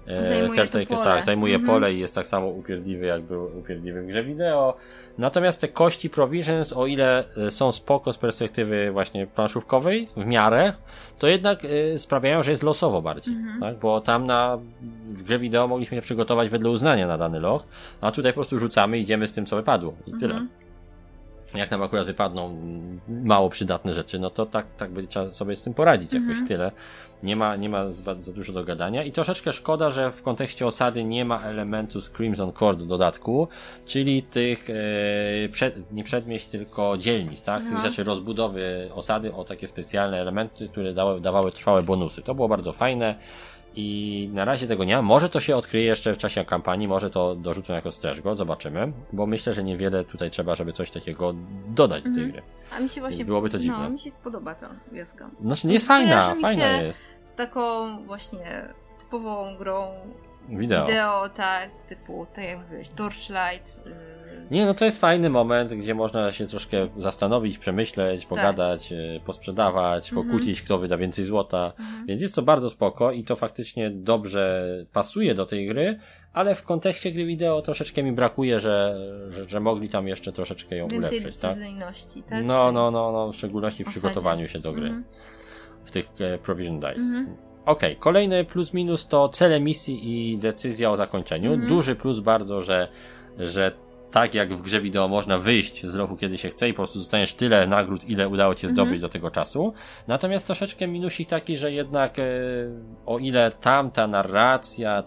B: zajmuje pole i jest tak samo upierdliwy, jak był upierdliwy w grze wideo. Natomiast te kości provisions, o ile są spoko z perspektywy właśnie planszówkowej, w miarę, to jednak sprawiają, że jest losowo bardziej, tak? Bo tam w grze wideo mogliśmy się przygotować wedle uznania na dany loch, a tutaj po prostu rzucamy i idziemy z tym, co wypadło i tyle. Jak nam akurat wypadną mało przydatne rzeczy, no to tak by trzeba sobie z tym poradzić jakoś tyle. Nie ma za dużo do gadania i troszeczkę szkoda, że w kontekście osady nie ma elementu z Crimson Core do dodatku, czyli tych nie przedmieść, tylko dzielnic, tak? Tych rzeczy rozbudowy osady o takie specjalne elementy, które dawały trwałe bonusy. To było bardzo fajne i na razie tego nie ma. Może to się odkryje jeszcze w czasie kampanii, może to dorzucą jako stretch goal, zobaczymy, bo myślę, że niewiele tutaj trzeba, żeby coś takiego dodać do tej gry.
C: A mi się właśnie
B: byłoby to dziwne.
C: No, mi się podoba ta wioska.
B: Znaczy nie jest fajna jest.
C: Z taką właśnie typową grą
B: wideo,
C: tak, typu, tak jak mówiłeś, Torchlight.
B: Nie, no to jest fajny moment, gdzie można się troszkę zastanowić, przemyśleć, pogadać, posprzedawać, pokłócić, kto wyda więcej złota. Więc jest to bardzo spoko i to faktycznie dobrze pasuje do tej gry, ale w kontekście gry wideo troszeczkę mi brakuje, że mogli tam jeszcze troszeczkę ją
C: więcej
B: ulepszyć.
C: decyzyjności, tak?
B: No, w szczególności w przygotowaniu się do gry. W tych Provision Dice. Okej, kolejny plus minus to cele misji i decyzja o zakończeniu. Duży plus bardzo, że tak jak w grze wideo można wyjść z lochu kiedy się chce i po prostu dostaniesz tyle nagród, ile udało cię zdobyć do tego czasu. Natomiast troszeczkę minusik taki, że jednak o ile tamta narracja,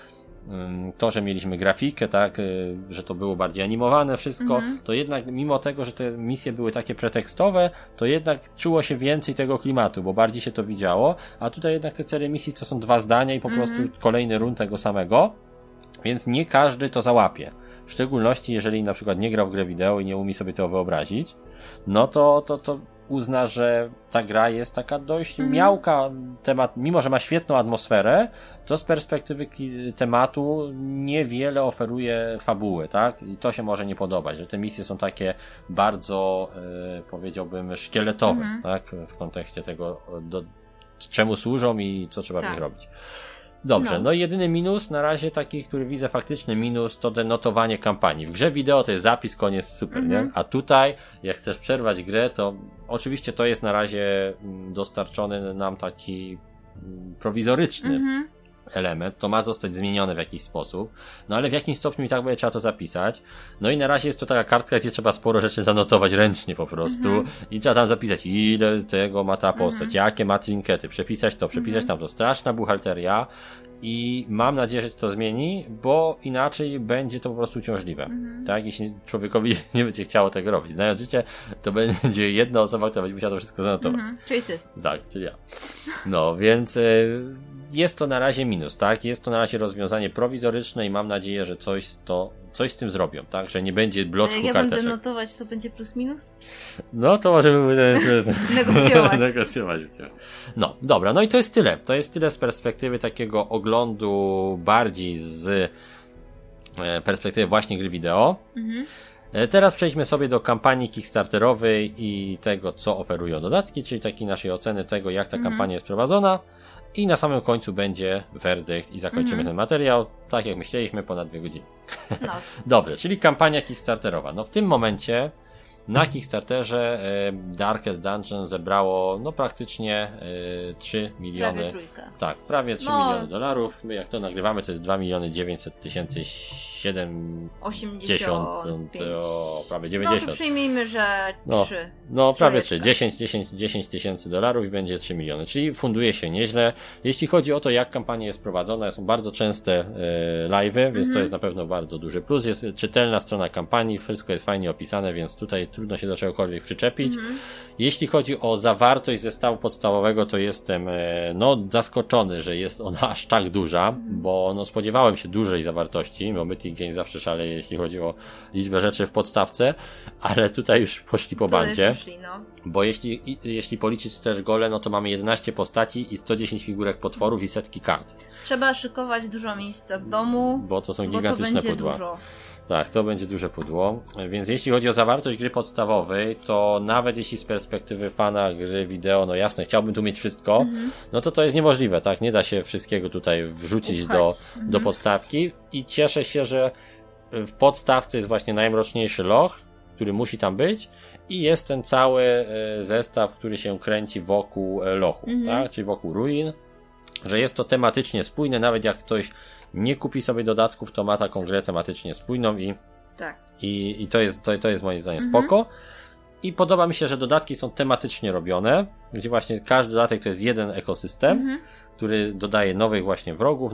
B: to, że mieliśmy grafikę, tak, że to było bardziej animowane wszystko, to jednak mimo tego, że te misje były takie pretekstowe, to jednak czuło się więcej tego klimatu, bo bardziej się to widziało, a tutaj jednak te cele misji to są 2 zdania i po prostu kolejny run tego samego, więc nie każdy to załapie. W szczególności jeżeli na przykład nie grał w grę wideo i nie umie sobie tego wyobrazić, no to uzna, że ta gra jest taka dość miałka temat, mimo że ma świetną atmosferę, to z perspektywy tematu niewiele oferuje fabuły, tak? I to się może nie podobać, że te misje są takie bardzo, powiedziałbym, szkieletowe, tak? W kontekście tego, czemu służą i co trzeba w nich robić. Dobrze, no jedyny minus na razie taki, który widzę faktyczny minus, to denotowanie kampanii. W grze wideo to jest zapis, koniec, super, nie? A tutaj, jak chcesz przerwać grę, to oczywiście to jest na razie dostarczony nam taki prowizoryczny element, to ma zostać zmienione w jakiś sposób, no ale w jakimś stopniu i tak będzie trzeba to zapisać, no i na razie jest to taka kartka, gdzie trzeba sporo rzeczy zanotować ręcznie po prostu i trzeba tam zapisać, ile tego ma ta postać, jakie ma trinkety, przepisać to, przepisać tamto, straszna buchalteria i mam nadzieję, że to zmieni, bo inaczej będzie to po prostu uciążliwe, tak, jeśli człowiekowi nie będzie chciało tego robić, znając życie, to będzie jedna osoba, która będzie musiała to wszystko zanotować.
C: Czyli ty.
B: Tak, czyli ja. No, więc jest to na razie minus, tak? Jest to na razie rozwiązanie prowizoryczne i mam nadzieję, że coś z tym zrobią, tak? Że nie będzie bloczku karteczek.
C: Jak będę notować, to będzie plus minus?
B: No, to możemy
C: negocjować.
B: No, dobra, no i to jest tyle. To jest tyle z perspektywy takiego oglądu bardziej z perspektywy właśnie gry wideo. Teraz przejdźmy sobie do kampanii kickstarterowej i tego, co oferują dodatki, czyli takiej naszej oceny tego, jak ta kampania jest prowadzona. I na samym końcu będzie werdykt i zakończymy ten materiał, tak jak myśleliśmy, ponad 2 godziny. No. Dobrze, czyli kampania kickstarterowa. No w tym momencie Na Kickstarterze Darkest Dungeon zebrało no praktycznie 3 miliony.
C: Prawie trójkę.
B: Tak, prawie 3 miliony dolarów. My jak to nagrywamy, to jest 2 miliony 900 tysięcy 70, prawie 90.
C: No to przyjmijmy, że 3.
B: No prawie 3, 10 tysięcy dolarów i będzie 3 miliony, czyli funduje się nieźle. Jeśli chodzi o to, jak kampania jest prowadzona, są bardzo częste live'y, więc to jest na pewno bardzo duży plus. Jest czytelna strona kampanii, wszystko jest fajnie opisane, więc tutaj trudno się do czegokolwiek przyczepić. Jeśli chodzi o zawartość zestawu podstawowego, to jestem zaskoczony, że jest ona aż tak duża, bo no spodziewałem się dużej zawartości, bo Mythic Games zawsze szaleje, jeśli chodzi o liczbę rzeczy w podstawce, ale tutaj już poszli po bandzie, bo jeśli policzyć też gole, no to mamy 11 postaci i 110 figurek potworów i setki kart.
C: Trzeba szykować dużo miejsca w domu,
B: bo to są gigantyczne pudła.
C: Dużo.
B: Tak, to będzie duże pudło. Więc jeśli chodzi o zawartość gry podstawowej, to nawet jeśli z perspektywy fana gry wideo, no jasne, chciałbym tu mieć wszystko, no to jest niemożliwe, tak? Nie da się wszystkiego tutaj wrzucić do podstawki i cieszę się, że w podstawce jest właśnie najmroczniejszy loch, który musi tam być i jest ten cały zestaw, który się kręci wokół lochu, tak? Czyli wokół ruin, że jest to tematycznie spójne, nawet jak ktoś nie kupi sobie dodatków, to ma taką grę tematycznie spójną i to jest moim zdaniem spoko. I podoba mi się, że dodatki są tematycznie robione, gdzie właśnie każdy dodatek to jest jeden ekosystem, który dodaje nowych właśnie wrogów,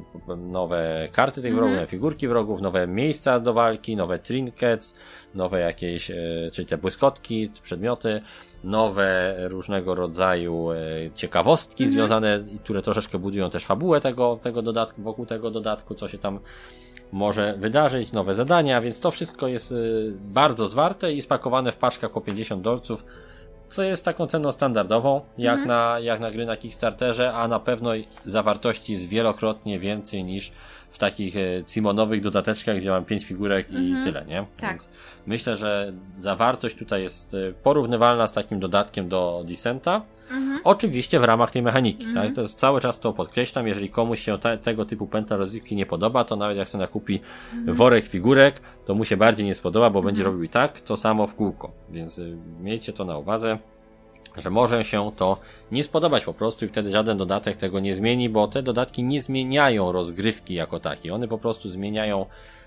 B: nowe karty tych wrogów, nowe figurki wrogów, nowe miejsca do walki, nowe trinkets, nowe jakieś, czyli te błyskotki, przedmioty, nowe różnego rodzaju ciekawostki związane, które troszeczkę budują też fabułę tego dodatku, wokół tego dodatku, co się tam może wydarzyć, nowe zadania, więc to wszystko jest bardzo zwarte i spakowane w paczkach po $50, co jest taką ceną standardową, jak na gry na Kickstarterze, a na pewno zawartości jest wielokrotnie więcej niż w takich cimonowych dodateczkach, gdzie mam 5 figurek i tyle, nie?
C: Tak.
B: Więc myślę, że zawartość tutaj jest porównywalna z takim dodatkiem do Descenta. Oczywiście w ramach tej mechaniki, tak? To jest cały czas to podkreślam, jeżeli komuś się tego typu pętla rozgrywki nie podoba, to nawet jak sobie nakupi worek figurek, to mu się bardziej nie spodoba, bo będzie robił i tak to samo w kółko. Więc miejcie to na uwadze, że może się to nie spodobać po prostu i wtedy żaden dodatek tego nie zmieni, bo te dodatki nie zmieniają rozgrywki jako takiej. One po prostu zmieniają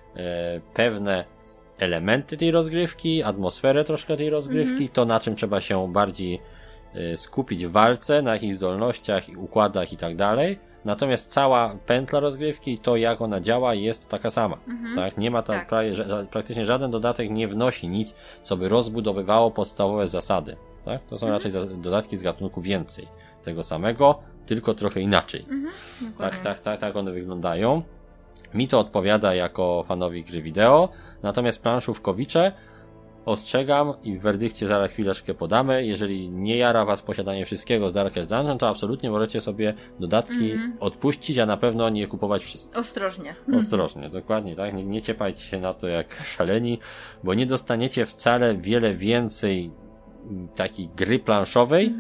B: pewne elementy tej rozgrywki, atmosferę troszkę tej rozgrywki, to na czym trzeba się bardziej skupić w walce, na jakich zdolnościach i układach i tak dalej. Natomiast cała pętla rozgrywki, to jak ona działa, jest taka sama. Tak? Nie ma tam praktycznie żaden dodatek nie wnosi nic, co by rozbudowywało podstawowe zasady. Tak? To są raczej dodatki z gatunku więcej tego samego, tylko trochę inaczej. Tak one wyglądają. Mi to odpowiada jako fanowi gry wideo, natomiast planszówkowicze ostrzegam i w werdykcie zaraz chwileczkę podamy, jeżeli nie jara was posiadanie wszystkiego z Darkest Dungeon, to absolutnie możecie sobie dodatki odpuścić, a na pewno nie kupować wszystko. Ostrożnie, dokładnie, tak? Nie ciepajcie się na to jak szaleni, bo nie dostaniecie wcale wiele więcej takiej gry planszowej,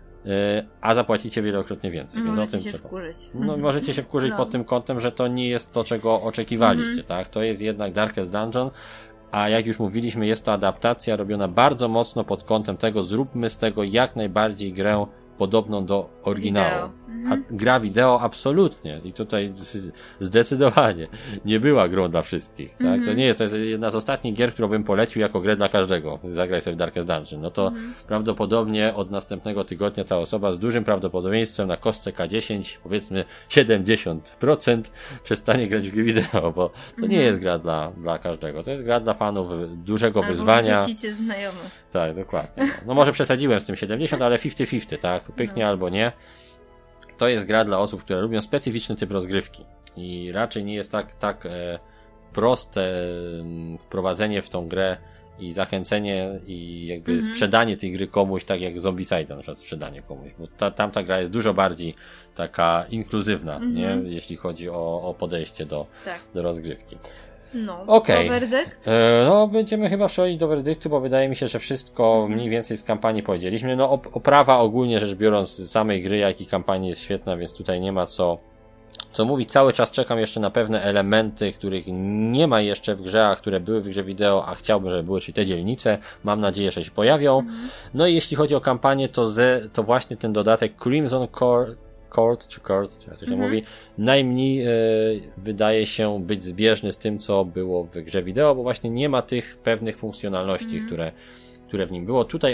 B: a zapłacicie wielokrotnie więcej. Więc o tym trzeba. Możecie się wkurzyć pod tym kątem, że to nie jest to, czego oczekiwaliście, tak? To jest jednak Darkest Dungeon, a jak już mówiliśmy, jest to adaptacja robiona bardzo mocno pod kątem tego, zróbmy z tego jak najbardziej grę podobną do oryginału. A gra wideo absolutnie i tutaj zdecydowanie nie była grą dla wszystkich. Tak? To jest jedna z ostatnich gier, którą bym polecił jako grę dla każdego. Zagraj sobie w Darkest Dungeon. No to prawdopodobnie od następnego tygodnia ta osoba z dużym prawdopodobieństwem na kostce K10, powiedzmy 70%, przestanie grać w gry wideo, bo to nie jest gra dla każdego. To jest gra dla fanów dużego wyzwania.
C: Albo wrzucicie znajomych.
B: Tak, dokładnie. No może przesadziłem z tym 70, ale 50-50, tak? Pyknie albo nie. To jest gra dla osób, które lubią specyficzny typ rozgrywki i raczej nie jest tak proste wprowadzenie w tą grę i zachęcenie i jakby sprzedanie tej gry komuś, tak jak Zombicide na przykład sprzedanie komuś, bo tamta gra jest dużo bardziej taka inkluzywna, nie? Jeśli chodzi o podejście do rozgrywki.
C: No,
B: okay.
C: To werdykt?
B: Będziemy chyba przechodzić do werdyktu, bo wydaje mi się, że wszystko mniej więcej z kampanii powiedzieliśmy. Oprawa ogólnie rzecz biorąc samej gry, jak i kampanii jest świetna, więc tutaj nie ma co Co mówi, cały czas czekam jeszcze na pewne elementy, których nie ma jeszcze w grze, a które były w grze wideo, a chciałbym, żeby były, czyli te dzielnice. Mam nadzieję, że się pojawią. No i jeśli chodzi o kampanię, to właśnie ten dodatek Crimson Court, czy jak to się mówi, najmniej wydaje się być zbieżny z tym, co było w grze wideo, bo właśnie nie ma tych pewnych funkcjonalności, które w nim było. Tutaj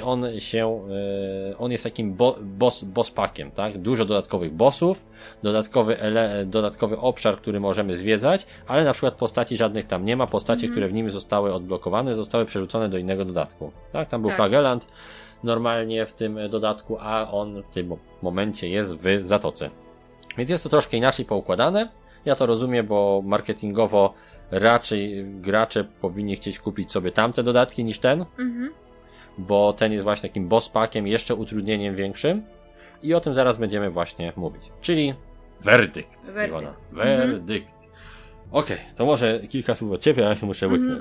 B: on jest takim boss packiem, tak? Dużo dodatkowych bossów, dodatkowy obszar, który możemy zwiedzać, ale na przykład postaci żadnych tam nie ma. Postacie, które w nim zostały odblokowane, zostały przerzucone do innego dodatku, tak? Tam był Flagellant normalnie w tym dodatku, a on w tym momencie jest w Zatoce. Więc jest to troszkę inaczej poukładane. Ja to rozumiem, bo marketingowo raczej gracze powinni chcieć kupić sobie tamte dodatki niż ten, bo ten jest właśnie takim boss packiem, jeszcze utrudnieniem większym i o tym zaraz będziemy właśnie mówić. Czyli werdykt. Werdykt. Okej, to może kilka słów od ciebie, a ja się muszę łyknąć.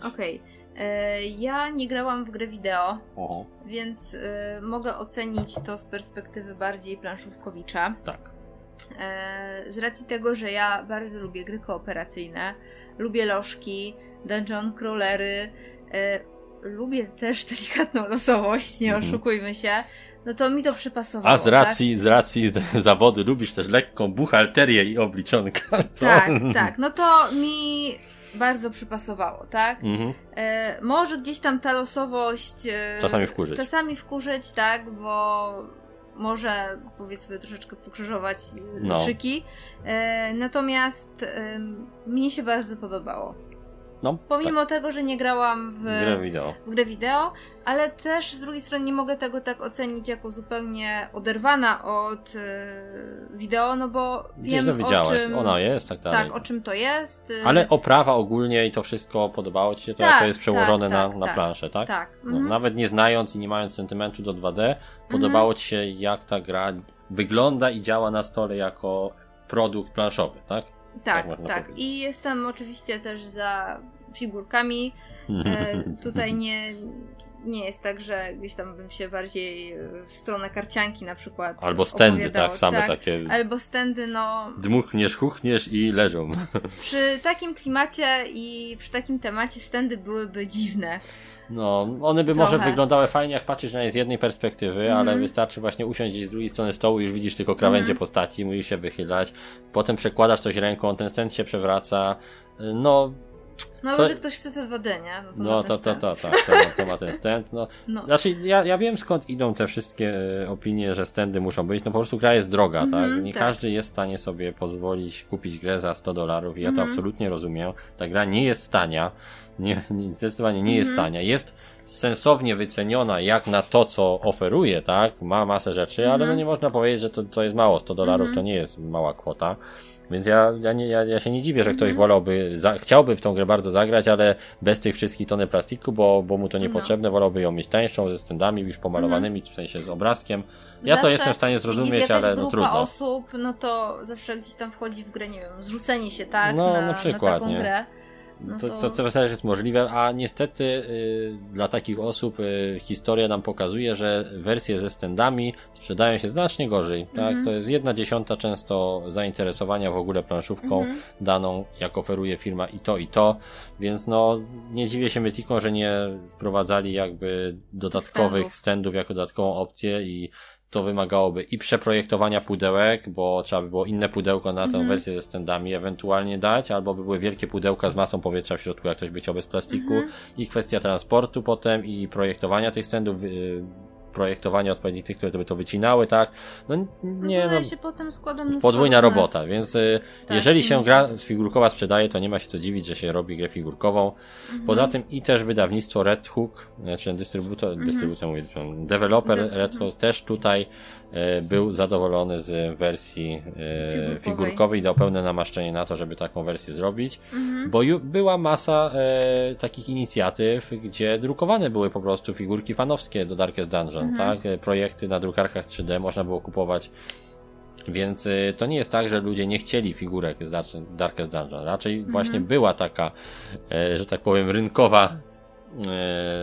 C: Ja nie grałam w grę wideo, więc mogę ocenić to z perspektywy bardziej planszówkowicza.
B: Tak.
C: Z racji tego, że ja bardzo lubię gry kooperacyjne, lubię lożki, dungeon crawlery, lubię też delikatną losowość, nie oszukujmy się, no to mi to przypasowało.
B: A z racji zawodu lubisz też lekką buchalterię i obliczonka.
C: Tak, no to mi bardzo przypasowało, tak? Może gdzieś tam ta losowość czasami wkurzyć, tak, bo może powiedzmy troszeczkę pokrzyżować szyki, natomiast mnie się bardzo podobało. Pomimo tego, że nie grałam w grę wideo, ale też z drugiej strony nie mogę tego tak ocenić jako zupełnie oderwana od wideo, no bo wiem o czym...
B: Ona jest, tak dalej.
C: Tak, o czym to jest.
B: Ale oprawa ogólnie i to wszystko podobało ci się, to jak to jest przełożone na planszę, tak?
C: Tak.
B: No, nawet nie znając i nie mając sentymentu do 2D, podobało ci się, jak ta gra wygląda i działa na stole jako produkt planszowy, tak?
C: Tak. I jestem oczywiście też za figurkami. Tutaj nie jest tak, że gdzieś tam bym się bardziej w stronę karcianki na przykład
B: albo stędy, tak, same takie.
C: Albo stędy,
B: dmuchniesz, huchniesz i leżą.
C: Przy takim klimacie i przy takim temacie stędy byłyby dziwne.
B: No, one by może wyglądały fajnie, jak patrzysz na nie z jednej perspektywy, ale wystarczy właśnie usiąść z drugiej strony stołu i już widzisz tylko krawędzie postaci, musisz się wychylać, potem przekładasz coś ręką, ten stent się przewraca,
C: że ktoś chce te 2D, nie?
B: To ma ten stent. Znaczy, ja wiem, skąd idą te wszystkie opinie, że stędy muszą być. Po prostu gra jest droga, tak? Nie każdy jest w stanie sobie pozwolić kupić grę za $100 i ja to absolutnie rozumiem. Ta gra nie jest tania. Zdecydowanie nie jest tania. Jest sensownie wyceniona jak na to, co oferuje, tak? Ma masę rzeczy, ale nie można powiedzieć, że to jest mało. $100 to nie jest mała kwota. Więc ja się nie dziwię, że ktoś chciałby w tą grę bardzo zagrać, ale bez tych wszystkich tony plastiku, bo mu to niepotrzebne, wolałby ją mieć tańszą, ze stendami już pomalowanymi, w sensie z obrazkiem. Ja to jestem w stanie zrozumieć, ale trudno.
C: Osób, to zawsze gdzieś tam wchodzi w grę, nie wiem, zrzucenie się, tak?
B: Na przykład,
C: na taką grę.
B: To też jest możliwe, a niestety dla takich osób historia nam pokazuje, że wersje ze stendami sprzedają się znacznie gorzej, tak? To jest 1/10 często zainteresowania w ogóle planszówką daną, jak oferuje firma i to, więc nie dziwię się Mythicom, że nie wprowadzali jakby dodatkowych stendów jako dodatkową opcję i to wymagałoby i przeprojektowania pudełek, bo trzeba by było inne pudełko na tę wersję ze stendami ewentualnie dać, albo by były wielkie pudełka z masą powietrza w środku, jak ktoś by chciał bez plastiku, i kwestia transportu potem i projektowania tych stendów, projektowania odpowiednich tych, które by to wycinały, tak?
C: się potem składam
B: podwójna robota, więc jeżeli się gra figurkowa sprzedaje, to nie ma się co dziwić, że się robi grę figurkową. Poza tym i też wydawnictwo Red Hook, znaczy deweloper Red Hook też tutaj był zadowolony z wersji figurkowej i dał pełne namaszczenie na to, żeby taką wersję zrobić, bo była masa takich inicjatyw, gdzie drukowane były po prostu figurki fanowskie do Darkest Dungeon, tak? Projekty na drukarkach 3D można było kupować, więc to nie jest tak, że ludzie nie chcieli figurek z Darkest Dungeon, raczej właśnie była taka, że tak powiem,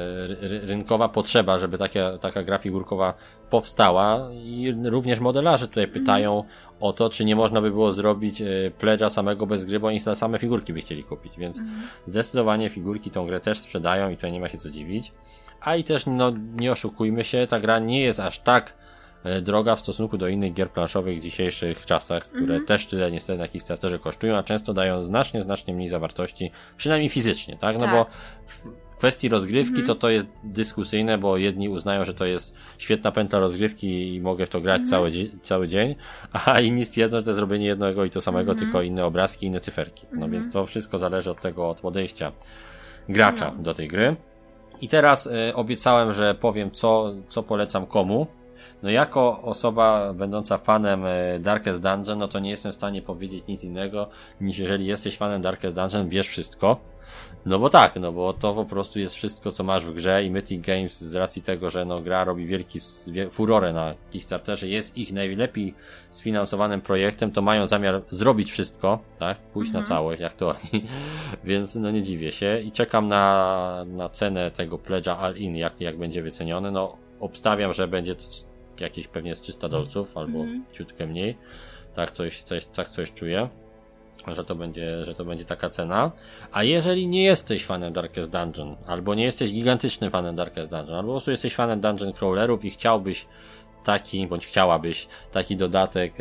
B: rynkowa potrzeba, żeby taka gra figurkowa powstała i również modelarze tutaj pytają o to, czy nie można by było zrobić pledge'a samego bez gry, bo oni same figurki by chcieli kupić, więc zdecydowanie figurki tą grę też sprzedają i tutaj nie ma się co dziwić. A i też, no nie oszukujmy się, ta gra nie jest aż tak droga w stosunku do innych gier planszowych w dzisiejszych czasach, które też tyle niestety na Kickstarterze kosztują, a często dają znacznie mniej zawartości, przynajmniej fizycznie, tak? No bo w kwestii rozgrywki to jest dyskusyjne, bo jedni uznają, że to jest świetna pętla rozgrywki i mogę w to grać cały dzień, a inni stwierdzą, że to jest zrobienie jednego i to samego, tylko inne obrazki, inne cyferki. No więc to wszystko zależy od podejścia gracza do tej gry. I teraz obiecałem, że powiem co polecam komu. No jako osoba będąca fanem Darkest Dungeon, no to nie jestem w stanie powiedzieć nic innego niż jeżeli jesteś fanem Darkest Dungeon, bierz wszystko. No bo tak, no bo to po prostu jest wszystko, co masz w grze i Mythic Games z racji tego, że no gra robi furorę na Kickstarterze, jest ich najlepiej sfinansowanym projektem, to mają zamiar zrobić wszystko, tak? Pójść na całość, jak to oni. Więc no nie dziwię się i czekam na cenę tego pledge'a All-In, jak będzie wyceniony. No obstawiam, że będzie to jakieś pewnie z $300 albo ciutkę mniej. Tak coś czuję, że to będzie taka cena. A jeżeli nie jesteś fanem Darkest Dungeon, albo nie jesteś gigantycznym fanem Darkest Dungeon, albo po prostu jesteś fanem Dungeon Crawlerów i chciałbyś chciałabyś taki dodatek,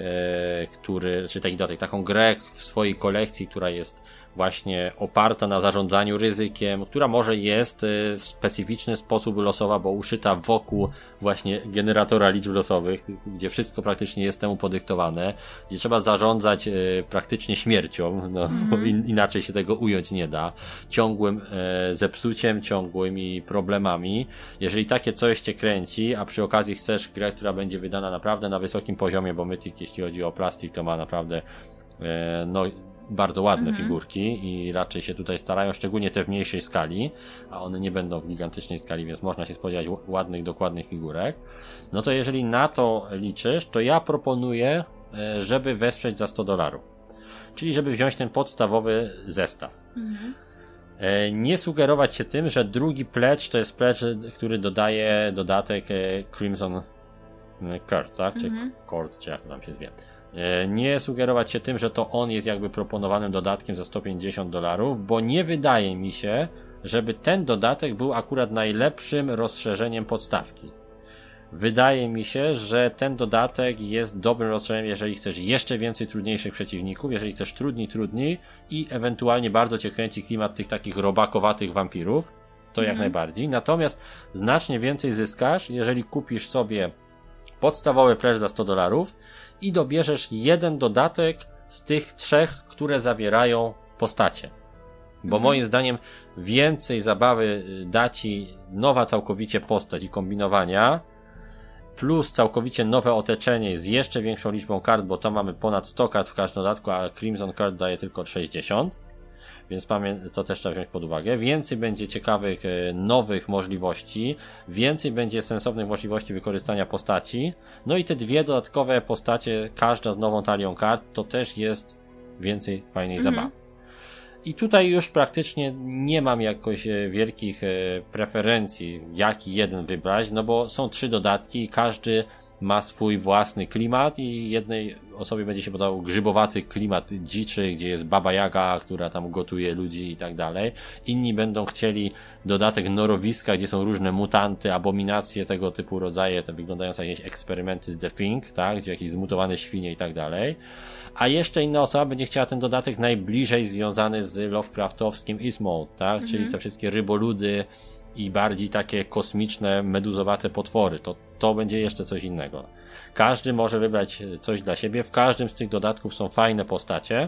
B: taką grę w swojej kolekcji, która jest właśnie oparta na zarządzaniu ryzykiem, która może jest w specyficzny sposób losowa, bo uszyta wokół właśnie generatora liczb losowych, gdzie wszystko praktycznie jest temu podyktowane, gdzie trzeba zarządzać praktycznie śmiercią, no inaczej się tego ująć nie da, ciągłym zepsuciem, ciągłymi problemami. Jeżeli takie coś cię kręci, a przy okazji chcesz grę, która będzie wydana naprawdę na wysokim poziomie, bo Mythic, jeśli chodzi o plastik, to ma naprawdę bardzo ładne figurki i raczej się tutaj starają, szczególnie te w mniejszej skali, a one nie będą w gigantycznej skali, więc można się spodziewać ładnych, dokładnych figurek. No to jeżeli na to liczysz, to ja proponuję, żeby wesprzeć za $100. Czyli żeby wziąć ten podstawowy zestaw. Nie sugerować się tym, że drugi pledge to jest pledge, który dodaje dodatek Crimson Court, tak? Czy Court, czy jak to tam się zwie. Nie sugerować się tym, że to on jest jakby proponowanym dodatkiem za $150, bo nie wydaje mi się, żeby ten dodatek był akurat najlepszym rozszerzeniem podstawki. Wydaje mi się, że ten dodatek jest dobrym rozszerzeniem, jeżeli chcesz jeszcze więcej trudniejszych przeciwników, jeżeli chcesz trudniej i ewentualnie bardzo cię kręci klimat tych takich robakowatych wampirów, to jak najbardziej. Natomiast znacznie więcej zyskasz, jeżeli kupisz sobie podstawowy pledge za $100 i dobierzesz jeden dodatek z tych 3, które zawierają postacie. Bo moim zdaniem więcej zabawy da ci nowa całkowicie postać i kombinowania, plus całkowicie nowe otoczenie z jeszcze większą liczbą kart, bo tam mamy ponad 100 kart w każdym dodatku, a Crimson Card daje tylko 60. Więc to też trzeba wziąć pod uwagę. Więcej będzie ciekawych, nowych możliwości, więcej będzie sensownych możliwości wykorzystania postaci. No i te 2 dodatkowe postacie, każda z nową talią kart, to też jest więcej fajnej zabawy. I tutaj już praktycznie nie mam jakoś wielkich preferencji, jaki jeden wybrać, no bo są 3 dodatki i każdy ma swój własny klimat i jednej osobie będzie się podobał grzybowaty klimat dziczy, gdzie jest Baba Jaga, która tam gotuje ludzi i tak dalej. Inni będą chcieli dodatek norowiska, gdzie są różne mutanty, abominacje, tego typu rodzaje, te wyglądające jakieś eksperymenty z The Thing, tak, gdzie jakieś zmutowane świnie i tak dalej. A jeszcze inna osoba będzie chciała ten dodatek najbliżej związany z Lovecraftowskim Ismode, tak, czyli te wszystkie ryboludy i bardziej takie kosmiczne, meduzowate potwory. To będzie jeszcze coś innego. Każdy może wybrać coś dla siebie. W każdym z tych dodatków są fajne postacie.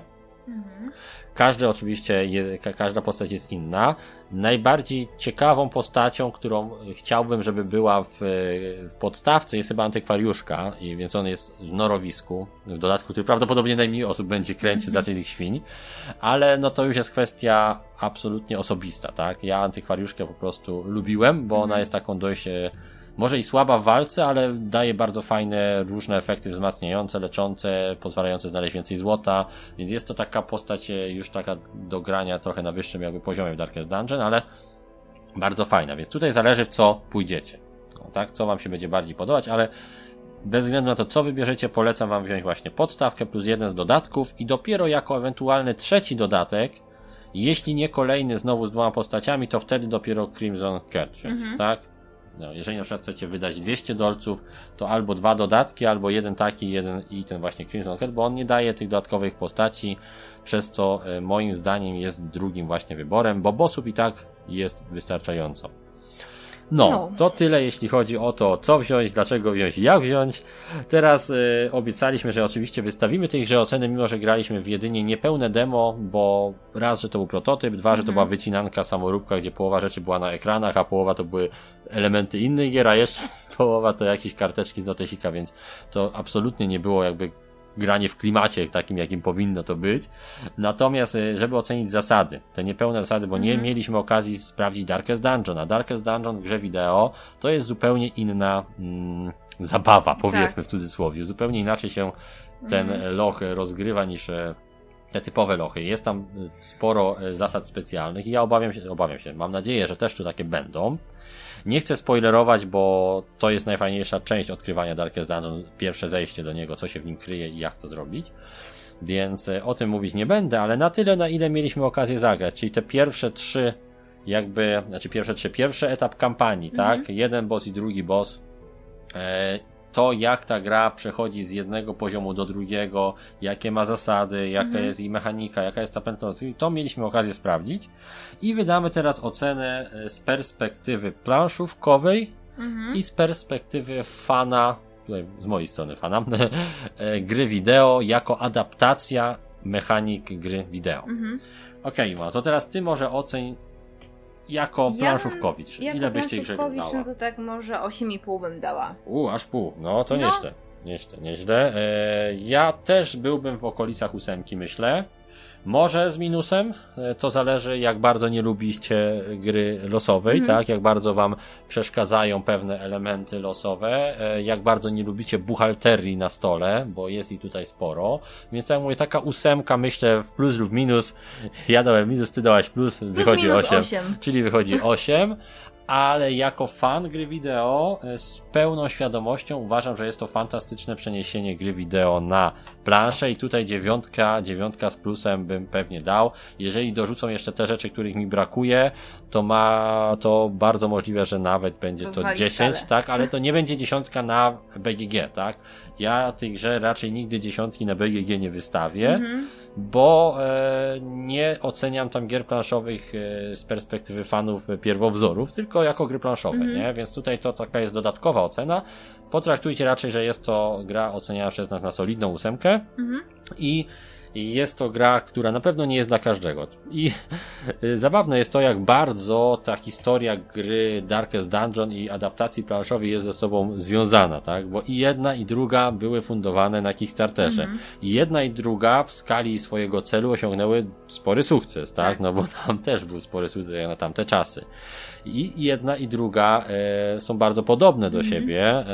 B: Każda postać jest inna. Najbardziej ciekawą postacią, którą chciałbym, żeby była w podstawce, jest chyba Antykwariuszka, i więc on jest w norowisku, w dodatku, który prawdopodobnie najmniej osób będzie kręcił z racji tych świń, ale no to już jest kwestia absolutnie osobista, tak? Ja Antykwariuszkę po prostu lubiłem, bo ona jest taką dość może i słaba w walce, ale daje bardzo fajne, różne efekty wzmacniające, leczące, pozwalające znaleźć więcej złota, więc jest to taka postać już taka do grania trochę na wyższym jakby poziomie w Darkest Dungeon, ale bardzo fajna, więc tutaj zależy w co pójdziecie. No, tak, co wam się będzie bardziej podobać, ale bez względu na to, co wybierzecie, polecam wam wziąć właśnie podstawkę plus jeden z dodatków i dopiero jako ewentualny trzeci dodatek, jeśli nie kolejny znowu z 2 postaciami, to wtedy dopiero Crimson Card wziąć, tak? No, jeżeli na przykład chcecie wydać $200, to albo 2 dodatki, albo jeden taki, jeden i ten właśnie Crimson Card, bo on nie daje tych dodatkowych postaci, przez co moim zdaniem jest drugim właśnie wyborem, bo bossów i tak jest wystarczająco. No, to tyle jeśli chodzi o to, co wziąć, dlaczego wziąć i jak wziąć. Teraz obiecaliśmy, że oczywiście wystawimy tej grze oceny, mimo że graliśmy w jedynie niepełne demo, bo raz, że to był prototyp, 2, że to była wycinanka samoróbka, gdzie połowa rzeczy była na ekranach, a połowa to były elementy innych gier, a jeszcze połowa to jakieś karteczki z notesika, więc to absolutnie nie było jakby granie w klimacie takim, jakim powinno to być. Natomiast, żeby ocenić zasady, te niepełne zasady, bo nie mieliśmy okazji sprawdzić Darkest Dungeon, a Darkest Dungeon w grze wideo to jest zupełnie inna zabawa, powiedzmy w cudzysłowie. Zupełnie inaczej się ten loch rozgrywa niż te typowe lochy. Jest tam sporo zasad specjalnych i ja obawiam się, mam nadzieję, że też tu takie będą. Nie chcę spoilerować, bo to jest najfajniejsza część odkrywania Darkest Dungeon, pierwsze zejście do niego, co się w nim kryje i jak to zrobić. Więc o tym mówić nie będę, ale na tyle, na ile mieliśmy okazję zagrać, czyli te pierwsze 3 pierwszy etap kampanii, tak? Jeden boss i drugi boss. To jak ta gra przechodzi z jednego poziomu do drugiego, jakie ma zasady, jaka jest jej mechanika, jaka jest ta pętla, to mieliśmy okazję sprawdzić i wydamy teraz ocenę z perspektywy planszówkowej i z perspektywy fana, tutaj z mojej strony fana, gry wideo jako adaptacja mechanik gry wideo. Okej, to teraz ty może oceń jako planszówkowicz. Ile byś tej grze dała?
C: No to tak może 8,5 bym dała.
B: Aż pół. No to nieźle. Ja też byłbym w okolicach 8, myślę. Może z minusem, to zależy jak bardzo nie lubicie gry losowej, tak? Jak bardzo wam przeszkadzają pewne elementy losowe, jak bardzo nie lubicie buchalterii na stole, bo jest i tutaj sporo. Więc tak mówię, taka 8, myślę w plus lub minus. Ja dałem minus, ty dałaś plus, wychodzi 8. Czyli wychodzi 8. Ale jako fan gry wideo z pełną świadomością uważam, że jest to fantastyczne przeniesienie gry wideo na planszę i tutaj 9 z plusem bym pewnie dał. Jeżeli dorzucą jeszcze te rzeczy, których mi brakuje, to bardzo możliwe, że nawet będzie to 10, tak, ale to nie będzie 10 na BGG, tak. Ja tej grze raczej nigdy 10 na BGG nie wystawię, bo nie oceniam tam gier planszowych z perspektywy fanów pierwowzorów, tylko jako gry planszowe, nie? Więc tutaj to taka jest dodatkowa ocena. Potraktujcie raczej, że jest to gra oceniana przez nas na solidną 8 i jest to gra, która na pewno nie jest dla każdego. I zabawne jest to, jak bardzo ta historia gry Darkest Dungeon i adaptacji planszowej jest ze sobą związana, tak? Bo i jedna i druga były fundowane na Kickstarterze. I jedna i druga w skali swojego celu osiągnęły spory sukces, tak? No bo tam też był spory sukces jak na tamte czasy. I jedna i druga są bardzo podobne do siebie.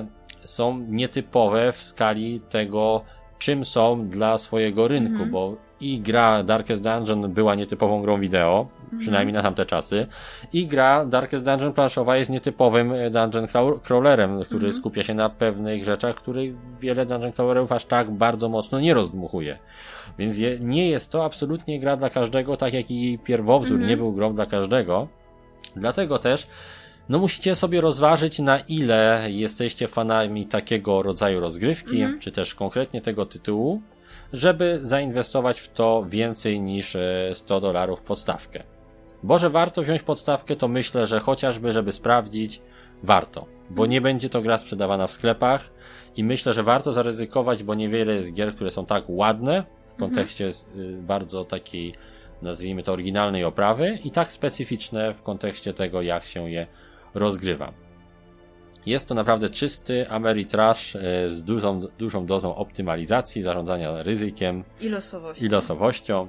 B: Są nietypowe w skali tego, czym są dla swojego rynku, bo i gra Darkest Dungeon była nietypową grą wideo, przynajmniej na tamte czasy, i gra Darkest Dungeon planszowa jest nietypowym dungeon crawlerem, który skupia się na pewnych rzeczach, których wiele dungeon crawlerów aż tak bardzo mocno nie rozdmuchuje. Więc nie jest to absolutnie gra dla każdego, tak jak i jej pierwowzór nie był grą dla każdego. Dlatego też musicie sobie rozważyć, na ile jesteście fanami takiego rodzaju rozgrywki, czy też konkretnie tego tytułu, żeby zainwestować w to więcej niż $100 podstawkę. Bo że warto wziąć podstawkę, to myślę, że chociażby, żeby sprawdzić, warto. Bo nie będzie to gra sprzedawana w sklepach i myślę, że warto zaryzykować, bo niewiele jest gier, które są tak ładne w kontekście bardzo takiej, nazwijmy to, oryginalnej oprawy i tak specyficzne w kontekście tego, jak się je rozgrywa. Jest to naprawdę czysty Ameritrash z dużą dozą optymalizacji, zarządzania ryzykiem i losowością.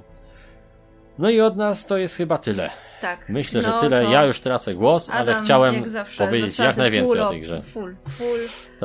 B: No i od nas to jest chyba tyle.
C: Tak.
B: Myślę, że tyle. Ja już tracę głos, ale chciałem powiedzieć jak najwięcej o tej grze.
C: Full.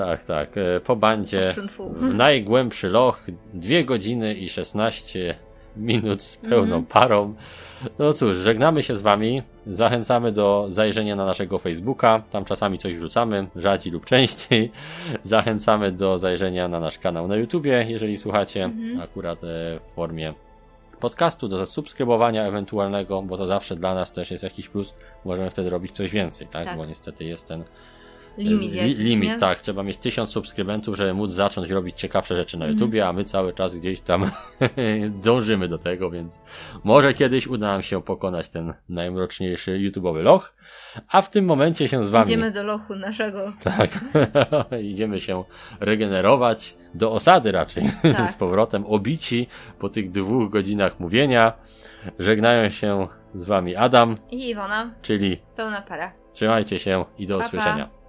B: Tak. Po bandzie w najgłębszy loch 2 godziny i 16 minut z pełną parą. No cóż, żegnamy się z wami. Zachęcamy do zajrzenia na naszego Facebooka. Tam czasami coś wrzucamy, rzadziej lub częściej. Zachęcamy do zajrzenia na nasz kanał na YouTubie, jeżeli słuchacie akurat w formie podcastu, do zasubskrybowania ewentualnego, bo to zawsze dla nas też jest jakiś plus. Możemy wtedy robić coś więcej, tak? Bo niestety jest ten limit, tak. Trzeba mieć 1000 subskrybentów, żeby móc zacząć robić ciekawsze rzeczy na YouTubie, a my cały czas gdzieś tam dążymy do tego, więc może kiedyś uda nam się pokonać ten najmroczniejszy YouTube'owy loch. A w tym momencie się z wami...
C: Idziemy do lochu naszego.
B: Tak. Idziemy się regenerować. Do osady raczej. Z powrotem. Obici po tych 2 godzinach mówienia. Żegnają się z wami Adam.
C: I Iwona.
B: Czyli...
C: Pełna para.
B: Trzymajcie się i do usłyszenia.